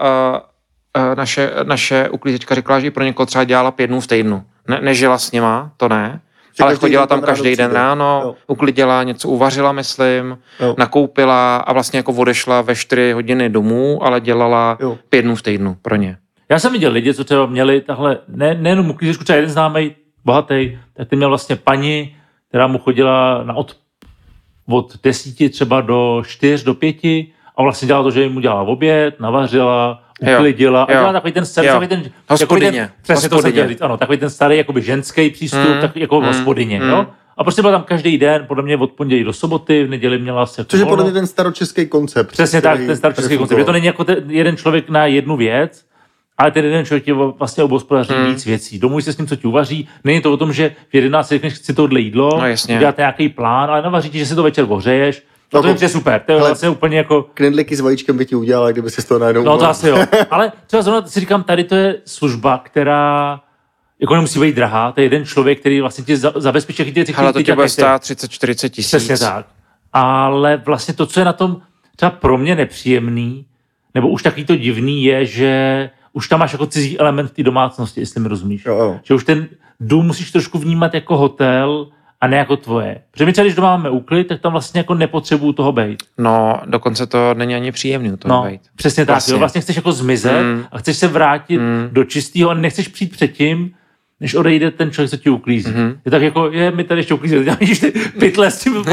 naše uklízečka říkala, že pro někoho třeba dělala 5 dnů v týdnu. Nežila s nima, to ne, ale chodila tam každý den ráno, uklidila, něco uvařila, myslím, nakoupila a vlastně jako odešla ve 4 hodiny domů, ale dělala 5 dnů v týdnu pro ně. Já jsem viděl lidi, co třeba měli tahle, nejenom uklízečku, třeba jeden známej, bohatý, tak ten měl vlastně paní, která mu chodila od 10 třeba do 4, do 5 a vlastně dělala to, že mu dělala oběd, navařila, uklidila a dělala takový ten hospodyně. Přesně to jsem chtěl říct, ano, takový ten starý jakoby ženský přístup, tak jako hospodyně, jo? A prostě byl tam každý den, podle mě od pondělí do soboty, v neděli měla se... Což je podle mě ten staročeský koncept. Přesně tak, ten staročeský koncept. Je to není jako jeden člověk na jednu věc, ale ten jeden člověk ti vlastně obhospodaří víc věcí. Domluvíš se s tím, co ti uvaří. Není to o tom, že v 11 řekneš, chci tohle jídlo, uděláte nějaký plán, ale navaří ti, že si to večer ohřeješ. No to je super, to je vlastně úplně jako... Knedlíky s vajíčkem by ti udělala, kdyby si z toho najednou... No to asi jo, ale třeba zrovna si říkám, tady to je služba, která jako nemusí být drahá, to je jeden člověk, který vlastně ti zabezpečí ty věci. Ale to tě bude stát 30-40 tisíc. Přesně tak. Ale vlastně to, co je na tom třeba pro mě nepříjemný, nebo už taky to divný je, že už tam máš jako cizí element v té domácnosti, jestli mi rozumíš. Jo. Že už ten dům musíš trošku vnímat jako hotel a ne jako tvoje. Protože my, když doma máme úklid, tak tam vlastně jako nepotřebuju toho bejt. No, dokonce to není ani příjemný u toho bejt. Přesně tak. Vlastně. Jo, vlastně chceš jako zmizet a chceš se vrátit do čistého a nechceš přijít předtím, než odejde ten člověk, co ti uklízí. Je tak jako, my tady ještě uklízí, vidíš ty pytle s tím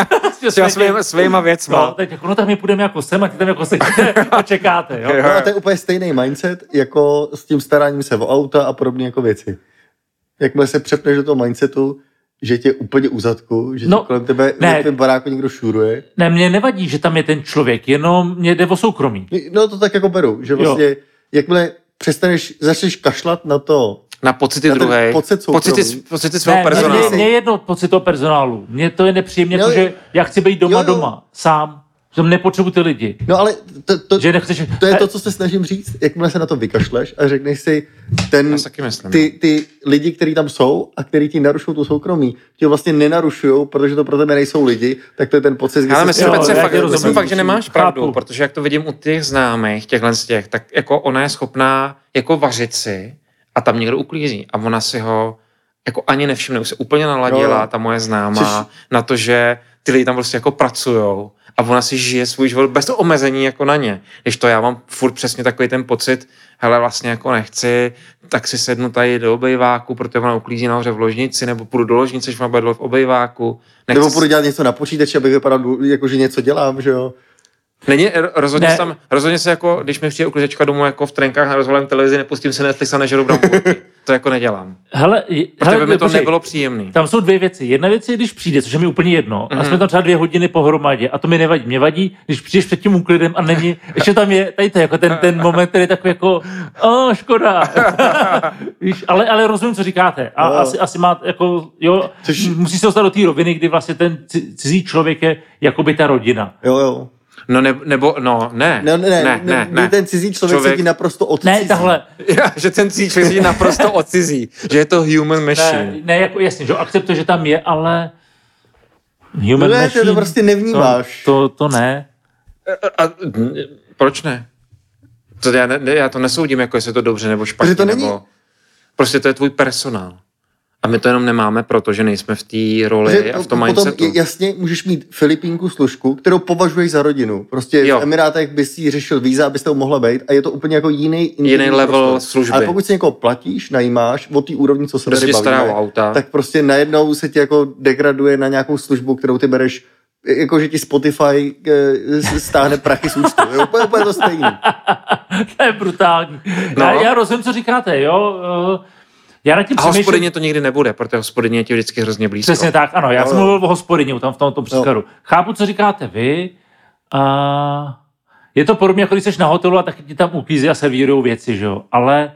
svýma věcma. No, teď jako, tak my půjdeme jako sem a ty tam jako sedíte a čekáte. Jo? No, a to je úplně stejný mindset, jako s tím staráním se o auta a podobně jako věci. Jakmile se přepneš do toho mindsetu, že tě je úplně u zadku, že kolem tebe v tvém baráku někdo šuruje. Ne, mně nevadí, že tam je ten člověk, jenom mě jde o soukromí. No to tak jako beru, že vlastně, jakmile začneš kašlat na to, na pocity druhé. Pocity svého personálu. Mně je jedno pocit toho personálu. Mně to je nepříjemné, protože já chci být doma, sám. Že nepotřebuji ty lidi. No ale že nechceš... to je to, co se snažím říct. Jakmile se na to vykašleš a řekneš si, ty lidi, kteří tam jsou a kteří ti narušují tu soukromí, ti vlastně nenarušují, protože to pro tebe nejsou lidi, tak to je ten pocit, ale myslím fakt, že nemáš pravdu, protože jak to vidím u těch známých, tak jako ona je schopná jako vařit si a tam někdo uklízí a ona si ho jako ani nevšimne, už se úplně naladila, ta moje známá, na to, že ty lidi tam prostě jako pracujou a ona si žije svůj život bez toho omezení jako na ně. Když to já mám furt přesně takový ten pocit, hele, vlastně jako nechci, tak si sednu tady do obejváku, protože ona uklízí nahoře v ložnici, nebo půjdu do ložnice, když mám být v obejváku. Nebo půjdu dělat něco na počítači, abych vypadal, jako že něco dělám, že jo. Není, rozhodně se jako, když mi přijde uklízečka domů jako v trenkách na rozvolém televizi, nepustím se Netflix a nežeru bramburky. To jako nedělám. Protože by mi to nebylo příjemný. Tam jsou dvě věci. Jedna věc je, když přijde, což je mi úplně jedno. A jsme tam třeba 2 hodiny pohromadě a to mi nevadí. Mě vadí, když přijdeš před tím úklidem a není, ještě tam je tady to, jako ten moment, který je takový jako, škoda. Víš, ale rozumím, co říkáte. A asi má jako, musí se dostat do té roviny, kdy vlastně ten cizí člověk je jakoby ta rodina. Jo. No ne. Ten cizí člověk se ti naprosto odcizí. Ne, tahle. Že ten cizí člověk se ti naprosto odcizí. Že je to human machine. Ne, jako jasně, že akceptuje, že tam je, ale human machine. To prostě nevnímáš. To ne. Proč ne? Já to nesoudím, jako jestli je to dobře nebo špatně. To není... Prostě to je tvůj personál. A my to jenom nemáme, protože nejsme v té roli a v tom mindsetu. Jasně, můžeš mít Filipínku služku, kterou považuješ za rodinu. Prostě v Emirátech bys si řešil víza, abyste mohla být a je to úplně jako jiný level služby. Ale pokud si někoho platíš, najímáš od té úrovni, co se tady bavíme, tak prostě najednou se ti jako degraduje na nějakou službu, kterou ty bereš, jako že ti Spotify stáhne prachy z účtu. Úplně to stejný. To je brutální. No. Já rozumím, co říkáte, jo. A hospodyně to nikdy nebude, protože hospodyně je ti vždycky hrozně blízko. Přesně tak, ano. Já jsem mluvil o hospodyně tam v tomto příkladu. Chápu, co říkáte vy. Je to podobně, jako když jsi na hotelu a taky ti tam uklízí a servírujou věci, že jo. Ale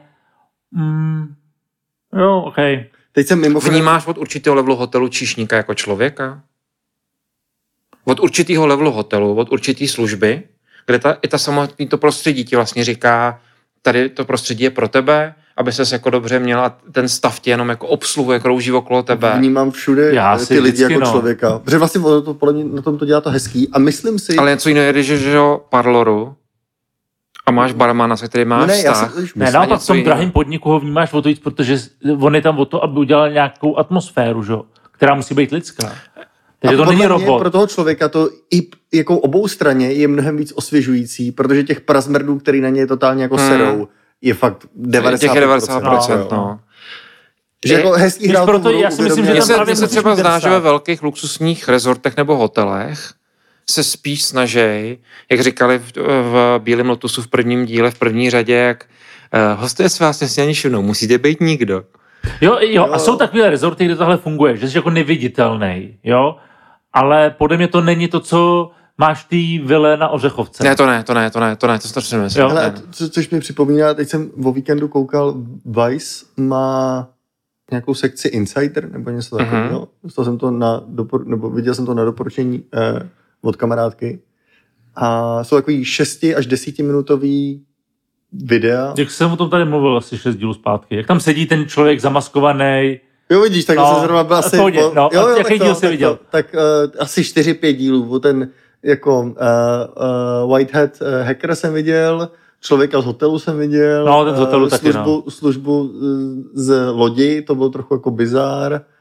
OK. Teď jsem mimochodem... Vnímáš od určitého levelu hotelu číšníka jako člověka? Od určitého levelu hotelu, od určitý služby, kde i ta samotný to prostředí ti vlastně říká, tady to prostředí je pro tebe, aby ses jako dobře měl a ten stav tě jenom jako obsluhuje, krouží okolo tebe. Vnímám všude ty lidi jako člověka. Protože vlastně podle mě na tom to dělá to hezký a myslím si... Ale něco jiného je, když jsi parloru a máš barmana, se který má vztah. Naopak v tom drahém podniku ho vnímáš o to víc, protože on je tam o to, aby udělal nějakou atmosféru, že? Která musí být lidská. Takže to není robot. Pro toho člověka to i jako obou straně je mnohem víc osvěžující, protože těch prazmrdů, který na ně totálně jako serou, je fakt 90%. No. Že jako hezký hrál proto já si myslím, že tam se třeba zdá, že ve velkých luxusních rezortech nebo hotelech se spíš snaží, jak říkali v Bílém lotusu v prvním díle, v první řadě, jak hosté s vás nesmí ani všimnou, musíte být nikdo. Jo, a jsou takové rezorty, kde tohle funguje, že jsi jako neviditelný, jo, ale podle mě to není to, co máš ty vile na Ořechovce. Ne, to strašně myslím. Ale což mi připomíná, teď jsem o víkendu koukal, Vice má nějakou sekci Insider, nebo něco takového. Viděl jsem to na doporučení od kamarádky. A jsou takový 6 až 10 minutový videa. Jak jsem o tom tady mluvil asi 6 dílů zpátky. Jak tam sedí ten člověk zamaskovaný. Jo, vidíš, tak se zrovna byl asi... Jaký díl jsi viděl? Tak asi 4-5 dílů. Ten jako Whitehead hacker jsem viděl, člověka z hotelu jsem viděl. No, ten z hotelu taky, službu z lodi, to bylo trochu jako bizár.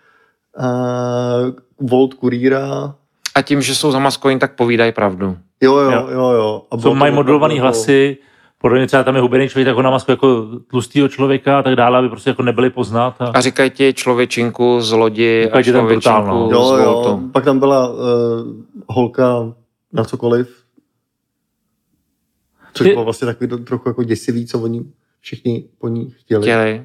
Volt kurýra. A tím, že jsou zamaskovaní, tak povídají pravdu. Jo. A mají modulovaný hlasy, podle mě třeba tam je hubený člověk, tak ho namaskuje jako tlustýho člověka a tak dále, aby prostě jako nebyli poznat. A říkají ti člověčinku z lodi a člověčinku z Voltu. Pak tam byla holka na cokoliv, což bylo vlastně takový trochu jako děsivý, co oni všichni po ní chtěli.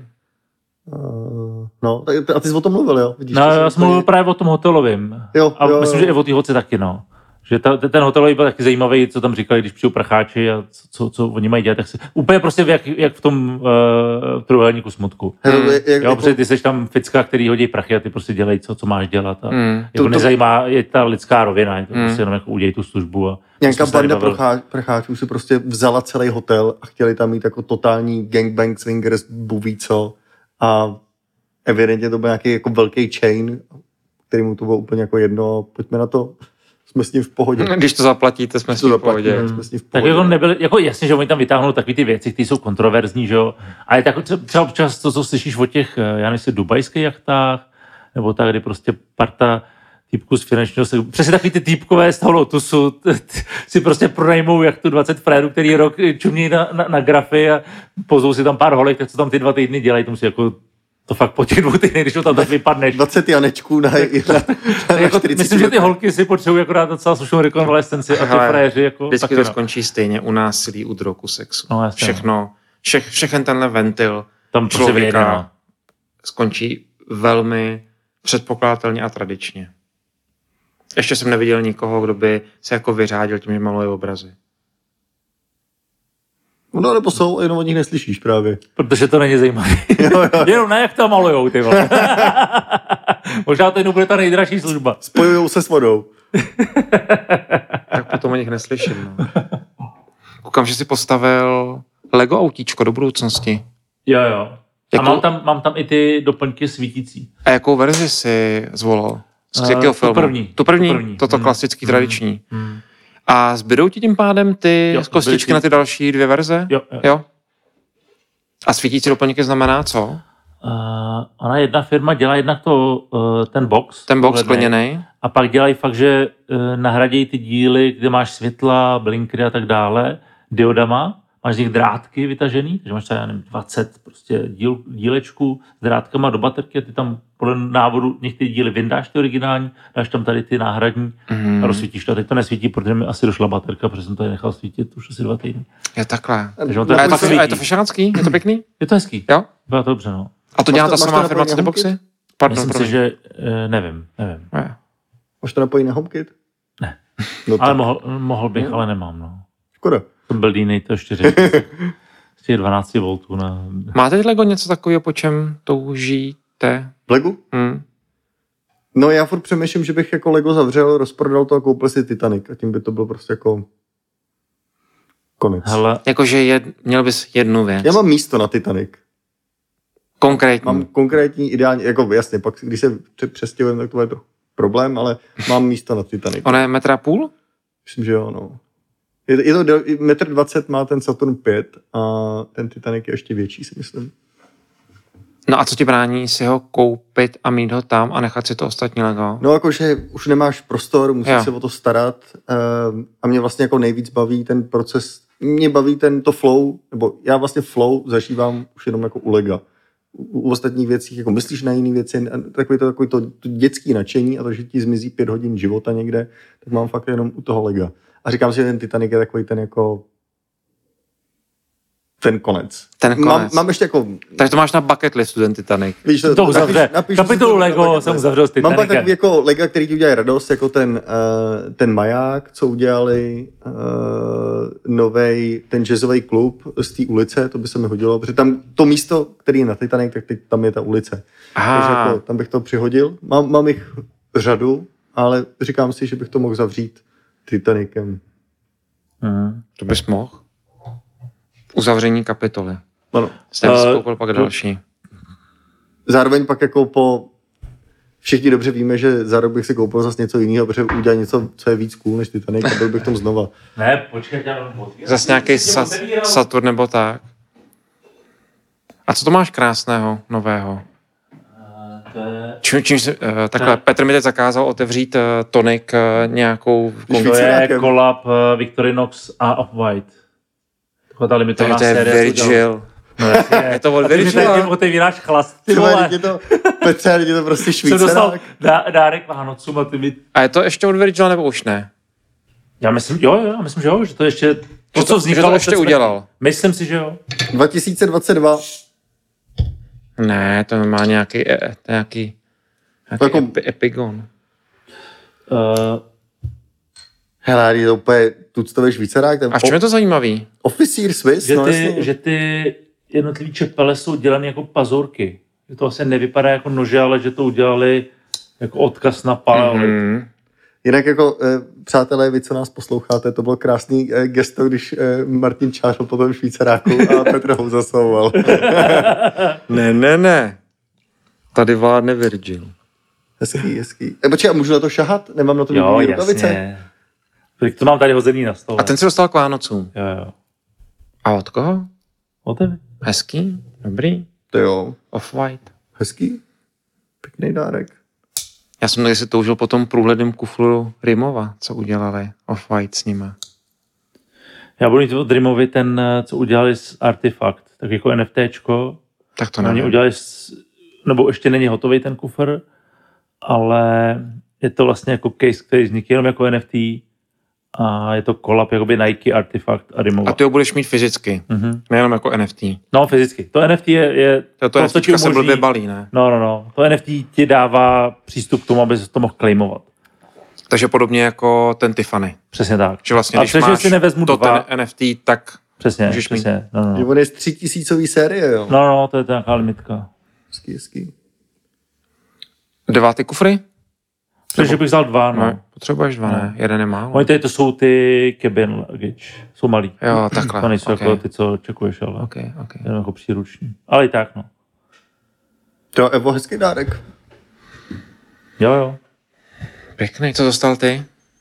No, a ty jsi o tom mluvil, jo? Vidíš, já jsem mluvil právě o tom hotelovým. A myslím, že i o té holce taky, no. Že ten hotelový byl taky zajímavý, co tam říkali, když přijou prcháči a co oni mají dělat. Tak si, úplně prostě jak v tom trojúhelníku smutku. Protože ty seš tam ficka, který hodí prachy a ty prostě dělají, co máš dělat. A jako nezajímá je ta lidská rovina, je to prostě jenom jako udělej tu službu. Nějaká banda prcháčů si prostě vzala celý hotel a chtěli tam mít jako totální gangbang swingers, buví co. A evidentně to byl nějaký jako velký chain, kterému to bylo úplně jako jedno, pojďme na to. Jsme s ním v pohodě. Když to zaplatíte, jsme s ním v pohodě. Tak jako nebyli, jako jasně, že oni tam vytáhnou takové ty věci, které jsou kontroverzní, že jo. Ale tak třeba občas to, co slyšíš o těch, já nevím, dubajských jachtách, nebo tak, kdy prostě parta týpků z finančního sektoru. Přesně takový ty týpkové z toho Lotusu si prostě pronajmou jachtu 20 frérů, který rok čumí na grafy a pozvou si tam pár holek, tak co tam ty 2 týdny dělají, to musí jako to fakt po těch 2 týdnech, když to tam tak vypadneš. 20 Janečků na jako, myslím, že ty holky si potřebují akorát docela slušnou rekonvalescenci a ty frajeři jako... Vždycky to skončí stejně u násilí, u drogu, sexu. No, všechen tenhle ventil tam člověka skončí velmi předpokládatelně a tradičně. Ještě jsem neviděl nikoho, kdo by se jako vyřádil tím, že maluje obrazy. No, nebo jsou, jenom od nich neslyšíš právě. Protože to není zajímavé. Jenom ne, jak to malujou, ty vole. Možná to jenom bude ta nejdražší služba. Spojujou se s vodou. Tak potom o nich neslyším. No. Koukám, že si postavil Lego autíčko do budoucnosti. Jo. A mám tam i ty doplňky svítící. A jakou verzi si zvolil? Z jakého filmu? Tu první. Toto klasický, tradiční. A zbydou ti tím pádem ty kostičky na ty další 2 verze? Jo. A svítící doplňky znamená co? Ona jedna firma dělá jednak ten box. Ten box skleněnej. A pak dělají fakt, že nahradějí ty díly, kde máš světla, blinkery a tak dále, diodama. Máš z nich drátky vytažený, takže máš třeba 20 prostě dílečků s drátkama do baterky a ty tam podle návodu některé díly vyndáš ty originální, dáš tam tady ty náhradní a rozsvítíš to. A teď to nesvítí, protože mi asi došla baterka, protože jsem tady nechal svítit už asi 2 týdny. Je takhle. A je to fešánský? Je to pěkný? Je to hezký. Jo? Bylo to dobře, no. A to dělá ta samá firma, co ty boxy? Pardon, myslím si, že nevím. Máš to napojit na HomeKit? Ne. No ale mohl bych, ale nemám, no. Škoda. To byl to 4. Z těch 12 voltů. Máte Lego něco takového, po čem toužíte? V Legu? No já furt přemýšlím, že bych jako Lego zavřel, rozprodal to a koupil si Titanic. A tím by to bylo prostě jako konec. Jakože měl bys jednu věc. Já mám místo na Titanic. Konkrétní. Mám konkrétní, ideální, jako jasně, pak když se přestěhujeme, tak to je to problém, ale mám místo na Titanic. Ono je 1,5 m? Myslím, že jo, no. Je to 1,20 m má ten Saturn 5 a ten Titanic je ještě větší, si myslím. No a co ti brání si ho koupit a mít ho tam a nechat si to ostatní Lego? No jakože už nemáš prostor, musíš se o to starat a mě vlastně jako nejvíc baví ten proces, mě baví to flow, nebo já vlastně flow zažívám už jenom jako u Lega. U ostatních věcí, jako myslíš na jiné věci, takový to dětský nadšení a to, že ti zmizí 5 hodin života někde, tak mám fakt jenom u toho Lega. A říkám si, že ten Titanic je takový ten jako ten konec. Mám ještě jako... Tak to máš na bucket listu, ten Titanic. Víš, to uzavře. Kapitolu Lego jsem uzavřel s Titanicem. Mám pak takový jako Lega, který ti udělají radost, jako ten maják, co udělali novej, ten jazzový klub z té ulice, to by se mi hodilo, protože tam to místo, který je na Titanic, tak teď tam je ta ulice. Takže jako, tam bych to přihodil. Mám jich řadu, ale říkám si, že bych to mohl zavřít Titanicem. To bys mohl. Uzavření kapitoly. Ano. Jste koupil pak další. Zároveň pak jako všichni dobře víme, že za rok bych si koupil zase něco jiného, protože udělat něco, co je víc cool než Titanic a byl bych tom znova. Ne, počkej, zase nějaký Saturn nebo tak. A co to máš krásného, nového? Takhle, Petr mi teď zakázal otevřít tonik nějakou... To je kolab Victorinox a Off-White. To je Virgil. No, je to od Virgila. Ty otevíráš chlast, ty vole. Petře, je to prostě Švýcarák. Jsem dostal dárek Vánocům a ty mi... A je to ještě od Virgila nebo už ne? Já myslím, že jo, že to ještě... To, co vznikalo, že to ještě udělal. Myslím si, že jo. 2022. Ne, to má nějaký Epigon. Hele, je to úplně tuctový Švýcarák. A v čem je to zajímavý? Officer Swiss, že ty jednotlivý čepele jsou dělané jako pazurky. Že to vlastně nevypadá jako nože, ale že to udělali jako odkaz na paleolit. Mm-hmm. Jinak jako, přátelé, vy, co nás posloucháte, to bylo krásný gesto, když Martin čářil po tom Švýcaráku a Petr ho zasavoval. Ne. Tady vládne Virgil. Hezký. Počkej, a můžu na to šahat? Nemám na to výborný rukavice? Jasně. To mám tady hozený na stole. A ten se dostal k Vánocům? Jo. A od koho? Od tebe. Hezký, dobrý. To jo. Off-White. Hezký. Pěkný dárek. Já jsem tady si toužil po tom průhledném kufru Rimova, co udělali Off-White s nima. Já budu mít od Rimovi ten, co udělali z Artifact, tak jako NFTčko. Tak to nevím. Udělali nebo ještě není hotový ten kufr, ale je to vlastně jako case, který vznikl jenom jako NFT a je to collab jakoby Nike, Artifact a Rimova. A ty ho budeš mít fyzicky, nejenom jako NFT. No, fyzicky. To NFT je to NFT se blbě balí, ne? No. To NFT ti dává přístup k tomu, aby se to mohl claimovat. Takže podobně jako ten Tiffany. Přesně tak. Že vlastně, když máš si nevezmu to ten NFT, tak můžeš mít. No. On je z 3000 série, jo? No, to je nějaká limitka. Hezký. 2 ty kufry? Takže bych vzal 2, no. Potřebuješ 2, ne? Jeden je málo. Oni tady to jsou ty cabin luggage. Jsou malý. Jo, takhle. To nejsou jako ty, co čekuješ, ale jenom jako příruční. Ale i tak, no. To je hezký dárek. Jo. Pěkný, co dostal ty?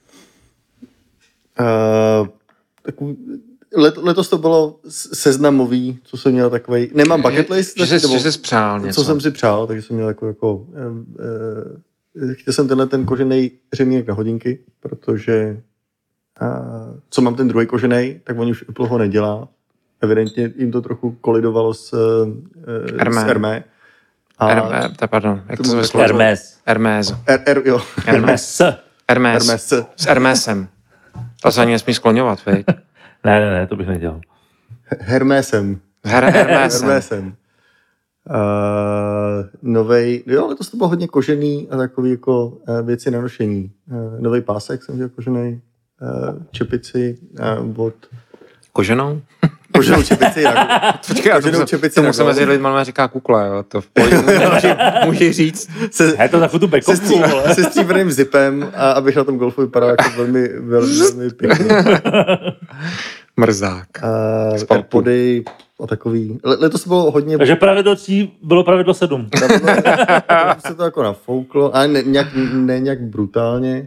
Letos to bylo seznamový, co jsem měl takovej... Nemám bucket list. Že jsi přál něco. Co jsem si přál, takže jsem měl jako chtěl jsem ten kožený řemínek na hodinky, protože co mám ten druhý kožený, tak oni už Apple ho nedělá. Evidentně jim to trochu kolidovalo s Hermé. Pardon, jak to se vyslovuje? Hermès. Hermès. S Hermésem. To se ani nesmí skloňovat, veď? Ne, to bych nedělal. Hermésem. Novej, letos to bylo hodně kožený a takový jako věci na nošení. Novej pásek jsem dělal kožený, čepici od... Koženou? Koženou čepici. Počkej, tomu se mezi lidmi říká kukla, jo. To v pohodě může říct. Je to takovou tu bekovku, se stříbrným zipem, a abych na tom golfu vypadal jako velmi pěkný. Mrzák. Airpody a takový. Letos to bylo hodně... Takže pravidlo 3 bylo pravidlo 7. Se to jako nafouklo, ale ne nějak brutálně.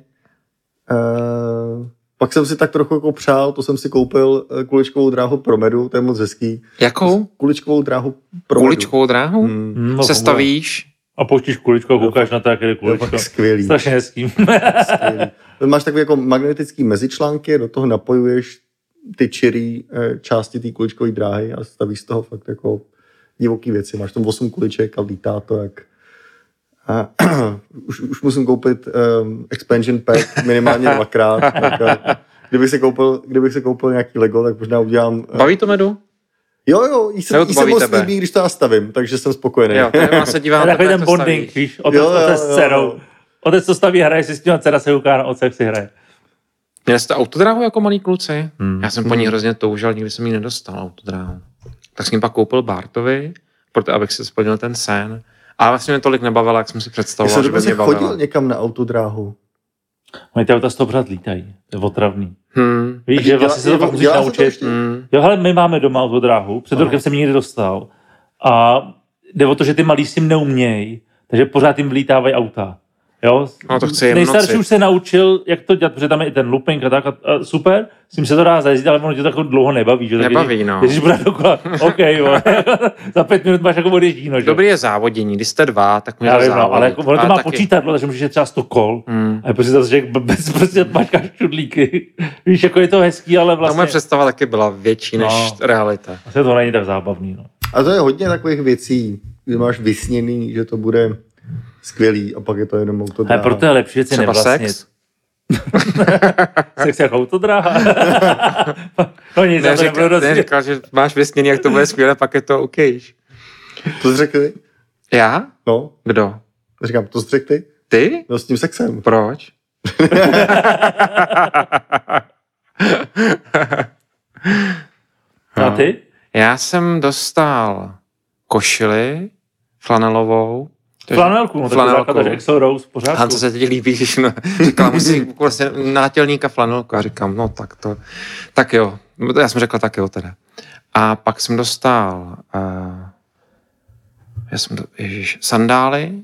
Pak jsem si tak trochu jako přál, to jsem si koupil kuličkovou dráhu Promedu, to je moc hezký. Jakou? Kuličkovou dráhu Promedu. Kuličkovou dráhu? Se stavíš? A pouštíš kuličku a koukáš na to, jak je kuličko. Skvělý. Strašně hezký. Máš takové jako magnetický mezičlánky, do toho napojuješ ty čirý části té kuličkové dráhy a stavíš z toho fakt jako divoký věci. Máš tam 8 kuliček a lítá to jak... Už musím koupit expansion pack minimálně 2krát. Tak, kdybych si koupil nějaký Lego, tak možná udělám... Baví to Medu? Jo, jí se moc líbí, když to já stavím, takže jsem spokojený. Jo, to se dívám na to, jak to bonding, víš, otec s dcerou. Otec to staví, hraje si s tím a dcera se kouká na otce, jak si hraje. Měl jste autodráhu jako malý kluci? Já jsem po ní hrozně toužil, nikdy jsem ji nedostal, autodráhu. Tak jsem pak koupil Bartovi, protože abych si splnil ten sen. A vlastně mě tolik nebavila, jak jsem si představoval, že by mě bavila. Chodil někam na autodráhu. Oni ty auta z toho pořád lítají. To je otravný. Víš, že vlastně se to pak musíš naučit. Jo, hele, my máme doma autodráhu. Před rokem jsem ji někdy dostal. A jde o to, že ty malí s tím neumějí, takže pořád jim vylítávají auta. Jo? No to chci nejstarší už se naučil, jak to dělat, protože tam je i ten looping a tak a super, s tím se to dá zajezdit, ale ono tě tak dlouho nebaví. Že? Nebaví, no. Když bude dokola, OK, jo. Za 5 minut máš jako odježdí, no, že? Dobrý je závodění, když jste 2, tak můžete závodit. No, ale jako, ono to má počítadlo, takže můžeš třeba 100 kol. A prostě zase, že prostě mačkáš čudlíky. Víš, jako je to hezký, ale vlastně... No moje představa taky byla větší než realita. Asi to není tak zábavný, no. A to je hodně takových věcí, kdy máš vysněný, že to bude skvělý a pak je to jenom autodráha. Ale proto je lepší věci nevlastnit. Sex? Sex jako autodráha. No nic, neříkal, že máš vysněný, jak to bude skvělé, pak je to OK. To jsi řekl ty? Já? No. Kdo? Říkám, to jsi řekl ty? Ty? No s tím sexem. Proč? A ty? Já jsem dostal košili flanelovou. Flanelku, no tak to Excel Rose, pořádku. Hance se teď líbí, když říkala, musím vlastně nátělníka flanelku a říkám, no tak jo. Já jsem řekl tak jo teda. A pak jsem dostal sandály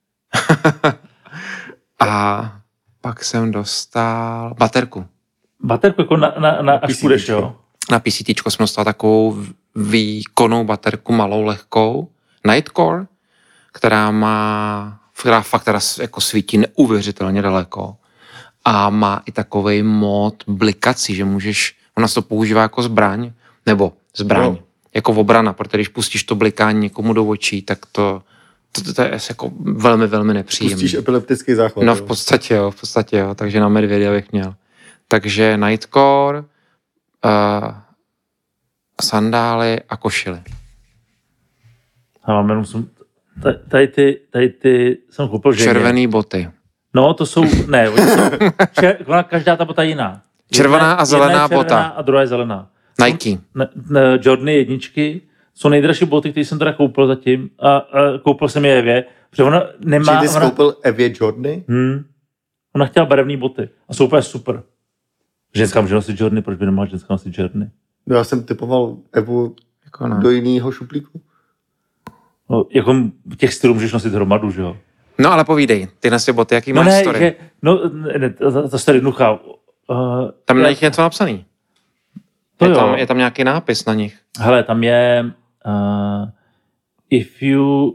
a pak jsem dostal baterku. Baterku jako na až půjdeš, jo? Na PCTčko jsem dostal takovou výkonnou baterku, malou, lehkou, Nightcore, která fakt jako svítí neuvěřitelně daleko a má i takovej mod blikací, že ona se to používá jako zbraň, jako obrana, protože když pustíš to blikání někomu do očí, tak to je jako velmi, velmi nepříjemné. Pustíš epileptický záchvat. No v podstatě jo, takže na medvědě bych měl. Takže Nightcore, sandály a košily. A mám jenom tady ty jsem koupil ženě. Červený boty. No, to jsou, ne, každá ta bota jiná. Červená a zelená bota. A druhá je zelená. Nike. Jordany jedničky jsou nejdražší boty, které jsem teda koupil zatím a koupil jsem je Evě, protože ona nemá... Či ty jsi koupil Evě Jordany? Ona chtěla barevné boty a jsou úplně super. Ženská může nosit Jordany, proč by nemohla ženská nosit Jordany? No, já jsem typoval Evu jako do jiného šuplíku. No, jako těch stylů můžeš nosit hromadu, že jo? No, ale povídej, ty na si boty, jaký máš story? Ta story jednoduchá. Tam je něco napsaný. Je tam nějaký nápis na nich. Hele, tam je if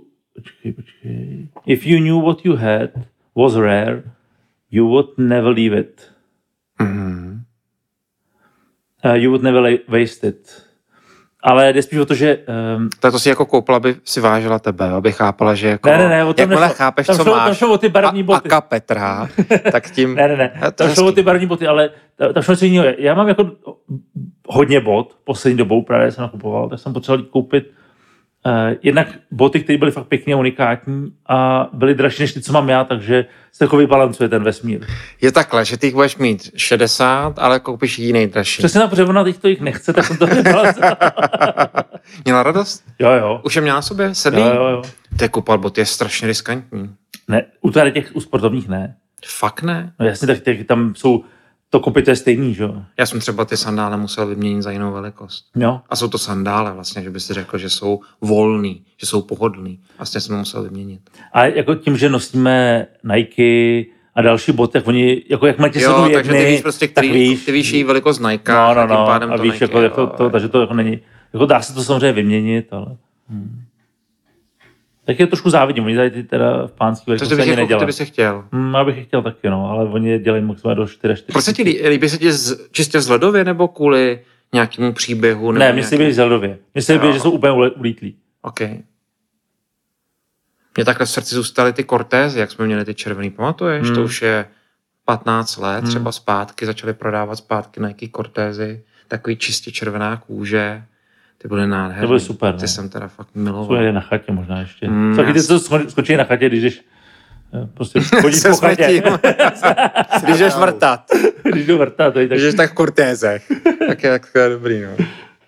you knew what you had was rare, you would never leave it. Mm-hmm. You would never waste it. Ale jde spíš o to, že... To si jako koupila, aby si vážila tebe, aby chápala, že jako... Ne, jakmile chápeš, co máš tam šlo o ty barevní boty. A Petra, tak tím... Ne, tam šlo o ty barevní boty, ale tam šlo něco jiného. Já mám jako hodně bot, poslední dobou právě jsem nakupoval, tak jsem potřeboval koupit jednak boty, které byly fakt pěkně unikátní a byly dražší než ty, co mám já, takže se jako vybalancuje ten vesmír. Je takhle, že ty jich budeš mít 60, ale koupíš jiný dražší. Přesně na ona teď to jich nechce, tak jsem to vybalancoval. Měla radost? Jo. Už je měla na sobě? Sedlý? Jo. Ty kupovat boty je strašně riskantní. Ne, u sportovních ne. Fakt ne? No jasně, tak tam jsou, to kopyto je stejný, že jo? Já jsem třeba ty sandále musel vyměnit za jinou velikost. Jo. A jsou to sandále vlastně, že by si řekl, že jsou volný, že jsou pohodlný. Vlastně jsem musel vyměnit. A jako tím, že nosíme Nike a další boty, tak oni, jako jak máte sednou jedny, takže ty víš prostě, ty víš její velikost Nike. No. A víš, Nike, jako takže to jako není, jako dá se to samozřejmě vyměnit, ale... Tak je trošku závidím, oni tady teda v pánský velikosti ani nedělají. To by si chtěl. Já bych je chtěl taky, no, ale oni je dělají maximálně do 4. Proč se ti líbí se ti čistě vzhledově nebo kvůli nějakému příběhu? Ne, mně se líbí vzhledově. Mně se líbí, že jsou úplně ulítlí. OK. Mně takhle v srdci zůstaly ty Cortézy, jak jsme měli ty červený, pamatuješ? To už je 15 let, třeba zpátky, začali prodávat zpátky Nike Cortézy, takový čistě červená kůže. Ty byly nádherný. To byly super. Ty jsem teda fakt miloval. Jsou někde na chatě možná ještě. Taky ty, co skočí na chatě, když prostě chodí po chatě. Když jdeš vrtat. Když jdu vrtat. Když jdeš tak v Cortézech. Tak je dobrý, no.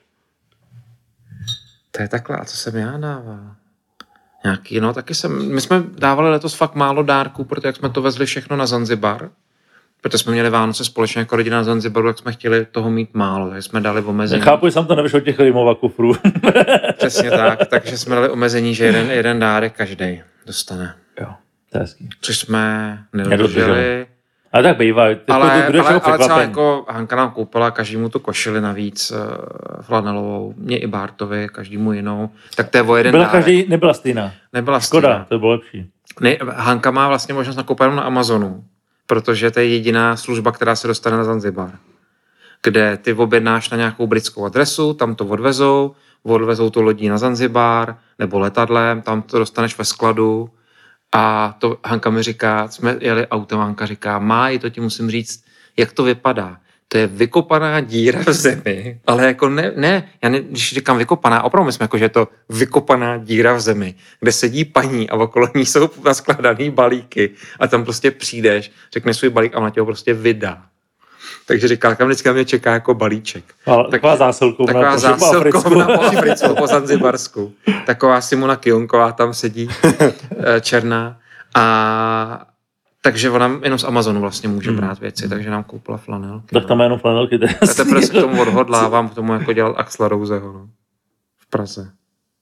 To je takhle. A co jsem já dával? Nějaký, no taky my jsme dávali letos fakt málo dárků, protože jak jsme to vezli všechno na Zanzibar, protože jsme měli Vánoce společně jako rodina na Zanzibaru, jak jsme chtěli toho mít málo, takže jsme dali omezení. Chápu, že jsem to nevyšel těch Rimova kufrů. Přesně tak, takže jsme dali omezení, že jeden dárek každý dostane. Jo. Což jsme nedodrželi. Ale tak bývá. Ale třeba jako Hanka nám koupila každému tu košili navíc flanelovou, mě i Bartovi, každému jinou. Tak to je o jeden dárek. Nebyla stejná. Škoda, to bylo lepší. Ne, Hanka má vlastně možnost nakoupit na Amazonu, protože to je jediná služba, která se dostane na Zanzibar. Kde ty objednáš na nějakou britskou adresu, tam to odvezou to lodí na Zanzibar, nebo letadlem, tam to dostaneš ve skladu. A to Hanka mi říká, jsme jeli autem, Hanka říká, to ti musím říct, jak to vypadá. To je vykopaná díra v zemi, ale jako když říkám vykopaná, opravdu myslím, jako, že je to vykopaná díra v zemi, kde sedí paní a okolo ní jsou naskládaný balíky a tam prostě přijdeš, řekneš svůj balík a ona tě ho prostě vydá. Takže říká, kam vždycky mě čeká jako balíček. Taková zásilkovna po Africku, po Zanzibarsku. Taková Simona Kionková tam sedí, černá. A takže ona jenom z Amazonu vlastně může brát věci, takže nám koupila flanelky. Tak tam má jenom flanelky. Já teprve k tomu odhodlávám, k tomu jako dělat Axla Rouseho v Praze.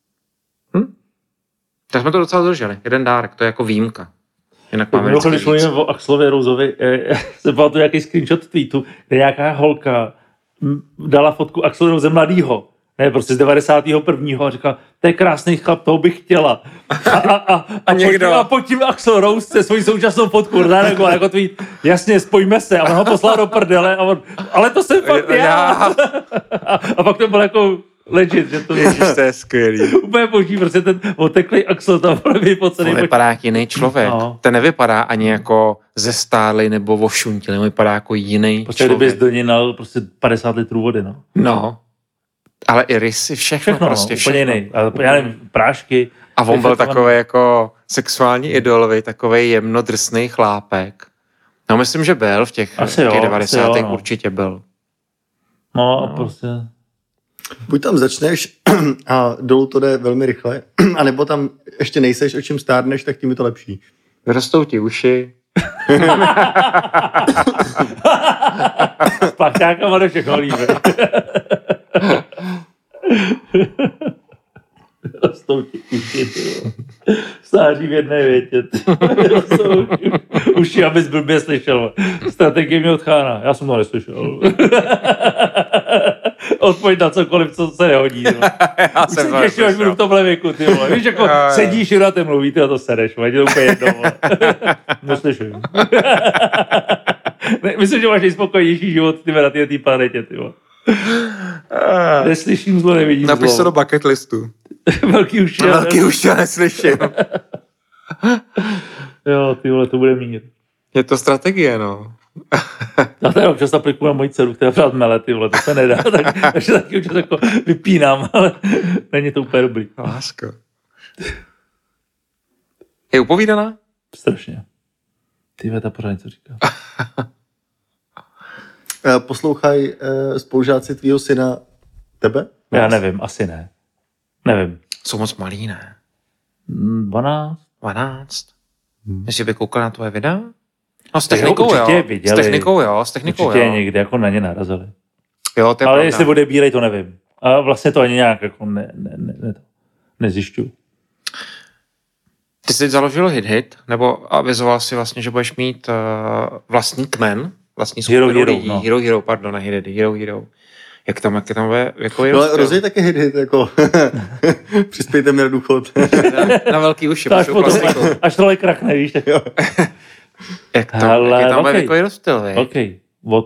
Tak jsme to docela drželi. Jeden dárek, to je jako výjimka. Jinak máme když mluvíme o Axlovi Rousovi, se pamatuju nějaký screenshot tweetu, kde nějaká holka dala fotku Axlovi Rouse mladýho. Ne, prostě z 91. a říkala, to je krásný chlap, toho bych chtěla. A pod tím Axl Rose se svojí současnou fotku zareagoval jako tweet, jasně, spojíme se. A on ho poslal do prdele a on, ale to jsem fakt já. A pak to bylo jako legit, že to je. To je skvělý. Úplně boží, prostě ten oteklý Axl tam vypocený. On vypadá jak jiný člověk. No. Ten nevypadá ani jako zestárlej nebo vošuntilý, on vypadá jako jiný prostě člověk. Kdybys do něj nal prostě 50 litrů vody, no. No. Ale i rysy, všechno prostě. Úplně jiný. Já nevím, prášky. A on byl takový jako sexuální idol, takovej jemnodrsný chlápek. No myslím, že byl v těch 90. No. Určitě byl. No a prostě... Buď tam začneš a dolů to jde velmi rychle, anebo tam ještě nejseš, o čem stárneš, tak tím je to lepší. Rostou ti uši. S plachtákama do všechno líbí. Rostou ti uši, stáří v jedné větě. Uši, abys blbě slyšel. Strategie mě od Chána. Já jsem to neslyšel. Odpověď na cokoliv, co se nehodí. No. Už se těším, až budu v tomhle věku. Ty vole. Víš, jako sedíš a te mluví, ty a to sereš. Je to úplně jedno. Neslyším. Myslím, že máš nejspokojenější život na této planetě. Ty vole. Neslyším zlo, nevidím zlo. Napiš to do bucket listu. Velký uši. Velký uši, já neslyším. Jo, ty vole, to bude mír. Je to strategie, no. Já tady občas aplikuju na moji dceru, která právě mele, ty vole, to se nedá, takže taky občas jako vypínám, ale není to úplně dobrý. Lásko. Je upovídaná? Strašně. Ty ta pořád něco říká. Poslouchaj spolužáci tvýho syna tebe? Já nevím, asi ne. Nevím. Jsou moc malí, ne? 12. Jestli by koukal na tvoje videa? No s technikou, jo. Viděli. S technikou, určitě někdy jako na ně narazili. Jo, to je ale pravda. Jestli odebírají, to nevím. A vlastně to ani nějak jako nezjišťuju. Ty jsi založil HitHit, nebo avizoval si vlastně, že budeš mít vlastní kmen, vlastní skupinu lidí. No. Hero, pardon, ne HitHit, Hero. Jak tam bude, jako je? No, rozděj taky HitHit, jako přispějte mi na důchod. Na velký uši. Až tohle krachne, víš, tak jo. Jak tam bude věkový rozptyl, víš? OK.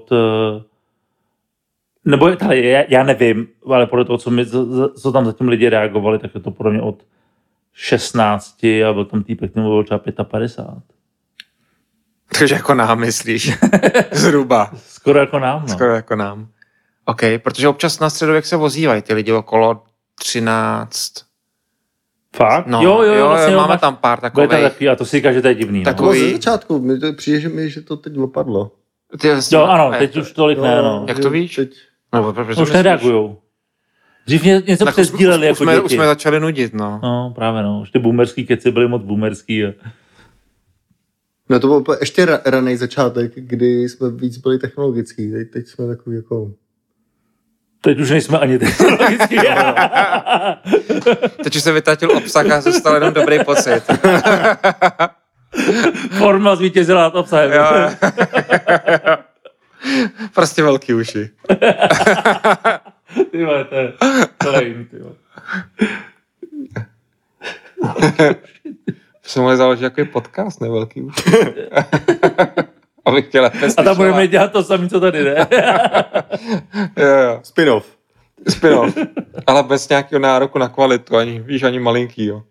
Nebo tady, já nevím, ale podle toho, co tam zatím lidi reagovali, tak je to podle mě od 16 a byl tam týpek, nebo byl třeba 55. Takže jako nám myslíš? Zhruba. Skoro jako nám, no. Skoro jako nám. OK, protože občas na středověk se vozívají ty lidi okolo 13. Fakt? No, jo, vlastně máme tam pár takových. A to si říká, že to je divný. Takový... No. Ze začátku, mi to přijde, že to teď opadlo. Jo, ano, teď už tolik ne, no. Jak to víš? Teď... No, už nereagujou. Dřív něco přesdíleli jako děti. Už jsme začali nudit, no. No, právě no. Už ty boomerský keci byly moc boomerský. No to byl ještě raný začátek, kdy jsme víc byli technologický. Teď jsme takový jako... Teď už nejsme ani technologický. Teď už se vytratil obsah a zůstal jenom dobrý pocit. Forma zvítězila nad obsahem. Prostě velký uši. Ty vole, to je claim, ty vole. Jsme mohli založit jaký podcast, ne velký uši. Abych chtěl a tam budeme dělat to samé, co tady, ne? Jo. Spin-off. Ale bez nějakého nároku na kvalitu, ani malinký, jo.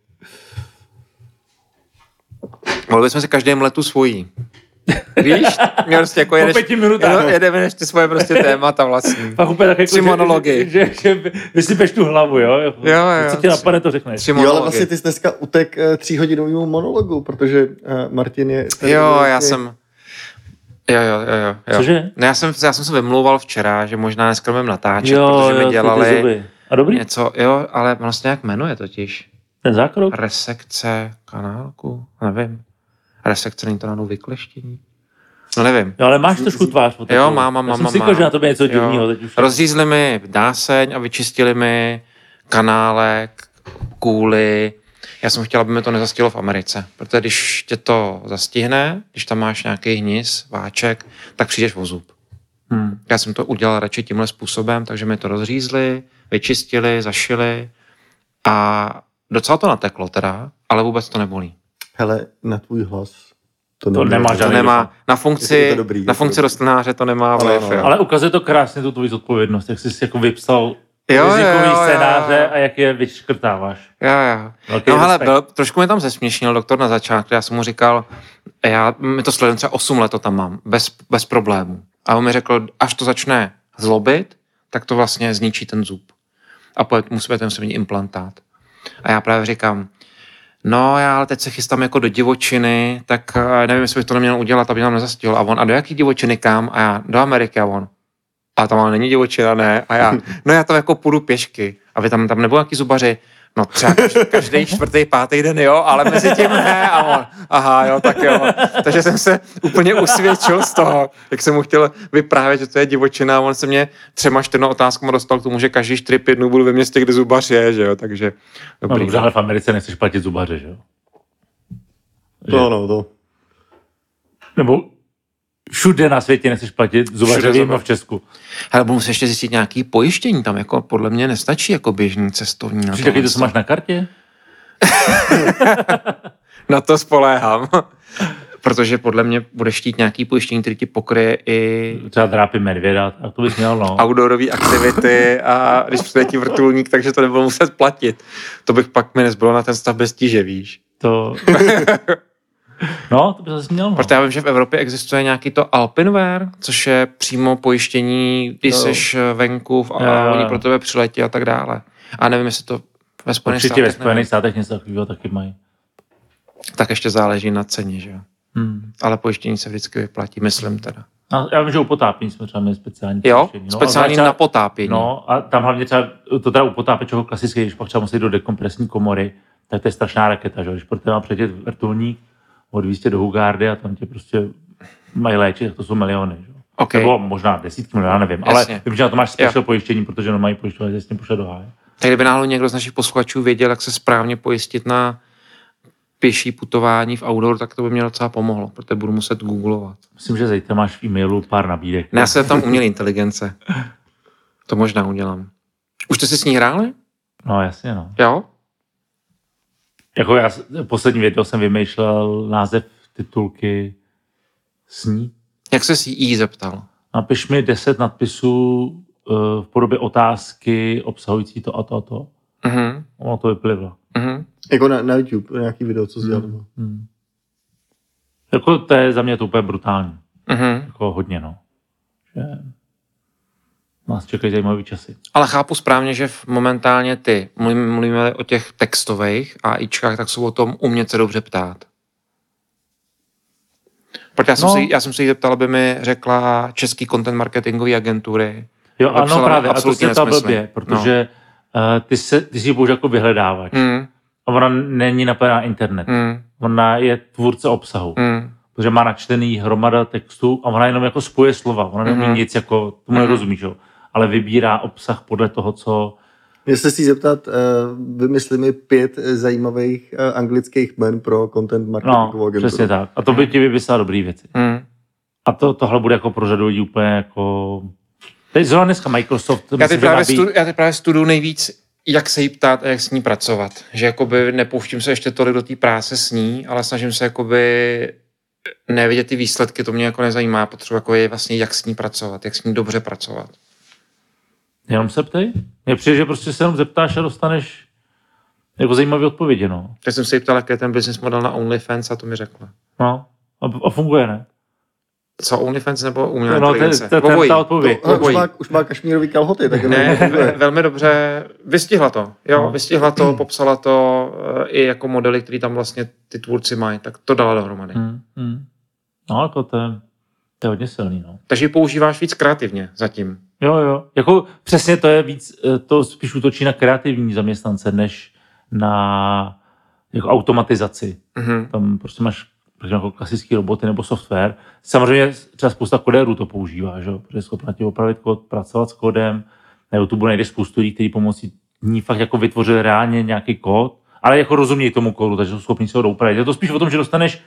Mohli bychom si každém letu svojí. Víš? Mě prostě jako jedeme než ty svoje prostě témata vlastní. Pak úplně tak jako, tři monology. Že vysypeš tu hlavu, jo? Co ti napadne, to řekneš. Jo, ale vlastně ty jsi dneska utek 3hodinovýmu monologu, protože Martin je... Já jsem... Jo. Cože? No, já jsem se vymlouval včera, že možná dneska budeme natáčet, protože mi dělali a dobrý? něco, jo, ale ono se nějak jmenuje totiž. Ten zákrok? Resekce kanálku, nevím. Resekce, není to náhodou vykleštění? No nevím. Jo, ale máš trošku tvář. Jo, mám. Já jsem si říkal, že na tobě něco divného. Rozřízli mi náseň a vyčistili mi kanálek, kůly. Já jsem chtěl, aby mi to nezastihlo v Americe, protože když tě to zastihne, když tam máš nějaký hnis, váček, tak přijdeš o zub. Já jsem to udělal radši tímhle způsobem, takže mi to rozřízli, vyčistili, zašili a docela to nateklo teda, ale vůbec to nebolí. Hele, na tvůj hlas. To nemá. Na funkci rostlináře to nemá vliv. Ale ukazuje to krásně tu tvoji zodpovědnost, jak jsi jako vypsal rizikový scénáře a jak je vyškrtáváš. Jo. No hele, trošku mě tam zesměšnil doktor na začátku, já jsem mu říkal, my to sledujeme třeba 8 let to tam mám, bez problémů. A on mi řekl, až to začne zlobit, tak to vlastně zničí ten zub. A musíme tam mít implantát. A já právě říkám, no já ale teď se chystám jako do divočiny, tak nevím, jestli bych to neměl udělat, aby nám nezastihlo. A on, a do jaký divočiny kam? A já, do Ameriky. A on, a tam ale není divočina, ne? A já, no já to jako půjdu pěšky. A vy tam nebudou nějaký zubaři? No třeba každý 4., 5. den, jo, ale mezi tím ne. A on, aha, jo, tak jo. Takže jsem se úplně usvědčil z toho, jak jsem mu chtěl vyprávět, že to je divočina. A on se mě 3-4 otázkama dostal k tomu, že každý 4-5 dnů budu ve městě, kde zubař je, že jo, takže dobrý. No, ale v Americe nechceš platit zubaře, že jo? To. Nebo všude na světě nechceš platit zubaře, výjimka v Česku. Ale budu se ještě zjistit nějaký pojištění, tam jako podle mě nestačí jako běžný cestovní. Víš, taky to máš na kartě? Na to spoléhám. Protože podle mě budeš chtít nějaký pojištění, který ti pokryje i... Třeba drápy medvěda, a to bys měl, no. Outdoorové aktivity a když přijde ti vrtulník, takže to nebudu muset platit. To bych pak mi nezbylo na ten stav bez tíže, víš. To... No, to by zase měl. No. Protože já vím, že v Evropě existuje nějaký to Alpinwear, což je přímo pojištění, když jsi venku a oni pro tebe přiletí a tak dále. A nevím, jestli to ve Spojených státech. Určitě ve Spojených státech něco takového taky mají. Tak ještě záleží na ceně, že jo. Ale pojištění se vždycky vyplatí, myslím teda. A já vím, že u potápění jsme třeba měli speciální pojištění. Jo, speciální na potápění. No a tam hlavně třeba, to teda u potápěčeho klasické, když pak třeba musí do dekompresní komory, tak to je strašná raketa, že když pro tebe má přijet vrtulník, odvízt do Hugardy a tam tě prostě mají léčit, to jsou miliony. Že? Okay. Nebo možná desítky milionů, já nevím. Jasně. Ale vím, že na to máš special pojištění, protože mají pojišťovat, že s tím pošle do háje. Tak kdyby náhodou někdo z našich posluchačů věděl, jak se správně pojistit na pěší putování v outdoor, tak to by mě docela pomohlo, protože budu muset googlovat. Myslím, že zítra máš v e-mailu pár nabídek. Ne, já jsem tam umělý inteligence. To možná udělám. Už jste si s ní hráli? No jasně, no. Jo? Jako já poslední video jsem vymýšlel název titulky s ní. Jak se jí zeptal? Napiš mi 10 nadpisů v podobě otázky obsahující to a to a to. Ono to vyplivlo. Jako na YouTube, nějaký video, co jsi dělal. Jako to je za mě to úplně brutální. Jako hodně, no. Že nás čekají zajímavý časy. Ale chápu správně, že momentálně mluvíme o těch textových AIčkách, tak jsou o tom umět se dobře ptát. Protože já jsem se jí zeptal, aby mi řekla český content marketingové agentury. Jo, ano, právě. A to se ta blbě, protože ty si ji použij jako vyhledávač. A ona není napojená na internet. Ona je tvůrce obsahu. Protože má načtený hromada textu a ona jenom jako spojuje slova. Ona nemí nic jako, tomu nerozumíš, jo. Ale vybírá obsah podle toho, co Jestli si zeptat, vymysli mi 5 zajímavých anglických jmen pro content marketingovou agenturu. Přesně tak. A to by ti vypsal dobrý věci. A tohle bude jako pro řadu lidí úplně jako... Teď zrovna dneska Microsoft... Já teď právě studuju nejvíc, jak se jí ptát a jak s ní pracovat. Že jakoby nepouštím se ještě tolik do té práce s ní, ale snažím se jakoby nevidět ty výsledky, to mě jako nezajímá. Potřebuji jako je vlastně, jak s ní pracovat, jak s ní dobře pracovat. Jenom se ptej. Mně přijde, že prostě se jenom zeptáš a dostaneš jako zajímavé odpovědi, no. Teď jsem se jí ptal, jaký je ten business model na OnlyFans a to mi řekla. No, a funguje, ne? Co, OnlyFans nebo umělá inteligence? Ta odpověď. Už má kašmírový kalhoty. Tak ne, velmi dobře vystihla to. Jo, vystihla to, popsala to i jako modely, který tam vlastně ty tvůrci mají, tak to dala dohromady. No, jako to je hodně silný, no. Takže ji používáš víc kreativně zatím. Jo. Jako přesně to je víc, to spíš útočí na kreativní zaměstnance, než na jako automatizaci. Tam prostě máš jako klasický roboty nebo software. Samozřejmě třeba spousta kodérů to používá, že? Protože je schopná ti opravit kód, pracovat s kódem. Na YouTube najdeš spoustu lidí, kteří pomocí ní fakt jako vytvořili reálně nějaký kód, ale jako rozumějí tomu kódu, takže jsou schopní se ho doupravit. Je to spíš o tom, že dostaneš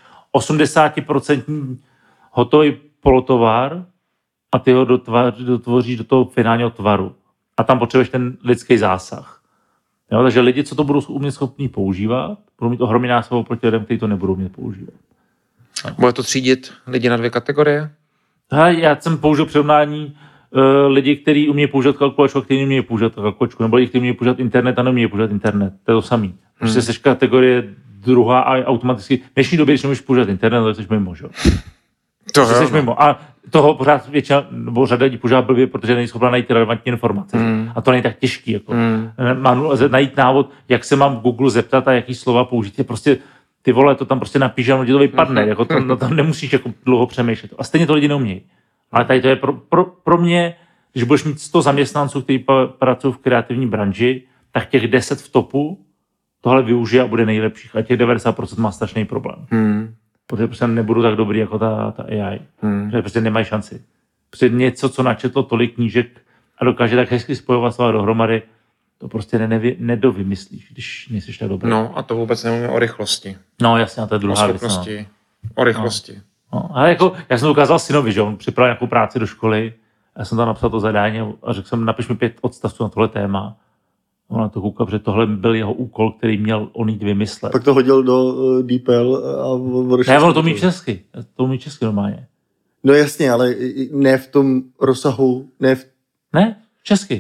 80% hotový polotovar a ty ho dotvoříš do toho finálního tvaru. A tam potřebuješ ten lidský zásah. Jo, takže lidi, co to budou umět schopní používat, budou mít ohromný násobou proti lidem, kteří to nebudou umět používat. Bude to třídit lidi na 2 kategorie? Já jsem použil přirovnání lidi, kteří umějí používat kalkulačku a kteří neumí používat kalkulačku, nebo lidi, kteří umějí používat internet a neumí používat internet. To je to samý. Prostě jsi kategorie druhá a automaticky. V dnešní době, když nemůžeš používat internet, tak jsi mimo, že? Jsi mimo. A toho pořád většina, nebo řada lidí používá blbě, protože není schopná najít relevantní informace. A to není tak těžký. Jako. Mám najít návod, jak se mám v Google zeptat a jaký slova použít. Je prostě ty vole, to tam prostě napíš a ono ti to vypadne. Jako tam nemusíš jako dlouho přemýšlet. A stejně to lidi neumějí. Ale tady to je pro mě, když budeš mít 100 zaměstnanců, kteří pracují v kreativní branži, tak těch 10 v topu tohle využije a bude nejlepších. A těch 90% má strašný problém. Protože prostě nebudu tak dobrý jako ta AI. Protože prostě nemají šanci. Prostě něco, co načetlo tolik knížek a dokáže tak hezky spojovat slova dohromady, to prostě nedovymyslíš, když nejsi tak dobrý. No a to vůbec nemluvíme o rychlosti. No jasně, a to je druhá věc. O rychlosti. No. Ale jako, já jsem to ukázal synovi, že on připravil nějakou práci do školy, já jsem tam napsal to zadání a řekl jsem, napiš mi 5 odstavců na tohle téma. On na to koukal, že tohle byl jeho úkol, který měl on jít vymyslet. Tak to hodil do DeepL a... Ne, ono to umí česky. To umí česky normálně. No jasně, ale ne v tom rozsahu, Ne, česky.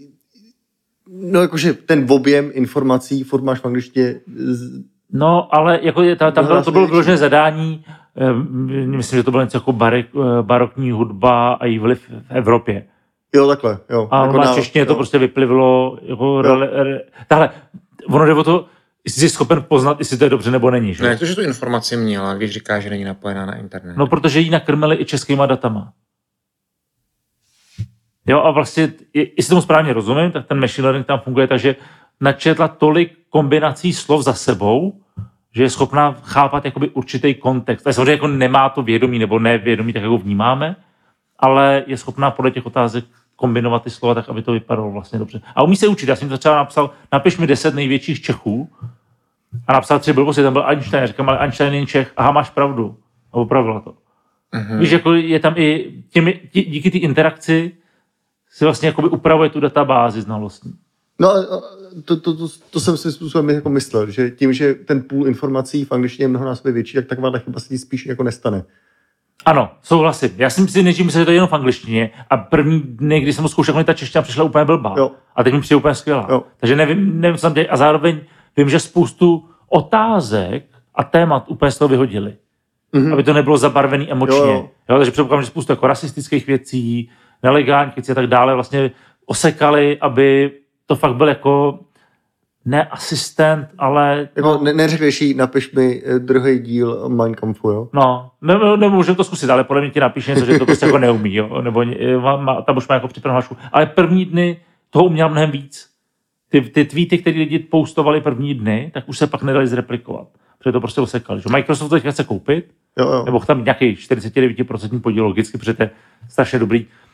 No jakože ten objem informací furt máš v angličtině... No, ale jako to bylo vyložené zadání, myslím, že to bylo něco jako barokní hudba a její vliv v Evropě. Jo, takhle, jo. A jako na češtině to prostě vyplivilo jako tahle, ono jde o to, jestli jsi schopen poznat, jestli to je dobře nebo není. Že? No jak to, že tu informaci měla, když říká, že není napojená na internet? No, protože ji nakrmili i českýma datama. Jo, a vlastně, jestli tomu správně rozumím, tak ten machine learning tam funguje tak, že načetla tolik kombinací slov za sebou, že je schopná chápat jakoby určitý kontext. A samozřejmě jako nemá to vědomí nebo nevědomí, tak jako vnímáme, ale je schopná podle těch otázek kombinovat ty slova tak, aby to vypadalo vlastně dobře. A umí se učit. Já jsem to třeba napsal, napiš mi 10 největších Čechů a napsal 3 blbosti, tam byl Einstein. Říkám, ale Einstein není Čech. Aha, máš pravdu. A opravila to. Víš, jako je tam i díky té interakci si vlastně jakoby upravuje tu databázi znalostní. No, to jsem si způsobem jako myslel, že tím, že ten půl informací v angličtině je mnohonásobně větší, tak taková chyba se ti spíš jako nestane. Ano, souhlasím. Já jsem si nejdřív myslel, že to je jenom v angličtině a první dny, kdy jsem ho zkoušel, ta čeština přišla úplně blbá. Jo. A teď mi přijde úplně skvělá. Jo. Takže nevím, co tam děje. A zároveň vím, že spoustu otázek a témat úplně z toho vyhodili. Aby to nebylo zabarvený emočně. Jo, takže předpokládám, že spoustu jako rasistických věcí, nelegálních věcí a tak dále vlastně osekali, aby to fakt byl jako ne asistent, ale... Jako neřekneš jí, napiš mi druhý díl Mein Kampfu, jo? No, nemůžu to zkusit, ale podle mě ti napíš něco, že to prostě jako neumí, jo? Nebo tam už má jako připravenou hlašku. Ale první dny toho uměl mnohem víc. Ty tweety, které lidi postovali první dny, tak už se pak nedali zreplikovat. Protože to prostě osekali. Že Microsoft to chce koupit, jo. nebo tam nějaký 49% podíl logicky, protože to je strašně dobrý.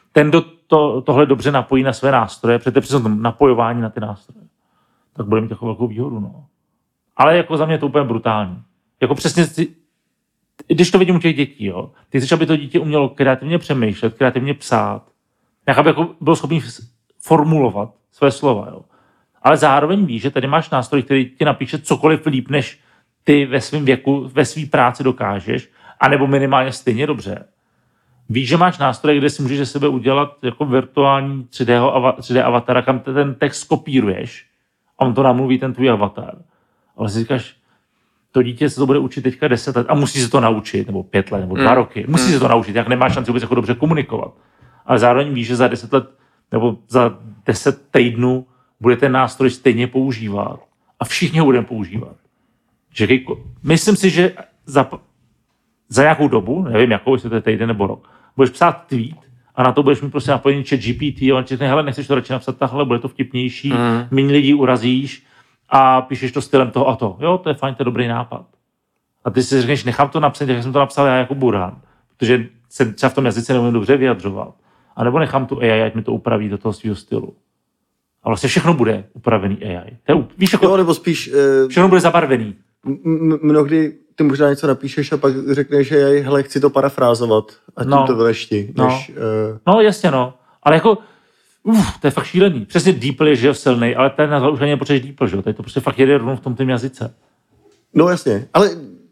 ten, kdo tohle dobře napojí na své nástroje, protože při tom napojování na ty nástroje, tak bude mít takovou velkou výhodu. No. Ale jako za mě je to úplně brutální. Jako přesně, když to vidím u těch dětí, jo, ty chceš, aby to dítě umělo kreativně přemýšlet, kreativně psát, jak aby jako bylo schopný formulovat své slova. Jo. Ale zároveň víš, že tady máš nástroj, který ti napíše cokoliv líp, než ty ve svém věku, ve své práci dokážeš, anebo minimálně stejně dobře. Víš, že máš nástroj, kde si můžeš ze sebe udělat jako virtuální 3D avatara, kam ten text kopíruješ a on to namluví ten tvůj avatar. Ale si říkáš, to dítě se to bude učit teďka 10 let a musí se to naučit, nebo 5 let, nebo 2 roky. Musí se to naučit, jak nemá šanci vůbec jako dobře komunikovat. Ale zároveň víš, že za 10 let nebo za 10 týdnů bude ten nástroj stejně používat a všichni ho budeme používat. Myslím si, že za nějakou dobu, nevím jakou, jestli to je týden nebo rok, budeš psát tweet a na to budeš mít prostě napojený ChatGPT a on řekne, hele, nechceš to radši napsat takhle, bude to vtipnější, méně lidí urazíš a píšeš to stylem toho a to. Jo, to je fajn, to je dobrý nápad. A ty si řekneš, nechám to napsat, jak jsem to napsal já jako Burhan, protože se třeba v tom jazyce neumím dobře vyjadřovat. A nebo nechám tu AI, ať mi to upraví do toho svého stylu. A vlastně všechno bude upravený AI. Víš, jako, jo, nebo spíš... všechno bude zabarvený. Mnohdy ty možná něco napíšeš a pak řekneš, že hele, chci to parafrázovat a tím to vylešti. No, jasně, no. Ale jako, to je fakt šílený. Přesně DeepL je, že je silnej, ale ten nazval už ani nepotřebuješ DeepL, že jo? Tady to prostě fakt jede rovnou v tom tým jazyce. No jasně, ale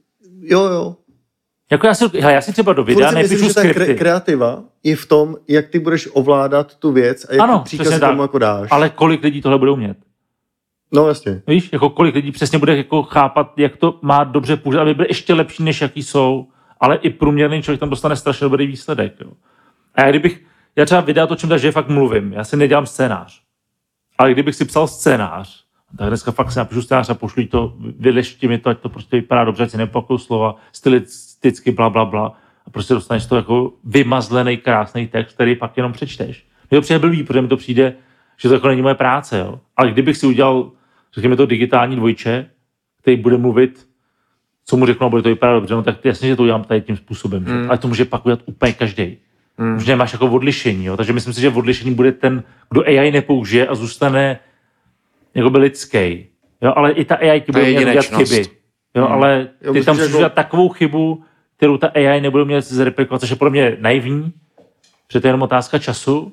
jo. Jako já si třeba do videa nepíšu skripty. Kreativa je v tom, jak ty budeš ovládat tu věc a jak příkaz tomu jako dáš. Ale kolik lidí tohle bude umět? No jasně. Víš, jako kolik lidí přesně bude jako chápat, jak to má dobře použít, aby byly ještě lepší, než jaký jsou, ale i průměrný člověk tam dostane strašně dobrý výsledek. Jo. A já třeba videa točím tak, že fakt mluvím, já si nedělám scénář. Ale kdybych si psal scénář, tak dneska fakt si napíšu scénář a pošlu to, vylešti mi to, ať to prostě vypadá dobře, ať si nepakuju slova, stylisticky blablabla a prostě dostaneš to jako vymazlený krásný text, který pak jenom přečteš. Mně to přijde blbý, protože mi to přijde, že to jako není moje práce, jo. Ale kdybych si udělal, řekněme to digitální dvojče, který bude mluvit, co mu řeknu, bude to vypadat dobře, no tak jasně, že to udělám tady tím způsobem, že? Ale to může pak udělat úplně každý. Už nemáš jako odlišení, jo. Takže myslím si, že odlišení bude ten, kdo AI nepoužije a zůstane jako by lidský. Jo, ale i ta AI ti bude mět dělat chyby. Jo, ale ty tam můžeš dělat takovou chybu, kterou ta AI nebude mět zreplikovat, což je podle mě naivní, protože to je jenom otázka času.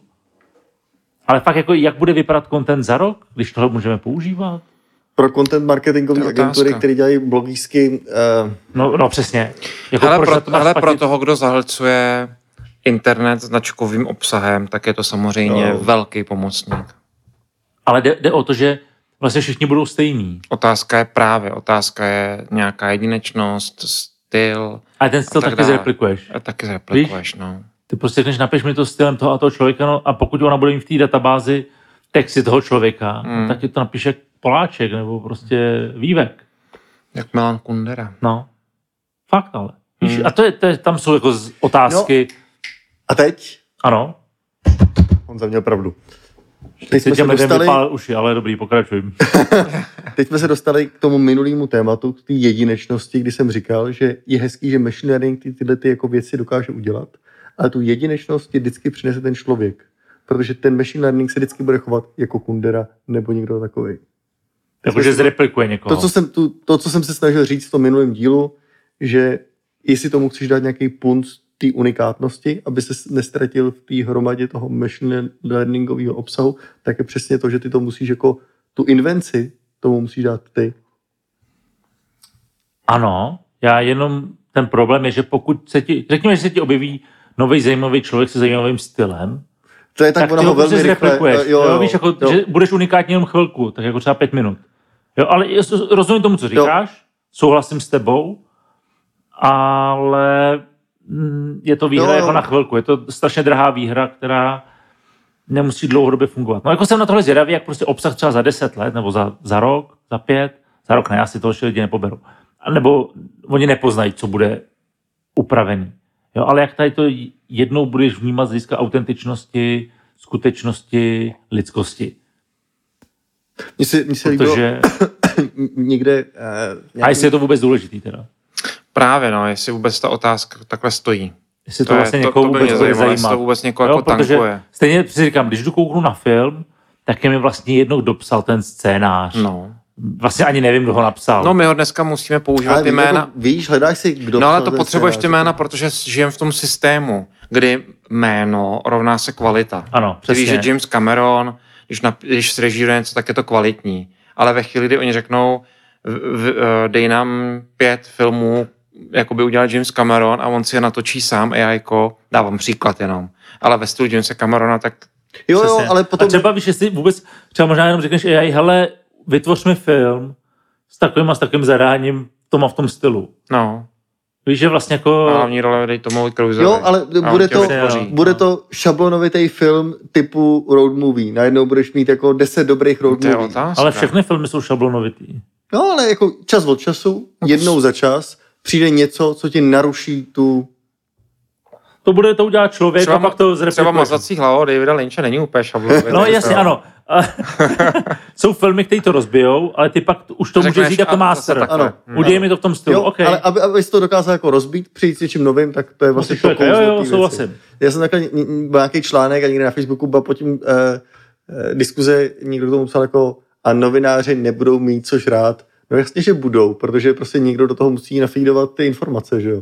Ale fakt jako, jak bude vypadat content za rok, když tohle můžeme používat? Pro content marketingové agentury, které dělají blogísky... No přesně. Jako ale pro toho, kdo zahlcuje internet značkovým obsahem, tak je to samozřejmě velký pomocník. Ale jde o to, že vlastně všichni budou stejní. Otázka je nějaká jedinečnost, styl. A ten styl taky zreplikuješ. Víš? No. Ty prostě řekneš, napiš mi to stylem toho a toho člověka, no, a pokud ona bude mít v té databázi texty toho člověka, tak ti to napíše Poláček nebo prostě Vývek. Jak Milan Kundera. No. Fakt ale. Víš, a to je, tam jsou jako otázky. No. A teď? Ano. On za měl pravdu. Teď jsme se dostali... uši, ale dobrý, pokračujeme. Teď jsme se dostali k tomu minulému tématu, k té jedinečnosti, kdy jsem říkal, že je hezký, že machine learning tyhle jako věci dokáže udělat, ale tu jedinečnost ti vždycky přinese ten člověk. Protože ten machine learning se vždycky bude chovat jako Kundera nebo někdo takový. Takže zreplikuje někoho. To, co jsem se snažil říct v tom minulém dílu, že jestli tomu chceš dát nějaký punc té unikátnosti, aby se nestratil v té hromadě toho machine learningového obsahu, tak je přesně to, že ty to musíš jako tu invenci tomu musíš dát ty. Ano, já jenom ten problém je, že pokud se ti, řekněme, že se ti objeví nový zajímavý člověk se zajímavým stylem, to je tak ty ho velmi rychle. Jo, víš, jako, že budeš unikátní jenom chvilku, tak jako třeba 5 minut. Jo, ale rozumím tomu, co říkáš, souhlasím s tebou, ale je to výhra jako na chvilku. Je to strašně drahá výhra, která nemusí dlouhodobě fungovat. No jako jsem na tohle zvědavý, jak prostě obsah třeba za 10 let, nebo za rok, za 5, za rok ne, asi to lidi nepoberou. Nebo oni nepoznají, co bude upravený. Jo, ale jak tady to jednou budeš vnímat z hlediska autentičnosti, skutečnosti, lidskosti. Mně se protože... někde... A jestli je to vůbec důležitý teda? Právě, no, jestli vůbec ta otázka takhle stojí. Jestli to vlastně někoho vůbec bude zajímat. To vůbec někoho jako tankuje. Stejně si říkám, když jdu kouknu na film, tak je mi vlastně jednou dopsal ten scénář. No. Vlastně ani nevím, kdo ho napsal. No my ho dneska musíme používat ty jména. Jako, víš, hledáš si, kdo no ale to potřebuješ ty jména, protože žijeme v tom systému, kdy jméno rovná se kvalita. Ano, přesně. Víš, že James Cameron, když zrežíruje něco, tak je to kvalitní. Ale ve chvíli, kdy oni řeknou, dej nám 5 filmů, jako by udělal James Cameron a on si je natočí sám AIko, dávám příklad jenom. Ale ve stylu Jamesa Camerona, tak... Jo, ale potom... A třeba víš, jestli vůbec, třeba možná jenom řekneš AI, hele, vytvoř mi film s takovým zadáním v tom stylu. No. Víš, že vlastně jako... A hlavní role dej tomu Cruiseovi. Jo, ale bude to šablonovitý film typu road movie. Najednou budeš mít jako 10 dobrých road movie. Ale všechny filmy jsou šablonovitý. No, ale jako čas od času, jednou za čas, přijde něco, co ti naruší tu... To udělá člověk a pak to zreplikuje. Třeba Mazací hlava Davida Lynche není úplně šablonový. No jasně, ano. Jsou filmy, které to rozbijou, ale ty pak už to můžeš říct jako master. Ano. Udělej mi to v tom stylu. Jo, okay. Ale aby jsi to dokázal jako rozbít, přijít s něčím novým, tak to je vlastně to kouzlo. Jo, souhlasím. Já jsem takhle nějaký článek a někde na Facebooku byl po tím diskuze, někdo tomu psal jako a novináři nebudou mít co žrát. No jasně, že budou, protože prostě někdo do toho musí nafeedovat ty informace, že jo.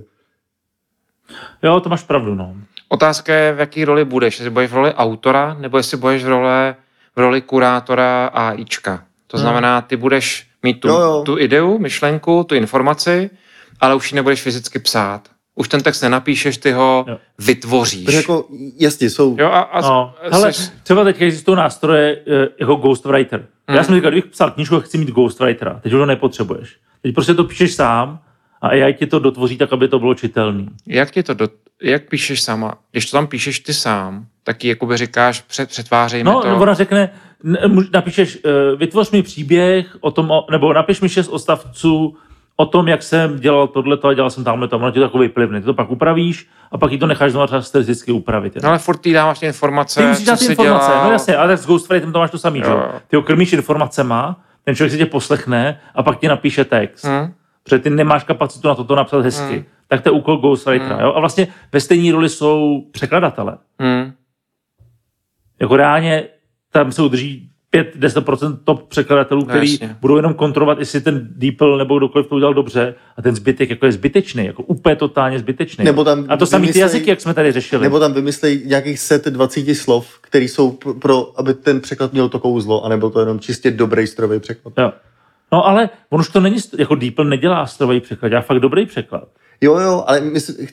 Jo, to máš pravdu, no. Otázka je, v jaký roli budeš. Jestli budeš v roli autora, nebo jestli budeš v roli kurátora a IČka. To znamená, ty budeš mít tu ideu, myšlenku, tu informaci, ale už ji nebudeš fyzicky psát. Už ten text nenapíšeš, ty ho vytvoříš. To jako, jasně, jsou... Jo, hele, třeba teď existují nástroje jako ghostwriter. Já jsem říkal, kdybych psal knížku, chci mít ghostwritera. Teď už ho nepotřebuješ. Teď prostě to píšeš sám a AI ti to dotvoří tak, aby to bylo čitelný. Jak píšeš sama? Když to tam píšeš ty sám, tak jakoby říkáš, přetvářej mi to. No, ona řekne, napíšeš, vytvoř mi příběh o tom, nebo napiš mi 6 odstavců o tom, jak jsem dělal tohleto a dělal jsem tamhleto. Ono ti to jako vyplivne. Ty to pak upravíš a pak ti to necháš znovu třeba stylisticky upravit. No ale furt ty dáváš ty informace, ty musíš dát informace, no jasně, ale tak s ghostwriterem to máš to samý, že? Ty ho krmíš informacema, ten člověk si tě poslechne a pak ti napíše text. Protože ty nemáš kapacitu na to napsat hezky. Tak to je úkol ghostwritera. Jo? A vlastně ve stejné roli jsou překladatele. Jako reálně tam se udrží 5-10% top překladatelů, který budou jenom kontrolovat, jestli ten DeepL nebo kdokoliv to udělal dobře a ten zbytek jako je zbytečný, jako úplně totálně zbytečný. A to samý ty jazyky, jak jsme tady řešili. Nebo tam vymyslejí nějakých set 20 slov, které jsou pro, aby ten překlad měl to kouzlo a nebyl to jenom čistě dobrý strojový překlad. Jo. No ale on už to není, jako DeepL nedělá strojový překlad, dělá fakt dobrý překlad. Jo, ale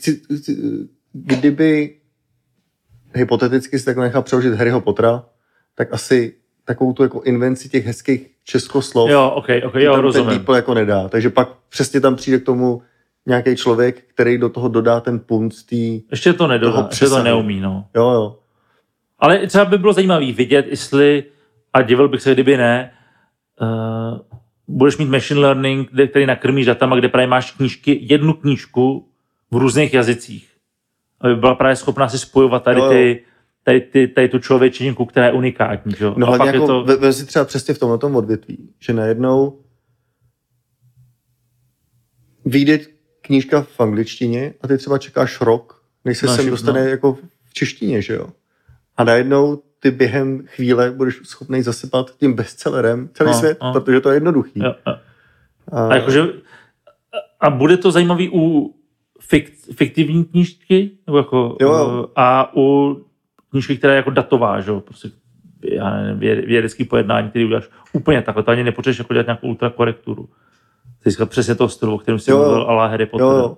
kdyby hypoteticky si takhle nechal přeložit Harryho Pottera, tak asi takovou tu jako invenci těch hezkých českoslov rozumím. Ten DeepL jako nedá. Takže pak přesně tam přijde k tomu nějaký člověk, který do toho dodá ten punc tý... Ještě to nedodá, ještě to neumí, no. Jo. Ale třeba by bylo zajímavý vidět, jestli, a divil bych se, kdyby ne, budeš mít machine learning, který nakrmíš datama, kde právě máš jednu knížku v různých jazycích. Aby byla právě schopná si spojovat tady tu člověčinku, která je unikátní. Že? No hlavně jako, vem si třeba přesně v tomhletom odvětví, že najednou vyjde knížka v angličtině a ty třeba čekáš rok, než se sem dostane jako v češtině, že jo? A najednou ty během chvíle budeš schopný zasypat tím bestsellerem celý svět, protože to je jednoduchý. A bude to zajímavý u fiktivní knížky? Nebo jako, a u knížky, která je jako datová, že? Prostě, vědecký pojednání, který uděláš úplně takhle. To ani nepotřebuješ jako dělat nějakou ultrakorekturu. Získat přesně toho stylu, o kterém jsi mluvil, a la Harry Potter.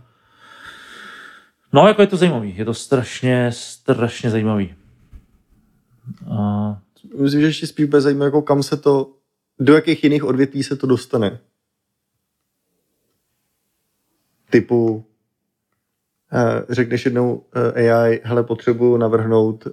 No, jako je to zajímavý. Je to strašně zajímavý. Myslím, že ještě spíš bude zajímavé, jako kam se to, do jakých jiných odvětví se to dostane. Typu řekneš jednou AI, hele, potřebuji navrhnout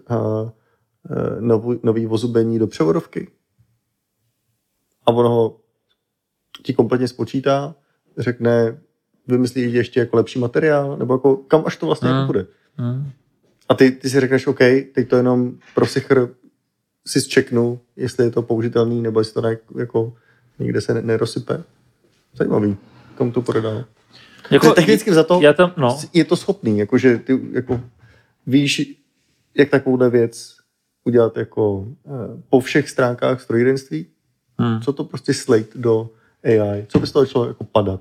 nový vozubení do převodovky. A ono ho ti kompletně spočítá, řekne, vymyslí ještě jako lepší materiál, nebo jako kam až to vlastně bude. A ty si řekneš, OK, teď to jenom pro sichr si zčeknu, jestli je to použitelný, nebo jestli to jako někde se nerozsype. Zajímavý, kam to prodal. Jako, technicky za to je to schopný, jakože ty jako víš, jak takovouhle věc udělat jako po všech stránkách strojírenství, co to prostě slate do AI, co by z toho šlo jako padat.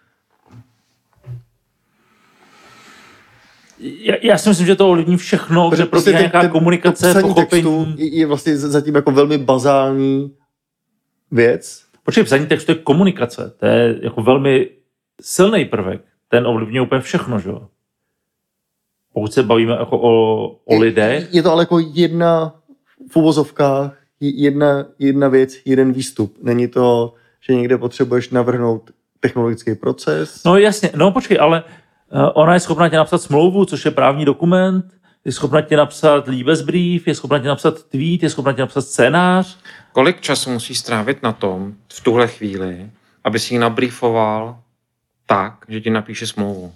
Já si myslím, že to ovlivní všechno, že prostě nějaká komunikace, pochopení. Je vlastně zatím jako velmi bazální věc. Počkej, psaní textu je komunikace, to je jako velmi silný prvek, ten ovlivňuje úplně všechno, že jo? Pokud se bavíme jako o lidech. Je to ale jako jedna v uvozovkách, jedna věc, jeden výstup. Není to, že někde potřebuješ navrhnout technologický proces. No jasně, no počkej, ale ona je schopná tě napsat smlouvu, což je právní dokument, je schopná tě napsat Liebesbrief, je schopná tě napsat tweet, je schopná tě napsat scénář. Kolik času musíš strávit na tom v tuhle chvíli, aby si ji nabriefoval tak, že ti napíše smlouvu?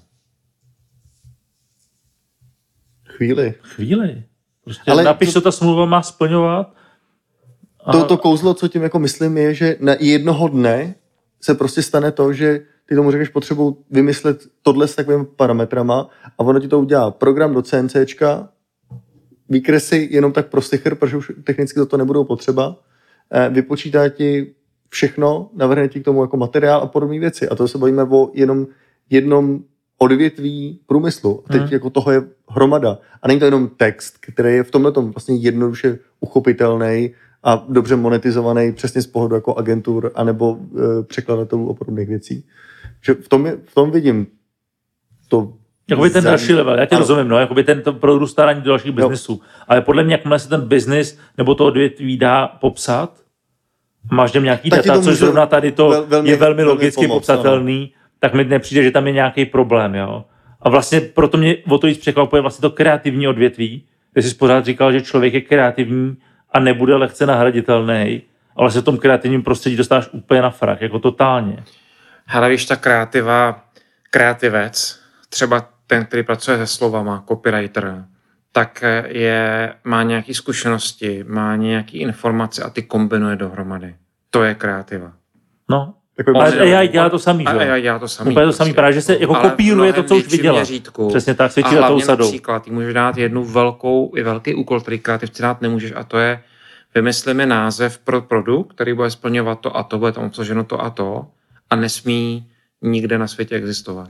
Chvíli. Prostě ale napiš, co ta smlouva má splňovat. To kouzlo, co tím jako myslím, je, že na jednoho dne se prostě stane to, že ty tomu řekneš potřebu vymyslet tohle s takovými parametrama a ono ti to udělá program do CNCčka, výkresy jenom tak pro sticher, protože už technicky to nebudou potřeba, vypočítá ti všechno, navrhne ti k tomu jako materiál a podobné věci. A to se bavíme o jednom odvětví průmyslu. A teď jako toho je hromada. A není to jenom text, který je v tomhletom vlastně jednoduše uchopitelný a dobře monetizovaný přesně z pohledu jako agentur anebo překladatelů o podobných věcí. Že v tom vidím to... Jakoby ten další level, já tě rozumím, no, jakoby ten produkt starání do dalších biznesů. Ale podle mě, jakmile se ten biznis nebo to odvětví dá popsat, máš tam nějaký data, což zrovna tady to je velmi logicky popsatelný, tak mi nepřijde, že tam je nějaký problém, jo. A vlastně proto mě o to víc překvapuje vlastně to kreativní odvětví, kde jsi pořád říkal, že člověk je kreativní a nebude lehce nahraditelný, ale se v tom kreativním prostředí dostáváš úplně na frak, jako totálně. Hele, víš, ta kreativec, třeba ten, který pracuje se slovama, copywriter, tak má nějaké zkušenosti, má nějaké informace a ty kombinuje dohromady. To je kreativa. No, ale AI dělá to samý, že? AI dělá to samý. Úplně to samý, právě, že se jako kopíruje to, co už viděla. Měřítku. Přesně tak, svědčí za tou sadou. Například, ty můžeš dát jednu velký úkol, který kreativci dát nemůžeš, a to je vymysli mi název pro produkt, který bude splňovat to a to, bude tam obsaženo to a nesmí nikde na světě existovat.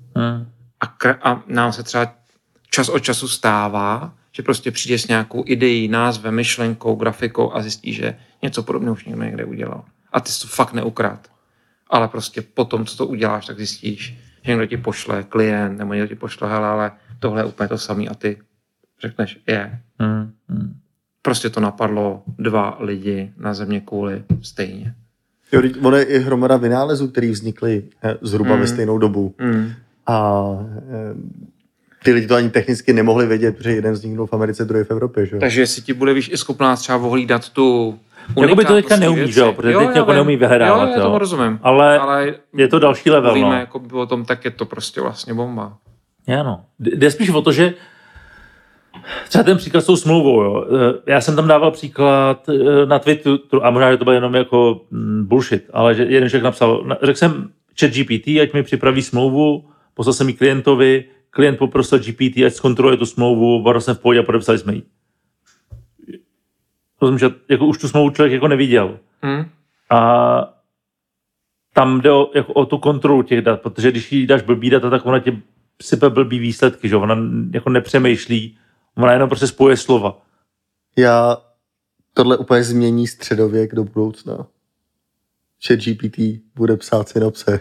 A nám se třeba čas od času stává, že prostě přijde s nějakou ideí, názvem, myšlenkou, grafikou a zjistí, že něco podobného už někde udělal. A ty jsi to fakt neukrát. Ale prostě potom, co to uděláš, tak zjistíš, že někdo ti pošle klient, nebo někdo ti pošle, hele, ale tohle je úplně to samé a ty řekneš, Prostě to napadlo 2 lidi na zeměkouli stejně. Jo, ono je hromada vynálezů, který vznikly zhruba ve stejnou dobu. A ty lidi to ani technicky nemohli vědět, protože jeden vzniknul v Americe, druhý v Evropě. Že? Takže jestli ti bude, víš, i schopná třeba ohlídat tu Jakoby to teďka neumí, že jo? Protože teď jako neumí vyhledávat. Jo, já tomu rozumím. Ale je to další level. Mluvíme jako o tom, tak je to prostě vlastně bomba. Ano. Jde spíš o to, že třeba ten příklad s tou smlouvou, jo. Já jsem tam dával příklad na Twitteru, a možná, že to bylo jenom jako bullshit, ale že jeden člověk napsal, řekl jsem ChatGPT, ať mi připraví smlouvu, poslal jsem ji klientovi, klient poprosil GPT, ať zkontroluje tu smlouvu, varl jsem v pohodě a podepsali jsme ji. Rozumím, že jako už tu smlouvu člověk jako neviděl. A tam jde o tu kontrolu těch dat, protože když jí dáš blbý data, tak ona tě sype blbý výsledky, že ona jako nepřemýšlí, ona jenom prostě spojuje slova. Tohle úplně změní středověk do budoucna. ChatGPT bude psát synopse.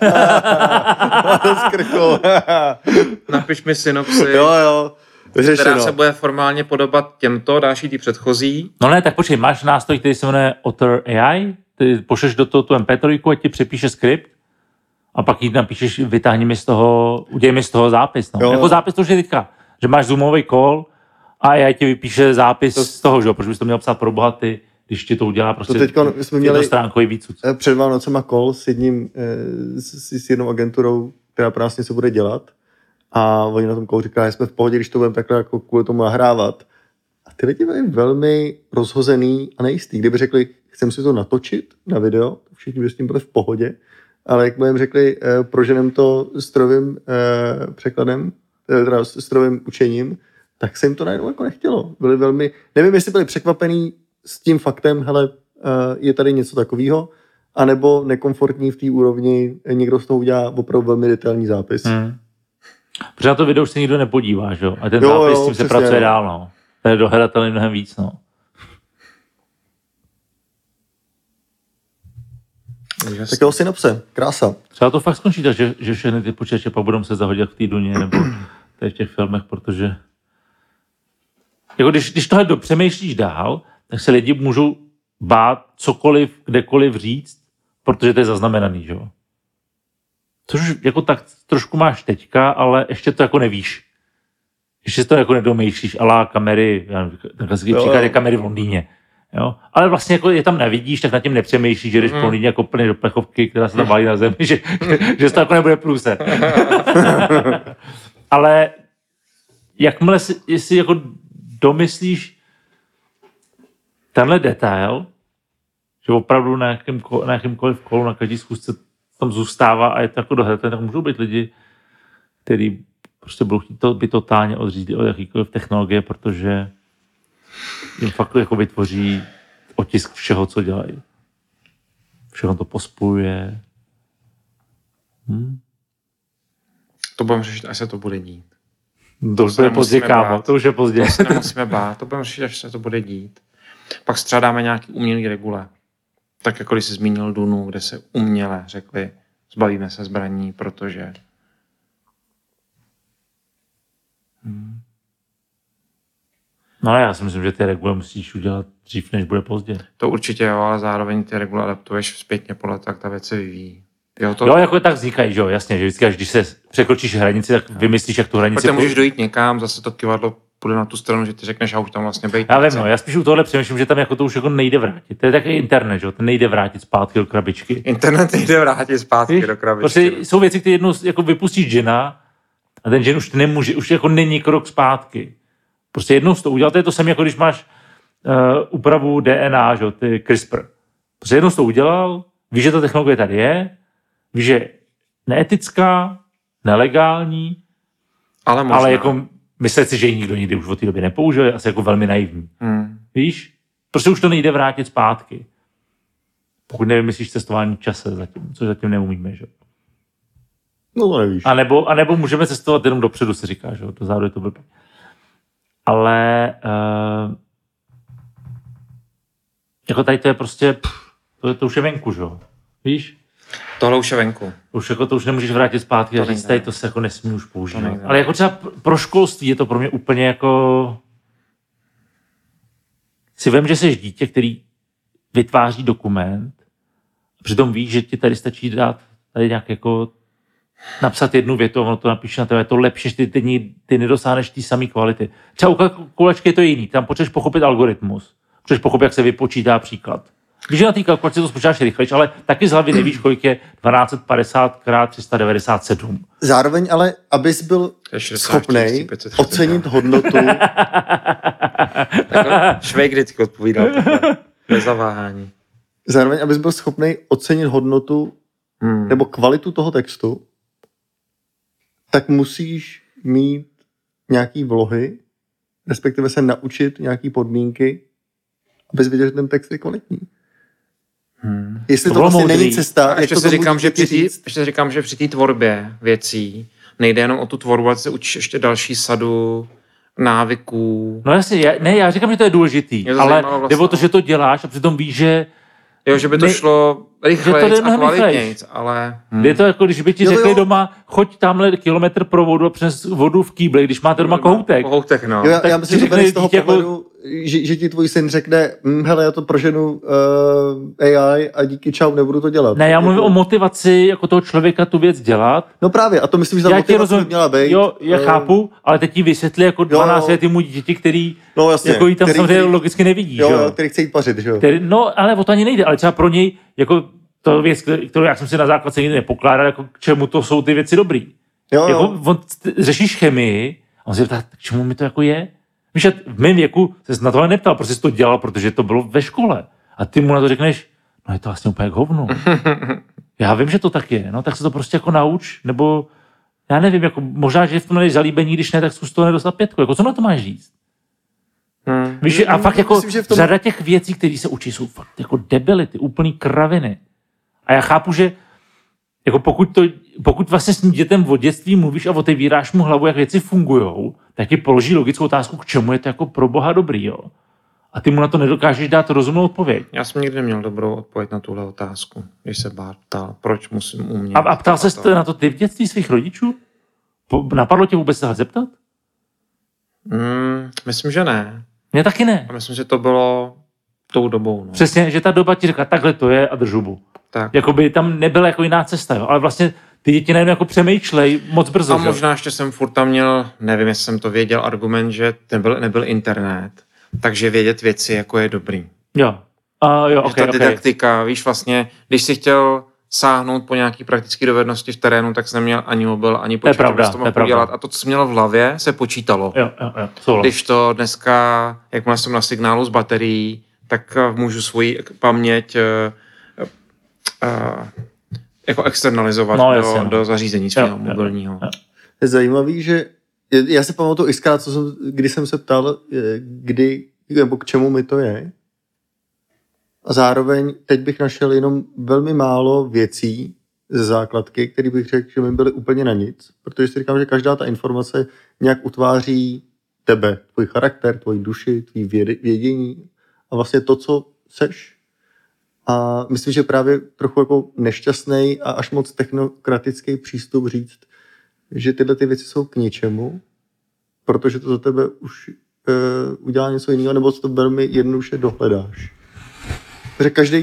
Napiš mi synopsi. Jo. Která se bude formálně podobat těmto, dáš jí ty předchozí. No ne, tak počkej, máš nástroj, který se jmenuje Otter AI, ty pošleš do toho tu MP3, ať ti přepíše skript a pak jí napíšeš, vytáhni mi z toho, udělej mi z toho zápis. No. Jako zápis to už je teďka, že máš zoomový call a AI ti vypíše zápis z toho, že? Protože bys to měl psát pro bohaty, když ti to udělá prostě jednostránkový výcud. Před Vánocema call s jednou agenturou, která pro nás něco bude dělat. A oni na tom kou říkají, že jsme v pohodě, když to budeme takhle jako kvůli tomu nahrávat. A ty lidi byli velmi rozhozený a nejistý. Kdyby řekli, chceme si to natočit na video, všichni by s tím byli v pohodě. ale jak jim řekli, proženem to strojovým překladem, teda strojovým učením, tak se jim to najednou jako nechtělo. Byli velmi, nevím, jestli byli překvapený s tím faktem, hele, je tady něco takového, anebo nekomfortní v té úrovni, někdo z toho udělá opravdu velmi detailní zápis. Protože na to video už se nikdo nepodívá, že jo? A ten zápis s tím se pracuje dál, no. To je dohledatelný mnohem víc, no. Tak jo, synopse, krása. Třeba to fakt skončí tak, že všechny ty počítače pak budou se zahodit v té duně, nebo v těch filmech, protože jako když tohle přemýšlíš dál, tak se lidi můžou bát cokoliv, kdekoliv říct, protože to je zaznamenaný, že jo. Což jako tak trošku máš teďka, ale ještě to jako nevíš. Ještě to jako nedomýšlíš, alá kamery, ten klasický příklad je kamery v Londýně. Jo? Ale vlastně jako je tam nevidíš, tak nad tím nepřemýšlíš, že jdeš po Londýně jako plně do plechovky, která se tam válí na zemi, že to jako nebude průser. Ale jakmile si jako domyslíš tenhle detail, že opravdu na jakýmkoliv kolu, na každý zkusce tam zůstává a je to jako dohledatelné, tak můžou být lidi, kteří prostě budou chtít to být totálně odřízli od jakýkoliv technologie, protože jim fakt jako vytvoří otisk všeho, co dělají. Všechno to pospojuje. To budeme řešit, až se to bude dít. To už je pozdě, kámo. To už je pozdě. To se nemusíme bát. To budeme řešit, až se to bude dít. Pak střádáme nějaký umělý regule. Tak jako když jsi zmínil Dunu, kde se uměle řekli, zbavíme se zbraní, protože... No já si myslím, že ty regule musíš udělat dřív, než bude pozdě. To určitě jo, ale zároveň ty regule adaptuješ zpětně podle tak ta věc se vyvíjí. Jo, jako tak vznikají, že jo, jasně, že vždycky, když se překročíš hranici, tak vymyslíš, jak tu hranici... Protože můžeš dojít někam, zase to kyvadlo půjde na tu stranu, že ty řekneš, a už tam vlastně bejt. Já vím, no, já spíš u tohle přemýšlím, že tam jako to už jako nejde vrátit. To je taky internet, že jo, to nejde vrátit zpátky do krabičky. Internet nejde vrátit zpátky do krabičky. Prostě jsou věci, které jednou jako vypustíš džina a ten džin už nemůže, už jako není krok zpátky. Prostě jednou jsi to udělal, to je to samé, jako když máš úpravu DNA, že jo, ty CRISPR. Prostě jednou jsi to udělal, víš, že ta technologie tady je, víš, že neetická, nelegální, ale jako myslet si, že ji nikdo nikdy už od té doby nepoužil, je asi jako velmi naivní. Víš? Prostě už to nejde vrátit zpátky. Pokud nevymyslíš cestování v čase zatím, což zatím neumíme, že? No to nevíš. A nebo můžeme cestovat jenom dopředu, se říká, že? Dozadu je to blbý. Ale jako tady to je prostě, to už je venku, že? Víš? Tohle už je venku. To už nemůžeš vrátit zpátky a říct, tady to se jako nesmí už používat. Ale jako třeba pro školství je to pro mě úplně jako... Si vem, že jsi dítě, který vytváří dokument a přitom víš, že ti tady stačí dát tady nějak jako napsat jednu větu a ono to napíše na tebe, je to lepší, že ty nedosáhneš té samé kvality. Třeba u kalkulačky je to jiný, tam potřebuješ pochopit algoritmus, potřebuješ pochopit, jak se vypočítá příklad. Víš, že na té kalkulaci to spočítáš rychlejš, ale taky z hlavy nevíš, kolik je 1250 x 397. Zároveň ale, abys byl schopnej ocenit hodnotu... Švejk vždycky odpovídal. Bez zaváhání. Zároveň, abys byl schopnej ocenit hodnotu nebo kvalitu toho textu, tak musíš mít nějaký vlohy, respektive se naučit nějaký podmínky, abys viděl, že ten text je kvalitní. Jestli to vlastně není cesta, ještě si říkám, že při té tvorbě věcí nejde jenom o tu tvorbu, ale se učíš ještě další sadu návyků. No jasně, já říkám, že to je důležitý, ale jde o to, že to děláš a přitom víš, že... Jo, že by to šlo rychlejc a kvalitnějc, ale... Je to jako, když by ti řekli doma, choď tamhle kilometr pro vodu a přines vodu v kýbli, když máte doma kohoutek. Kohoutek, no. Jo, já myslím, že z toho pohledu, že ti tvůj syn řekne, hele, já to proženu AI a díky čau, nebudu to dělat. Ne, já mluvím o motivaci jako toho člověka tu věc dělat. No právě, a to myslím, že ta motivace měla být. Jo, já chápu, ale teď ti vysvětli jako 12letýmu děti, který jako jí tam samozřejmě logicky nevidí, jo, který chce jít pařit, že jo. No, ale o to ani nejde, ale třeba pro něj jako to věc, kterou já jsem si na základce nikdy nepokládal, jako k čemu to jsou ty věci dobrý. Jo. Jako, řešíš chemii a on si ptá, k čemu mi to jako je? Víš, v mém věku se na tohle neptal, prostě jsi to dělal, protože to bylo ve škole. A ty mu na to řekneš, no je to vlastně úplně k hovnu. Já vím, že to tak je, no tak se to prostě jako nauč, nebo já nevím, jako možná, že v tom nejde zalíbení, když ne, tak zkus to nedostat 5. Jako co na to máš říct? Víš, a fakt jako myslím, řada těch věcí, které se učí, jsou fakt jako debility, úplný kraviny. A já chápu, že jako pokud vlastně s tím dětem od dětství mluvíš a otevíráš mu hlavu, jak věci fungujou, tak ti položí logickou otázku, k čemu je to jako pro Boha dobrý, jo? A ty mu na to nedokážeš dát rozumnou odpověď. Já jsem nikdy neměl dobrou odpověď na tuhle otázku, když se ptal, proč musím umět. A ptal se na to ty v dětství svých rodičů? Napadlo tě vůbec se zeptat? Myslím, že ne. Mně taky ne. A myslím, že to bylo tou dobou. No. Přesně, že ta doba ti říká, takhle to je a drž hubu. Tak. Jakoby tam nebyla jako jiná cesta, jo? Ale vlastně ty děti najednou jako přemýšlej moc brzo. A možná ještě jsem furt tam měl, nevím, jestli jsem to věděl, argument, že nebyl internet, takže vědět věci jako je dobrý. Jo. Ta didaktika, víš, vlastně, když jsi chtěl sáhnout po nějaký praktické dovednosti v terénu, tak jsi neměl ani mobil, ani počítač, abys to mohl udělat. A to, co jsi měl v hlavě, se počítalo. Jo. Když to dneska, jakmile jsem na signálu z baterií, tak můžu svoji paměť jako externalizovat do zařízení svého mobilního. Je zajímavý, že já si pamatuju xkrát, kdy jsem se ptal, nebo k čemu mi to je. A zároveň teď bych našel jenom velmi málo věcí ze základky, které bych řekl, že mi byly úplně na nic, protože si říkám, že každá ta informace nějak utváří tebe, tvůj charakter, tvoji duši, tvý vědění a vlastně to, co seš. A myslím, že právě trochu jako nešťastný a až moc technokratický přístup říct, že tyhle ty věci jsou k ničemu, protože to za tebe už udělá něco jiného, nebo to velmi jednoduše dohledáš. Protože každý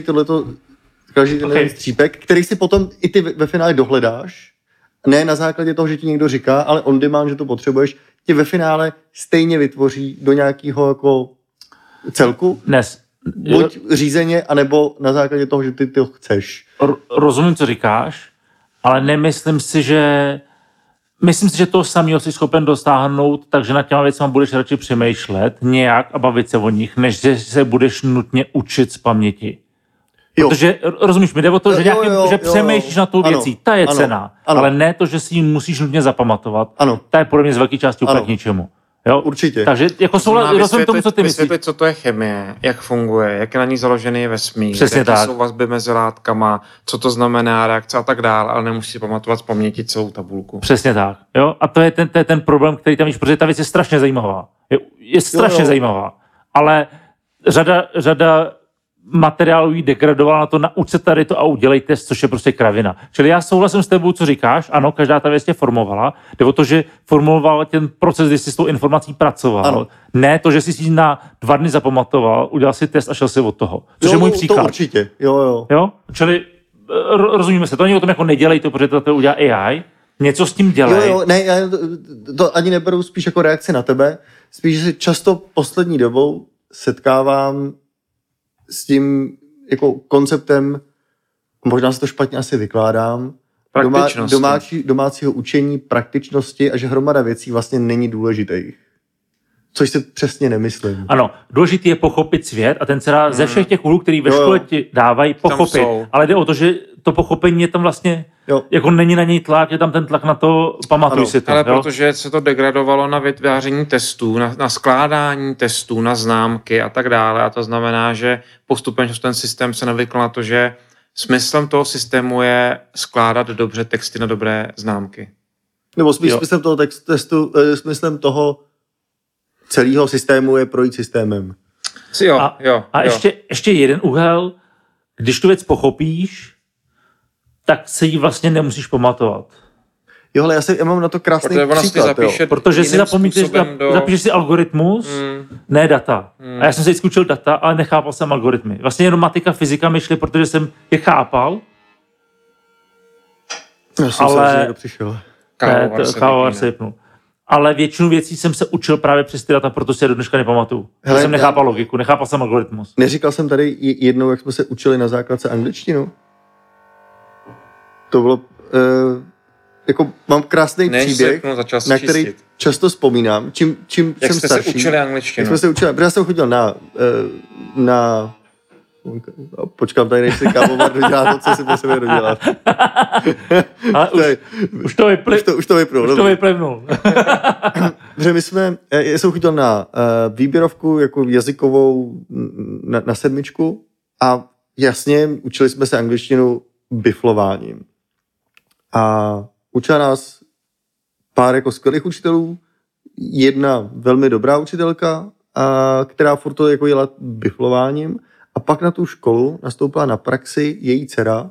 ten střípek, který si potom i ty ve finále dohledáš, ne na základě toho, že ti někdo říká, ale on demand, že to potřebuješ, tě ve finále stejně vytvoří do nějakého jako celku. Buď řízeně, anebo na základě toho, že ty to chceš. Rozumím, co říkáš, ale nemyslím si, že toho samého jsi schopen dostáhnout, takže nad těma věcma budeš radši přemýšlet nějak a bavit se o nich, než že se budeš nutně učit z paměti. Protože, rozumíš, mi jde o to, že přemýšlíš na tou věcí, ta je cena, ale ne to, že si ji musíš nutně zapamatovat, ta je podle mě z velké části úplně k ničemu. Jo? Určitě. Takže jako rozumím tomu, co ty myslíš. Vysvětlit, co to je chemie, jak funguje, jak je na ní založený vesmír, přesně jaké tak. jsou vazby mezi látkama, co to znamená reakce a tak dál, ale nemusíš si pamatovat z paměti celou tabulku. Přesně tak. Jo? A to je ten problém, který tam víš, protože ta věc je strašně zajímavá. Je strašně zajímavá. Ale řada materiálů jí degradovala na to, nauč se tady to a udělej test, což je prostě kravina. Čili já souhlasím s tebou, co říkáš, ano, každá ta věc tě formovala, jde o to, že formoval ten proces, kdy jsi s tou informací pracoval. Ano. Ne to, že jsi si na 2 dny zapamatoval, udělal si test a šel si od toho. Což je můj příklad. To určitě, jo. Čili rozumíme se, to není o tom, jako nedělej to, protože to udělá AI, něco s tím dělej. Ne, já to ani neberu spíš jako reakci na tebe, spíš, že se často poslední dobou setkávám s tím jako konceptem, možná se to špatně asi vykládám, domácího učení, praktičnosti a že hromada věcí vlastně není důležitých. Což si přesně nemyslím. Ano, důležitý je pochopit svět a ten se dá ze všech těch úhlů, který ve škole ti dávají, pochopit. Ale jde o to, že to pochopení je tam vlastně, jako není na něj tlak, je tam ten tlak na to, pamatuj si to. Ale protože se to degradovalo na vytváření testů, na skládání testů, na známky a tak dále. A to znamená, že postupně ten systém se navykl na to, že smyslem toho systému je skládat dobře texty na dobré známky. Nebo spíš smyslem toho testu, smyslem toho celého systému je projít systémem. A ještě jeden úhel, když tu věc pochopíš, tak se jí vlastně nemusíš pamatovat. Jo, ale já mám na to krásný příklad. Protože si zapíšeš si algoritmus, ne data. A já jsem se vždycky učil data, ale nechápal jsem algoritmy. Vlastně jenom matika, fyzika mi šly, protože jsem je chápal. Já jsem se, že někdo přišel. Kávovar se vypnul. Ale většinu věcí jsem se učil právě přes ty data, proto si je do dneška nepamatuju. Já jsem nechápal logiku, nechápal jsem algoritmus. Neříkal jsem tady jednou, jak jsme se učili na základce angličtinu? To bylo... jako mám krásný příběh, na který často vzpomínám. Čím jak jsem jste starší, se učili angličtinu? Jak jsme se učili, protože já jsem chodil na Počkám tady, než si kávovar dodělá to, co si potřebuje dodělat. Ale už to vyplivnul. Protože my jsme, já jsem chytil na výběrovku jako jazykovou na 7 a jasně, učili jsme se angličtinu biflováním. A učila nás pár jako skvělých učitelů, jedna velmi dobrá učitelka, která furt to jako jela biflováním, a pak na tu školu nastoupila na praxi její dcera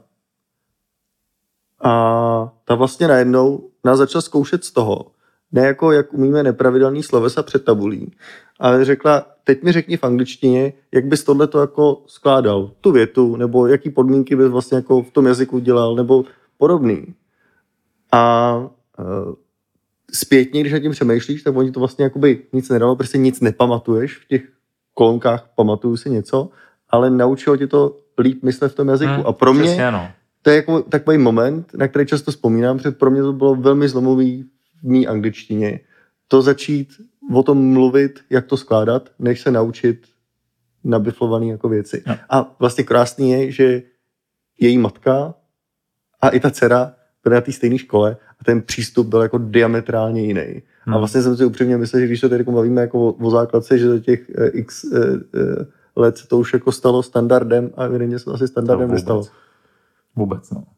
a ta vlastně najednou nás začala zkoušet z toho, ne jako jak umíme nepravidelný slovesa před tabulí, ale řekla, teď mi řekni v angličtině, jak bys tohleto jako skládal, tu větu, nebo jaký podmínky bys vlastně jako v tom jazyku dělal, nebo podobný. A zpětně, když nad tím přemýšlíš, tak oni to vlastně jakoby nic nedalo, protože nic nepamatuješ v těch kolonkách, pamatuju si něco, ale naučilo tě to líp myslet v tom jazyku. A pro mě přesně, no. To je jako takový moment, na který často vzpomínám, protože pro mě to bylo velmi zlomový v mý angličtině. To začít o tom mluvit, jak to skládat, než se naučit nabiflovaný jako věci. No. A vlastně krásný je, že její matka a i ta dcera byly na té stejné škole a ten přístup byl jako diametrálně jiný. A vlastně jsem si upřímně myslel, že když to tady bavíme jako o základce, že do těch x let to už jako stalo standardem a evidentně se to asi standardem nestalo. Vůbec, no.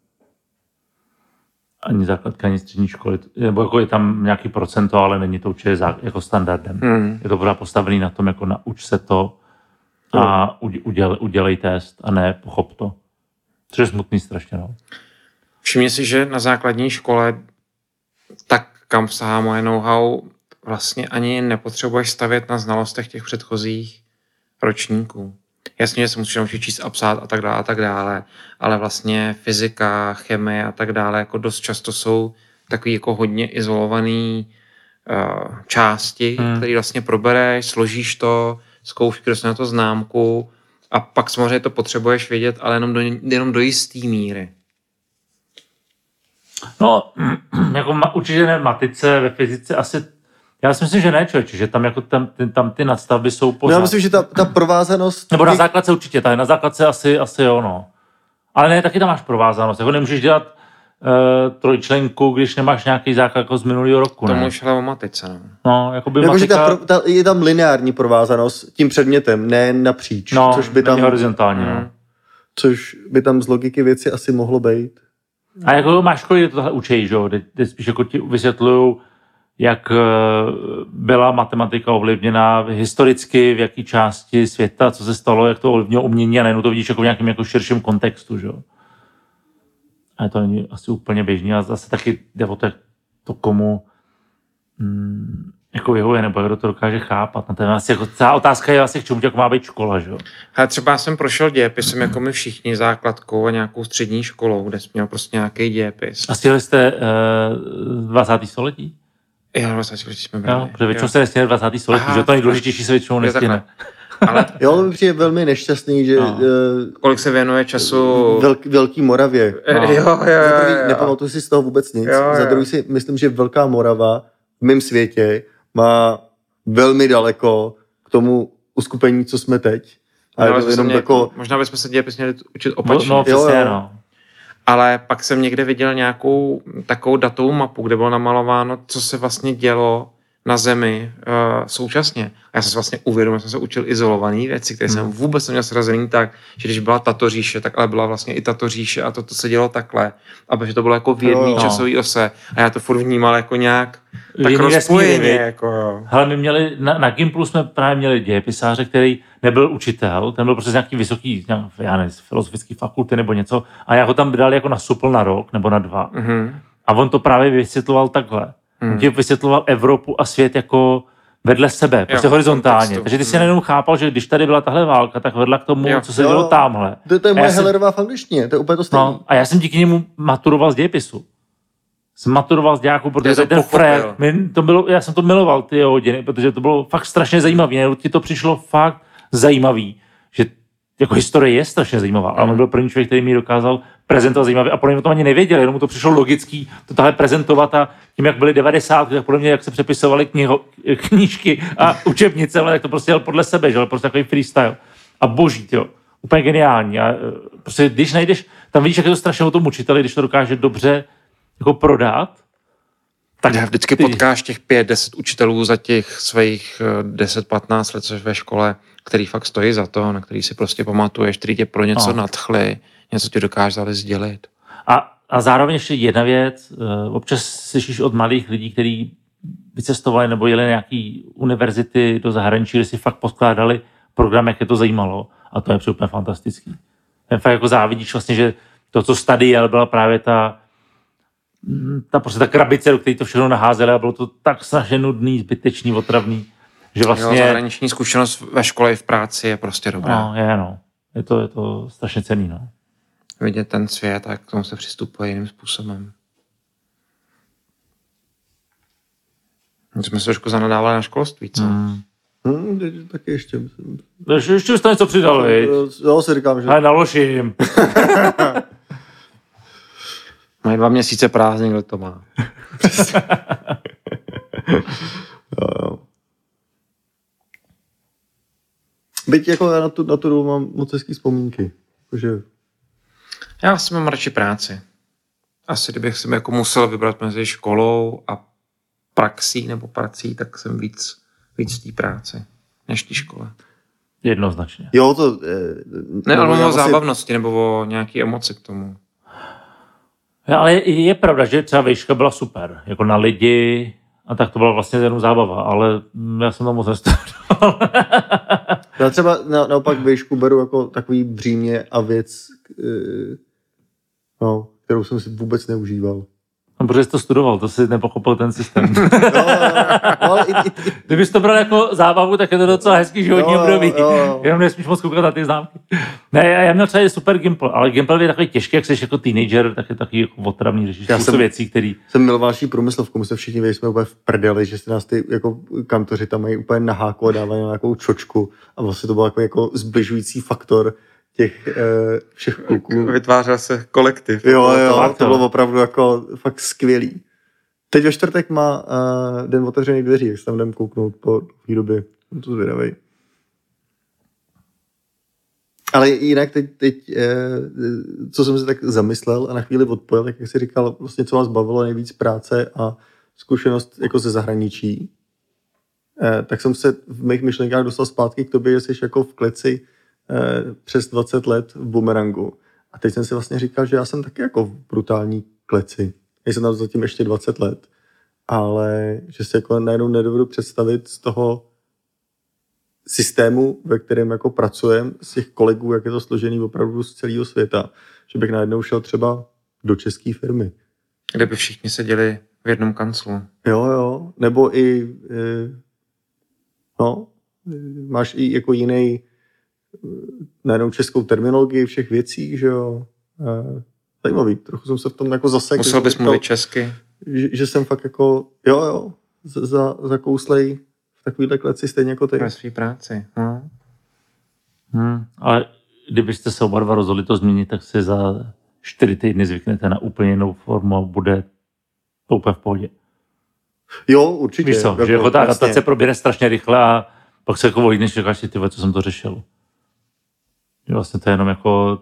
Ani základka, ani střední školy, nebo jako je tam nějaký procento, ale není to určitě jako standardem. Je to pořád postavený na tom, jako nauč se to a udělej test a ne pochop to. Což je smutný strašně, no. Všimni si, že na základní škole, tak kam sahá moje know-how, vlastně ani nepotřebuješ stavět na znalostech těch předchozích ročníků. Jasně, že se musíš naučit číst a psát a tak dále, ale vlastně fyzika, chemie a tak dále jako dost často jsou takový jako hodně izolovaný části, které vlastně probereš, složíš to, zkoušíš na to známku a pak samozřejmě to potřebuješ vědět, ale jenom do jistý míry. No, jako určitě ne v matice, ve fyzice asi. Já si myslím, že ne, člověče, že tam, jako tam ty nadstavby jsou pořád. Já myslím, že ta provázanost... Nebo na základce určitě, na základce asi jo, no. Ale ne, taky tam máš provázanost. Jako nemůžeš dělat trojčlenku, když nemáš nějaký základ jako z minulého roku, ne? To můžeš ale o matice, no. No, jakoby jako, matika... je tam lineární provázanost tím předmětem, ne napříč. No, což by tam horizontální, no. Což by tam z logiky věci asi mohlo být. A jako máš školy, kde tohle učí, že jo? Kde spíš jako ti vysvětlujou, jak byla matematika ovlivněna historicky, v jaký části světa, co se stalo, jak to ovlivnilo umění a najednou to vidíš jako v nějakém jako širším kontextu, že jo. Ale to není asi úplně běžný a zase taky jde o to komu jako vyhovuje, nebo kdo to dokáže chápat. Na ten asi jako celá otázka je asi k čemu jako má být škola, že jo. Ale třeba jsem prošel dějepisem jako my všichni základkou a nějakou střední školou, kde jsi měl prostě nějaký dějepis. A stihli jste 20. století? Jo, 20. století jsme brali. Jo, protože většinou se nestihne 20. století, že to nejdůležitější se většinou nestihne. Ale jo, mi přijde velmi nešťastný, že... Kolik se věnuje času... Velký Moravě. Jo. Nepamatuji si z toho vůbec nic. Za druhý si myslím, že Velká Morava v mém světě má velmi daleko k tomu uskupení, co jsme teď. A no, to jenom jako... Možná bychom se dějepis měli učit opačně. No, přesně, no. Ale pak jsem někde viděl nějakou takovou datovou mapu, kde bylo namalováno, co se vlastně dělo na Zemi současně. A já jsem se vlastně uvědomil, že jsem se učil izolované věci, které jsem vůbec neměl srazený tak, že když byla tato říše, tak ale byla vlastně i tato říše a to se dělo takhle. A protože to bylo jako v jedné časové ose. A já to furt vnímal jako nějak tak rozpojeně. Jako, hele, my měli, na Gimplu jsme právě měli dějepisáře, který nebyl učitel, ten byl prostě nějaký vysoký, já nevím, filozofický fakulty nebo něco. A já ho tam dal jako na supl na rok nebo na 2. A on to právě vysvětloval takhle. Tím vysvětloval Evropu a svět jako vedle sebe, prostě horizontálně. Takže ty si nejenom chápal, že když tady byla tahle válka, tak vedla k tomu, co se dělo tamhle. To je moje Hellerová v angličtině, to je úplně to stejné. No, a já jsem díky němu maturoval z dějepisu. Jsem maturoval z dějáku, protože ten frér, já jsem to miloval, ty hodiny, protože to bylo fakt strašně zajímavé. Ti to přišlo fakt zajímavý, že jako historie je strašně zajímavá, ale on byl první člověk, který mi dokázal prezentovat zajímavě a pro mě to ani nevěděl, jenom mu to přišlo logický to tahle prezentovat a tím, jak byly 90, tak podle mě, jak se přepisovaly knížky a učebnice, ale tak to prostě jel podle sebe, že prostě takový freestyle. A boží, jo. úplně geniální. A prostě když najdeš, tam vidíš, jak je to strašně o tom učiteli, když to dokáže dobře jako prodat. Tak vždycky potkáš těch 5-10 učitelů za těch svých 10-15 let, což ve škole, který fakt stojí za to, na který si prostě pamatuješ, který tě pro něco nadchli, něco ti dokáže ale sdělit. A zároveň ještě jedna věc, občas slyšíš od mladých lidí, kteří vycestovali nebo jeli na nějaký univerzity do zahraničí, kde si fakt poskládali program, jak je to zajímalo. A to je úplně fantastický. Fakt jako závidíš vlastně, že to, co studial, byla právě ta prostě ta krabice, do které to všechno naházeli a bylo to tak strašně nudný, zbytečný, otravný, že vlastně... Zahraniční zkušenost ve škole i v práci je prostě dobrá. Je to strašně cenný, no. Vidět ten svět a k tomu se přistupuje jiným způsobem. My jsme se trošku zanadávali na školství, co? Taky ještě. Ještě jste něco přidal, viď? Já si říkám, že... Ale naložím. Mají 2 měsíce prázdnin, kdo to má. Jo. Byť jako já na tu dobu mám moc hezký vzpomínky. Jakože... Já si mám radši práci. Asi kdybych si jako musel vybrat mezi školou a praxí nebo prací, tak jsem víc té práce než té škole. Jednoznačně. Jo, to... Ne, ale o zábavnosti nebo o nějaké emoci k tomu. Ale je pravda, že třeba výška byla super. Jako na lidi a tak to byla vlastně jenom zábava, ale já jsem tam moc nestudoval. Já třeba naopak výšku beru jako takový břímě a věc, kterou jsem si vůbec neužíval. No, protože jsi to studoval, to si nepochopil ten systém. Ale Kdybys to bral jako zábavu, tak je to docela hezký životní období. Jenom nesmíš moc koukat na ty známky. Ne, já měl třeba super Gimple, ale Gimple je takový těžký, jak jsi jako teenager, tak je takový jako otravný, řešíš spoustu věcí, který... Jsem měl vaší průmyslovku, my se všichni věděli, jsme úplně v prdeli, že si nás ty jako kantoři tam mají úplně na háku a dávají na nějakou čočku a vlastně to byl jako zbližující faktor těch všech kluků. Vytvářel se kolektiv. Jo, to bylo opravdu jako fakt skvělý. Teď ve čtvrtek má den otevřených dveří, jak se tam jdem kouknout po dlouhé době. Jsem to zvědavej. Ale jinak teď co jsem se tak zamyslel a na chvíli odpojil, tak jak jsi říkal, vlastně co vás bavilo nejvíc práce a zkušenost jako ze zahraničí, tak jsem se v mých myšlenkách dostal zpátky k tobě, že jsi jako v kleci přes 20 let v Bumerangu. A teď jsem si vlastně říkal, že já jsem taky jako v brutální kleci. Nejsem tam zatím ještě 20 let, ale že si jako najednou nedovedu představit z toho systému, ve kterém jako pracujeme, z těch kolegů, jak je to složený opravdu z celého světa, že bych najednou šel třeba do české firmy. Kde by všichni seděli v jednom kanclu. Jo, nebo i máš i jako jiný najednou českou terminologii všech věcí, že jo. Zajímavý, trochu jsem se v tom jako zasekl. Musel bys mluvit česky. Že jsem fakt jako, zakouslej v takovýhle kleci stejně jako ty. Ve svý práci. Ale kdybyste se oba dva rozhodli to změnit, tak si za 4 týdny zvyknete na úplně jinou formu a bude to úplně v pohodě. Jo, určitě. Víš co, že jako ta adaptace proběhne strašně rychle a pak se jako volíš, říkáš si, co jsem to řešil. Že vlastně to je jenom jako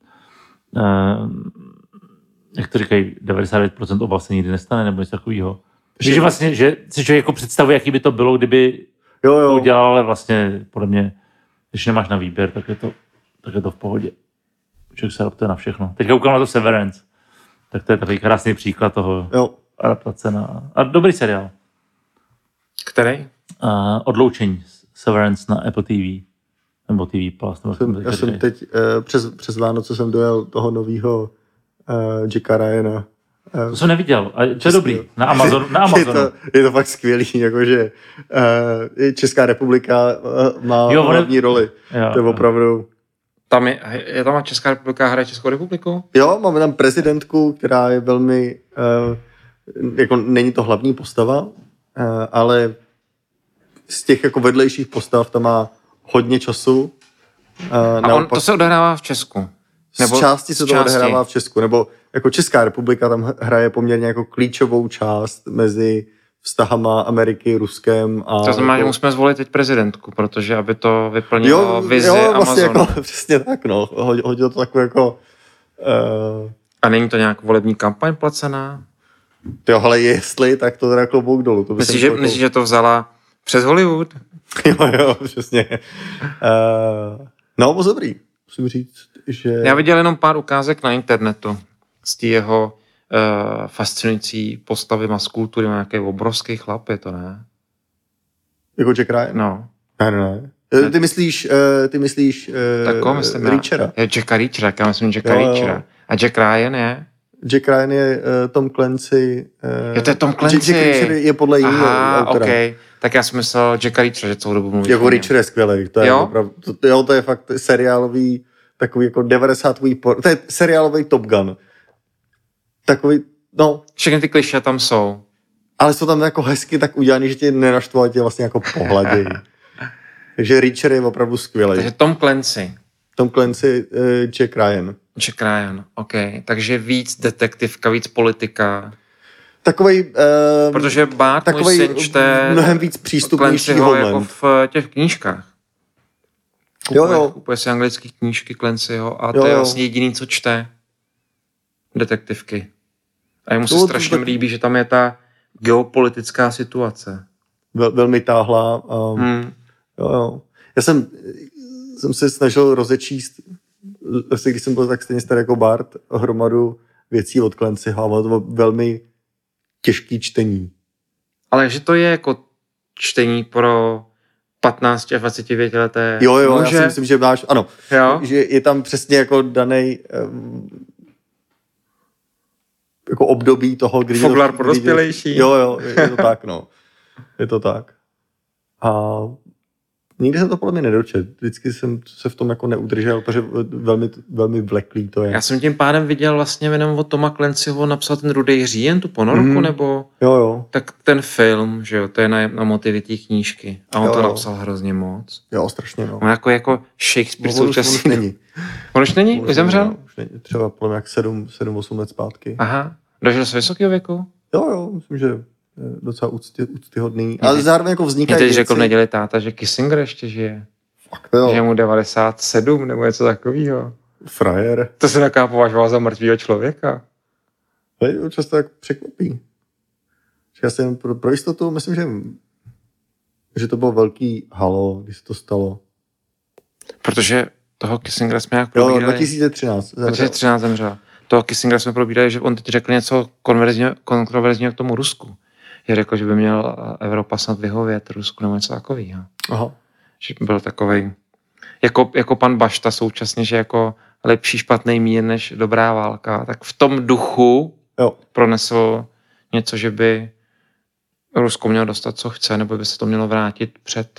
jak to říkají, 99% obav se nikdy nestane, nebo něco takového. Že vlastně, že si člověk jako představuje, jaký by to bylo, kdyby to udělal, ale vlastně podle mě, když nemáš na výběr, tak je to v pohodě. Člověk se adaptuje na všechno. Teďka koukám na to Severance. Tak to je takový krásný příklad toho adaptace na... A dobrý seriál. Který? Odloučení. Severance na Apple TV. Nebo TV Plus. Já jsem teď přes Vánoce jsem dojel toho novýho Jacka Ryana. To jsem neviděl. A to je dobrý. Na Amazonu. Je to fakt skvělý. Jakože Česká republika má hlavní roli. To je opravdu... Tam je tam Česká republika, hraje Českou republiku? Jo, máme tam prezidentku, která je velmi... jako není to hlavní postava, ale z těch jako vedlejších postav tam má hodně času. To se odehrává v Česku? Nebo z části se to odehrává v Česku. Nebo jako Česká republika tam hraje poměrně jako klíčovou část mezi vztahama Ameriky, Ruskem. A to znamená, že musíme zvolit teď prezidentku, protože aby to vyplnilo vizi vlastně Amazonu. Jako, přesně tak, no. Hodilo to takové jako... A není to nějak volební kampaň placená? Jo, ale jestli, tak to teda klobouk dolů. Myslíš, že to vzala přes Hollywood? Jo, přesně. No, moc dobrý. Musím říct, že... Já viděl jenom pár ukázek na internetu z té jeho fascinující postavy maskultury, má nějaký obrovský chlap, je to, ne? Jako Jack Ryan? No. Ne. Ty myslíš Reachera? Je Jacka Reachera, já myslím Jacka Reachera. A Jack Ryan je? Jack Ryan je Tom Clancy. To je Tom Clancy. Jack Reacher je podle jiného autora. Okay. Tak já jsem myslel Jacka Reachera, že celou dobu mluvíš. Jako Reacher je skvělý. To je opravdu, to je fakt seriálový, takový jako 90-kový, to je seriálový Top Gun. Takový, no. Všechny ty klišé tam jsou. Ale jsou tam jako hezky tak udělaný, že tě nenaštvo, ale tě vlastně jako pohladějí. Takže Reacher je opravdu skvělý. Takže Tom Clancy. Tom Clancy, Jack Ryan. Jack Ryan, ok. Takže víc detektivka, víc politika. Takovej... protože Bart, můj syn, čte mnohem víc přístupnější Homeland. Jako v těch knížkách. Kupuje si anglické knížky Clancyho a to je vlastně jediný, co čte detektivky. A jemu se strašně líbí, že tam je ta geopolitická situace. Velmi táhlá. Jo. Já jsem se snažil rozečíst, když jsem byl tak stejně starý jako Bart, hromadu věcí od Clancyho a to bylo velmi těžký čtení. Ale že to je jako čtení pro 15 a 29 leté Jo, já si myslím, že máš, ano, že je tam přesně jako danej jako období toho, kdy... Foglar pro dospělejší. Jo, je to tak, no. Je to tak. A nikdy jsem to podle mě nedočet. Vždycky jsem se v tom jako neudržel, protože velmi, velmi vleklý to je. Já jsem tím pádem viděl vlastně jenom od Toma Clancyho napsat ten Rudej říjen, tu ponorku, nebo... Jo. Tak ten film, že jo, to je na motivy té knížky. A on to napsal hrozně moc. Jo, strašně, no. On jako Shakespeare současný. On už není. On už není? Už zemřel? No, už není. Třeba podle mě jak 7-8 let zpátky. Aha. Dožil se vysokého věku? Jo, myslím, že docela úctyhodný. Ale zároveň jako vznikají věci. Teď řekl v neděli táta, že Kissinger ještě žije. Fakt, jo. Že je mu 97 nebo něco takového. Frajer. To se taká považoval za mrtvýho člověka. To často tak překvapí. Já jsem pro jistotu, myslím, že to bylo velký halo, když se to stalo. Protože toho Kissingera jsme jak probírali. 2013 zemřel. Toho Kissingera jsme probírali, že on teď řekl něco kontroverzního k tomu Rusku. Je řekl, že by měl Evropa snad vyhovět Rusku nebo něco takového. Aha. Že byl takovej, jako pan Bašta současně, že jako lepší špatný mír než dobrá válka. Tak v tom duchu pronesl něco, že by Rusko mělo dostat, co chce, nebo by se to mělo vrátit před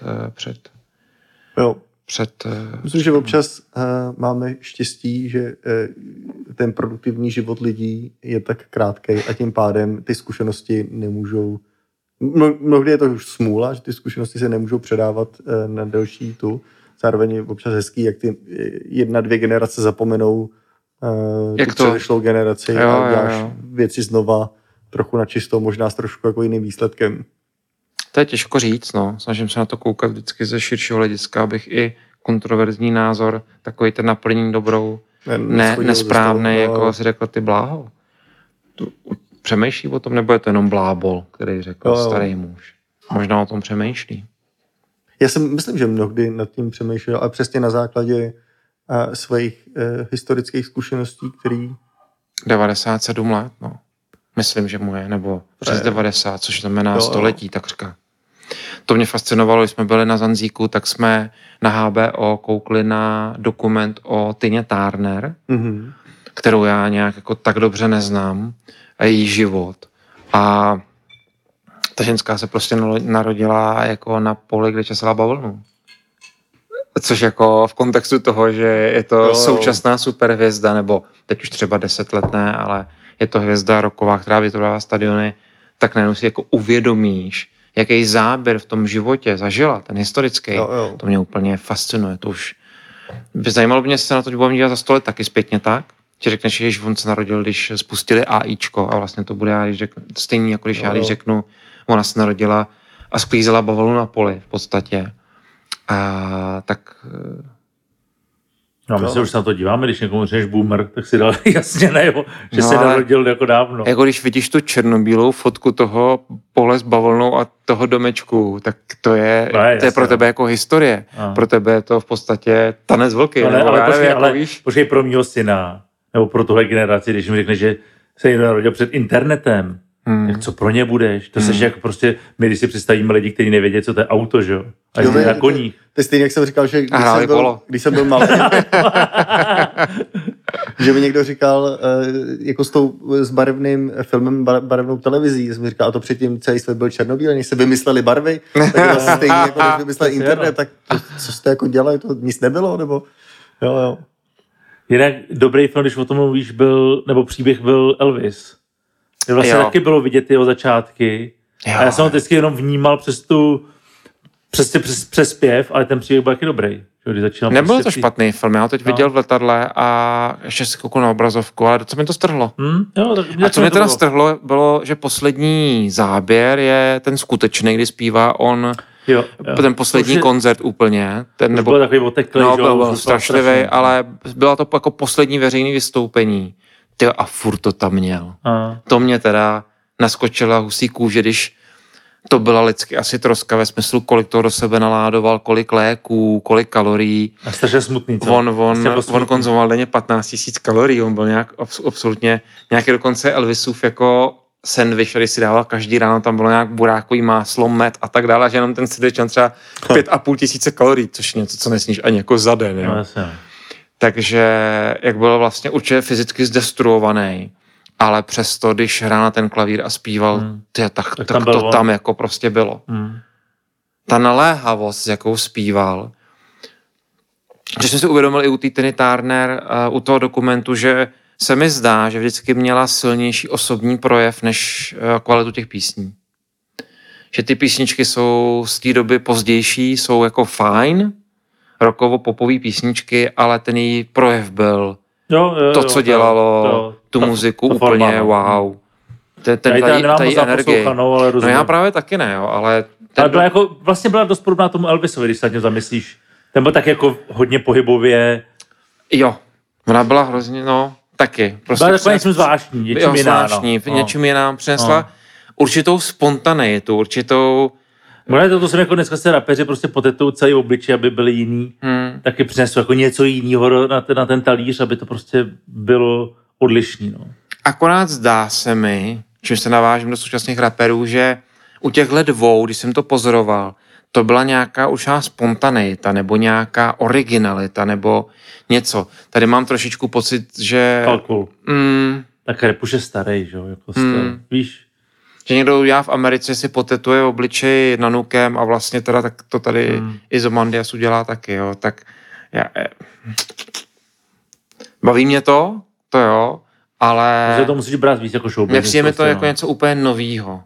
myslím, že občas máme štěstí, že ten produktivní život lidí je tak krátký a tím pádem ty zkušenosti nemůžou... Mnohdy je to už smůla, že ty zkušenosti se nemůžou předávat na delší tu. Zároveň je občas hezký, jak ty 1-2 generace zapomenou tu předešlou generaci a děláš věci znova trochu na čistou, možná s trošku jako jiným výsledkem. To je těžko říct, no. Snažím se na to koukat vždycky ze širšího hlediska, abych i kontroverzní názor, takový ten naplnění dobrou, nesprávný, jako si řekl ty bláho. Přemýšlí o tom, nebo je to jenom blábol, který řekl starý muž? Možná o tom přemýšlí. Já si myslím, že mnohdy nad tím přemýšlel, ale přesně na základě svých historických zkušeností, který... 97 let, no. Myslím, že mu je, nebo přes 90, což znamená století, takřka. To mě fascinovalo, když jsme byli na Zanzíku, tak jsme na HBO koukli na dokument o Tině Turner, kterou já nějak jako tak dobře neznám, a její život. A ta ženská se prostě narodila jako na poli, kde česala bavlnu. Což jako v kontextu toho, že je to současná superhvězda, nebo teď už třeba 10 let ne, ale je to hvězda rocková, která vytvořila stadiony, tak najednou si jako uvědomíš, jaký záběr v tom životě zažila, ten historický. To mě úplně fascinuje. To už zajímalo mě, se na to budeme dívat za 100 let taky zpětně tak, že řekneš, že on se narodil, když spustili AIčko a vlastně to bude, já, když řeknu, stejný jako když já když řeknu Ona se narodila a sklízela bavlnu na poli v podstatě. A tak... No, my se už na to díváme, když někomu řekneš boomer, tak si dal jasně najevo, že se narodil jako dávno. Jako když vidíš tu černobílou fotku toho pole s bavlnou a toho domečku, tak to je pro tebe jako historie. Pro tebe je to v podstatě tanec vlky. Ale počkej, pro mýho syna, nebo pro tuhle generaci, když mi řekne, že se někdo narodil před internetem, tak co pro ně budeš? To seš jako prostě, my když si představíme lidi, kteří nevědí, co to je auto, že jo? A jezdí na koních. To je stejně, jak jsem říkal, že když jsem byl malý, že mi někdo říkal, jako s barevným filmem, barevnou televizí, jsem říkal, a to předtím celý svět byl černobílý, než se vymysleli barvy, tak je vlastně stejně, jako než vymysleli internet, tak co jste jako dělali, to nic nebylo, nebo jo. Jinak dobrý film, když o tom mluvíš, nebo příběh byl Elvis. Vlastně taky bylo vidět jeho začátky. Jo. A já jsem ho vždycky jenom vnímal přes zpěv, ale ten příběh byl taky dobrý. Nebyl to špatný film, já ho teď viděl v letadle a ještě si koukal na obrazovku, ale docela mi to strhlo. A co mě teda strhlo, bylo, že poslední záběr je ten skutečný, kdy zpívá on ten poslední koncert úplně. Byl takový oteklý, byl strašlivý, ale bylo to jako poslední veřejné vystoupení. A furt to tam měl. To mě teda naskočila husí kůže, když to byla lidsky asi troska ve smyslu, kolik toho do sebe naládoval, kolik léků, kolik kalorií. A strašně smutný, co? On konzumoval denně 15 000 kalorií, on byl nějak absolutně, nějaký dokonce Elvisův jako sandwich, který si dával každý ráno, tam bylo nějak burákový máslo, med a tak dále, že jenom ten sandwich měl třeba 5,5 kalorií, což je něco, co nesníš ani jako za den. Jo? Takže jak byl vlastně určitě fyzicky zdestruovaný, ale přesto, když hrál na ten klavír a zpíval, tak to tam jako prostě bylo. Ta naléhavost, s jakou zpíval, že jsem si uvědomil i u té Tiny Turner, u toho dokumentu, že se mi zdá, že vždycky měla silnější osobní projev než kvalitu těch písní. Že ty písničky jsou z té doby pozdější, jsou jako fajn, rockovo-popový písničky, ale ten její projev byl co dělalo tu muziku úplně wow. Ta energie. No já právě taky ne, jo, ale... Ale byla dost podobná tomu Elvisovi, když se nad tím zamyslíš. Ten byl tak jako hodně pohybově. Jo, ona byla hrozně, taky. Prostě byla taková něčím zvláštní, něčím jinám přinesla určitou spontaneitu, určitou... Možná to jsem jako dneska se rapeři prostě potetují celý obličej, aby byli jiný. Taky přinesou jako něco jiného na ten talíř, aby to prostě bylo odlišný. No. Akorát zdá se mi, čím se navážím do současných raperů, že u těchhle dvou, když jsem to pozoroval, to byla nějaká určitá spontaneita, nebo nějaká originalita, nebo něco. Tady mám trošičku pocit, že... Kalkul. Tak Repuš je starý, že jo? Jako víš? Že někdo já v Americe si potetuje obličej nanukem a vlastně teda tak to tady Izomandias udělá taky, jo. Tak baví mě to jo, ale... Že to musíš brát víc jako showbiz. Nepřijde mi to jako něco úplně novýho.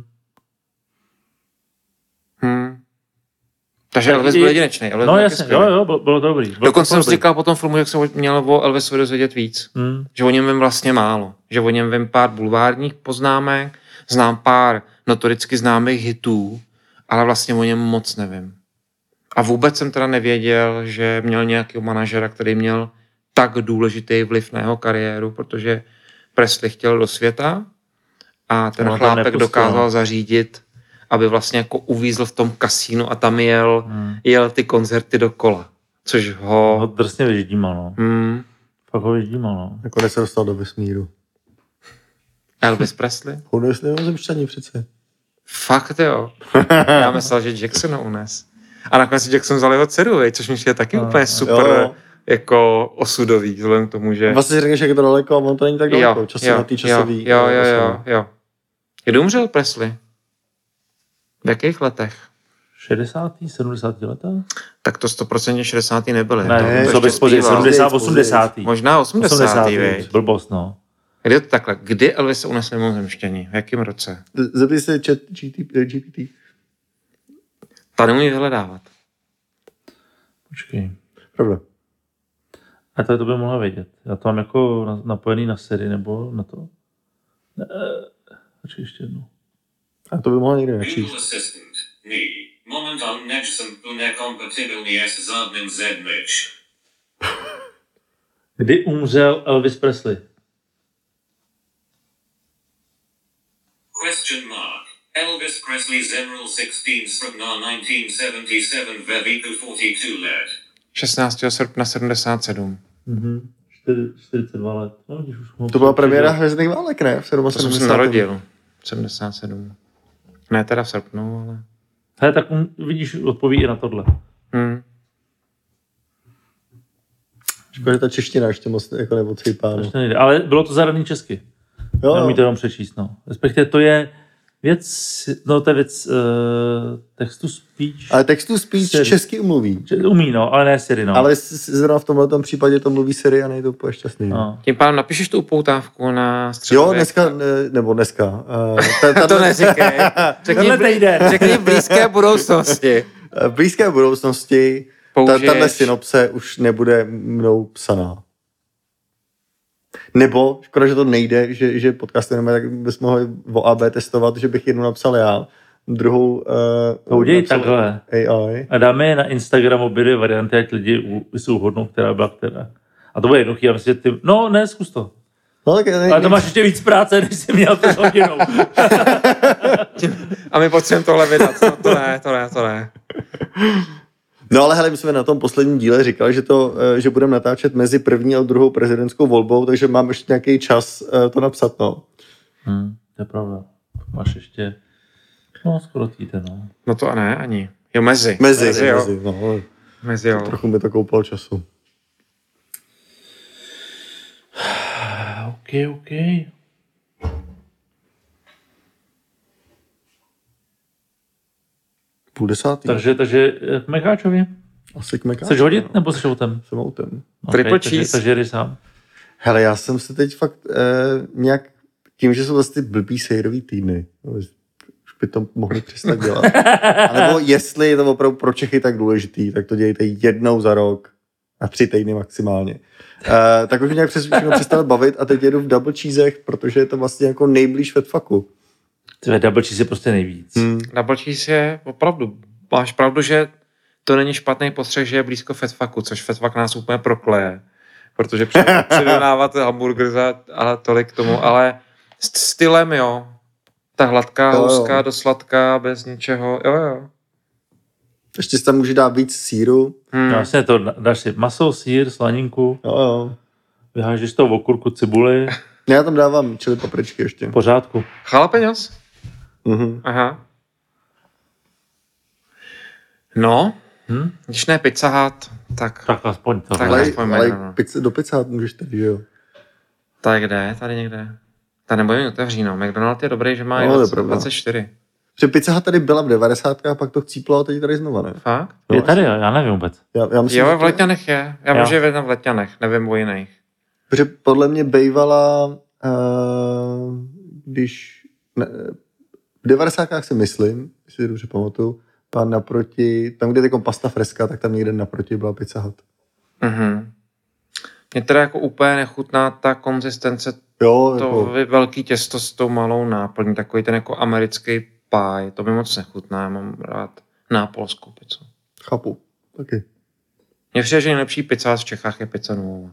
Takže Elvis byl jedinečný. No jasně, jo, bylo to dobrý. Dokonce jsem si říkal po tom filmu, jak jsem měl o Elvisovi dozvědět víc. Že o něm vím vlastně málo. Že o něm vím pár bulvárních poznámek, znám pár notoricky známých hitů, ale vlastně o něm moc nevím. A vůbec jsem teda nevěděl, že měl nějakého manažera, který měl tak důležitý vliv na jeho kariéru, protože Presley chtěl do světa a ten chlápek dokázal zařídit, aby vlastně jako uvízl v tom kasínu a tam jel ty koncerty dokola. Což ho drsně vyždímal, no. Fakt ho vyždímal, no. Nakonec se dostal do vesmíru. Elvis Presley? Unes nemozemšťaní přece. Fakt jo. Já myslel, že Jackson ho unes. A nakonec Jackson vzal jeho dceru, což mi je taky úplně super jako osudový, vzhledem k tomu, že... Vlastně si řekneš, jak je to daleko a on to není tak daleko. Na té časový. Jo. Kdy umřel Presley? V jakých letech? 60. 70. leta? Tak to 100% 60. nebyly. Ne, to bez později, 70. 80. Možná 80. Blbost, no. Kdy to takhle? Kdy Elvis se unesl mimozemštění? V jakém roce? Zeptej se GPT. Ta neumí vyhledávat. Počkej. Pravda. A to by mohla vědět. Já to mám jako napojený na Siri, nebo na to. Počkej ještě jednou. A to by mohla někdy načíst. Google Assistant. Momentálně nejsem plně kompatibilní s žádným zemíč. Kdy umřel Elvis Presley? Question mark. Elvis Presley zemřel 16. srpna 1977 ve věku 42 let. 16. srpna 77. 42 let. No, už to byla premiéra Hvězdných válek, ne? V 77. To jsem se narodil. 77. Ne teda v srpnu, ale... Hele, tak vidíš, odpoví i na tohle. Škoda, ta čeština ještě moc jako neodsypá. Ale bylo to zadaný česky. Jo. Nemůžu to jenom přečíst, no. Respektive to je věc, text to speech. Ale text to speech Siri. Česky umluví. Umí, no, ale ne Siri, no. Ale zrovna v tomhle případě to mluví Siri a nejde úplně šťastný. No. Tím pádem napíšeš tu upoutávku na středověk. Jo, dneska. To neříkej. Řekni blízké budoucnosti. V blízké budoucnosti tato synopse už nebude mnou psaná. Nebo, škoda, že to nejde, že podcast jenom tak bychom mohli o AB testovat, že bych jednu napsal já, druhou uděj takhle. AI. A dáme je na Instagram obě varianty, ať lidi si uhodnou, která byla která. A to bude jednoduchý, já myslím, že ty... No, ne, zkus to. No, tak ale to máš ještě víc práce, než jsi měl před hodinou. A my potřebujeme tohle vydat. No, to ne. No ale hele, my jsme na tom posledním díle říkali, že budeme natáčet mezi první a druhou prezidentskou volbou, takže mám ještě nějaký čas to napsat, no. To je pravda. Máš ještě, skoro týden, no. No to ne, ani. Jo, mezi, no. Mezi, jo. Trochu mi to koupalo času. OK. Půl desátý. Takže k Mekáčovi? Asi k Mekáčovi. Chceš hodit, nebo jsi autem? Jsem autem. Okay, Triple cheese. Takže jdi sám. Hele, já jsem se teď fakt nějak, tím, že jsou vlastně blbý sejrový týdny, už by to mohli přestat dělat. A nebo jestli je to opravdu pro Čechy tak důležitý, tak to dělejte jednou za rok a 3 týdny maximálně. Tak už mě nějak přestalo bavit a teď jedu v double cheesech, protože je to vlastně jako nejblíž Fatfucku. Double cheese je prostě nejvíc. Double cheese je opravdu, máš pravdu, že to není špatný postřeh, že je blízko Fatfucku, což Fatfuck nás úplně prokleje, protože předáváte hamburger ale tolik k tomu, ale stylem, jo. Ta hladká houska, do sladká, bez ničeho, jo. Ještě tam může dát víc síru. Vlastně to dáš si maso, sír, slaninku. Jo. Vyhážeš to okurku, cibuli. Já tam dávám čili papričky ještě. V pořádku. Jalapeňos? Aha. No, když ne Pizza Hut, tak aspoň to. Ale do Pizza Hut můžeš tady, jo. Tak kde? Tady někde. Tady nebudeme otevřít, no. McDonald je dobrý, že má 24. Protože Pizza Hut tady byla v 90. a pak to chcíplo a teď tady znova, ne? Fakt? Je tady, já nevím vůbec. Já myslím, jo, v Letňanech je. Já můžu vědět v Letňanech, nevím o jiných. Protože podle mě bejvala, když... v 90. si myslím, jestli si dobře pamatuju, a naproti, tam, kde je taková pasta freska, tak tam někde naproti byla Pizza Hut. Mně teda jako úplně nechutná ta konzistence, jo, to velký těsto s tou malou náplní, takový ten jako americký pie, to mi moc nechutná, já mám rád nápolskou pizzu. Chápu, taky. Mně přijde, že nejlepší pizza v Čechách je Pizza Nuova.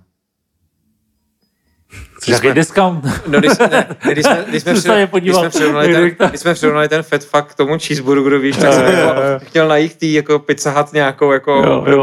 Jaký discount? No, když jsme přirovnali ten Fatfuck k tomu cheeseburgeru, víš, tak jsem jako chtěl najít tý jako Pizza Hut nějakou jako...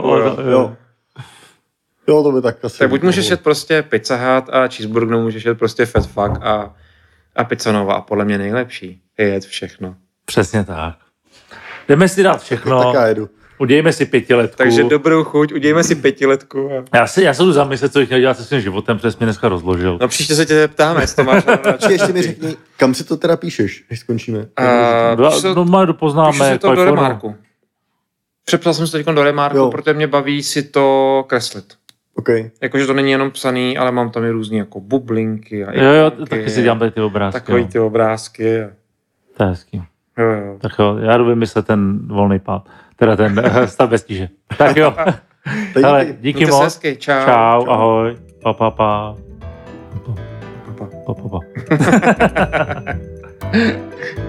Jo, to by tak asi... Tak buď můžeš jet prostě Pizza Hut a cheeseburger, můžeš jet prostě Fatfuck a Pizza Nova a podle mě nejlepší je jet všechno. Přesně tak. Jdeme si dát všechno. Tak já jedu. Udějme si 5letku. Takže dobrou chuť, udějme si 5letku. Já se jdu zamyslet, co bych měl dělat se svým životem, protože jsi mě dneska rozložil. No příště se tě zeptáme, jestli to máš na ještě mi řekni, kam si to teda píšeš, než skončíme? Poznáme. Píšu si to do Remarku. Přepsal jsem se teď do Remarku, protože mě baví si to kreslit. Okay. Jakože to není jenom psaný, ale mám tam i různý jako bublinky a jo, taky si dělám tady ty obrázky. Takový ty obrázky. To je hezký. Jo. Tak jo, já jdu vymyslet ten volný pád. Teda ten stav bez tíže. Tak jo. Hele, díky moc. Hezky. Čau, ahoj. Pa.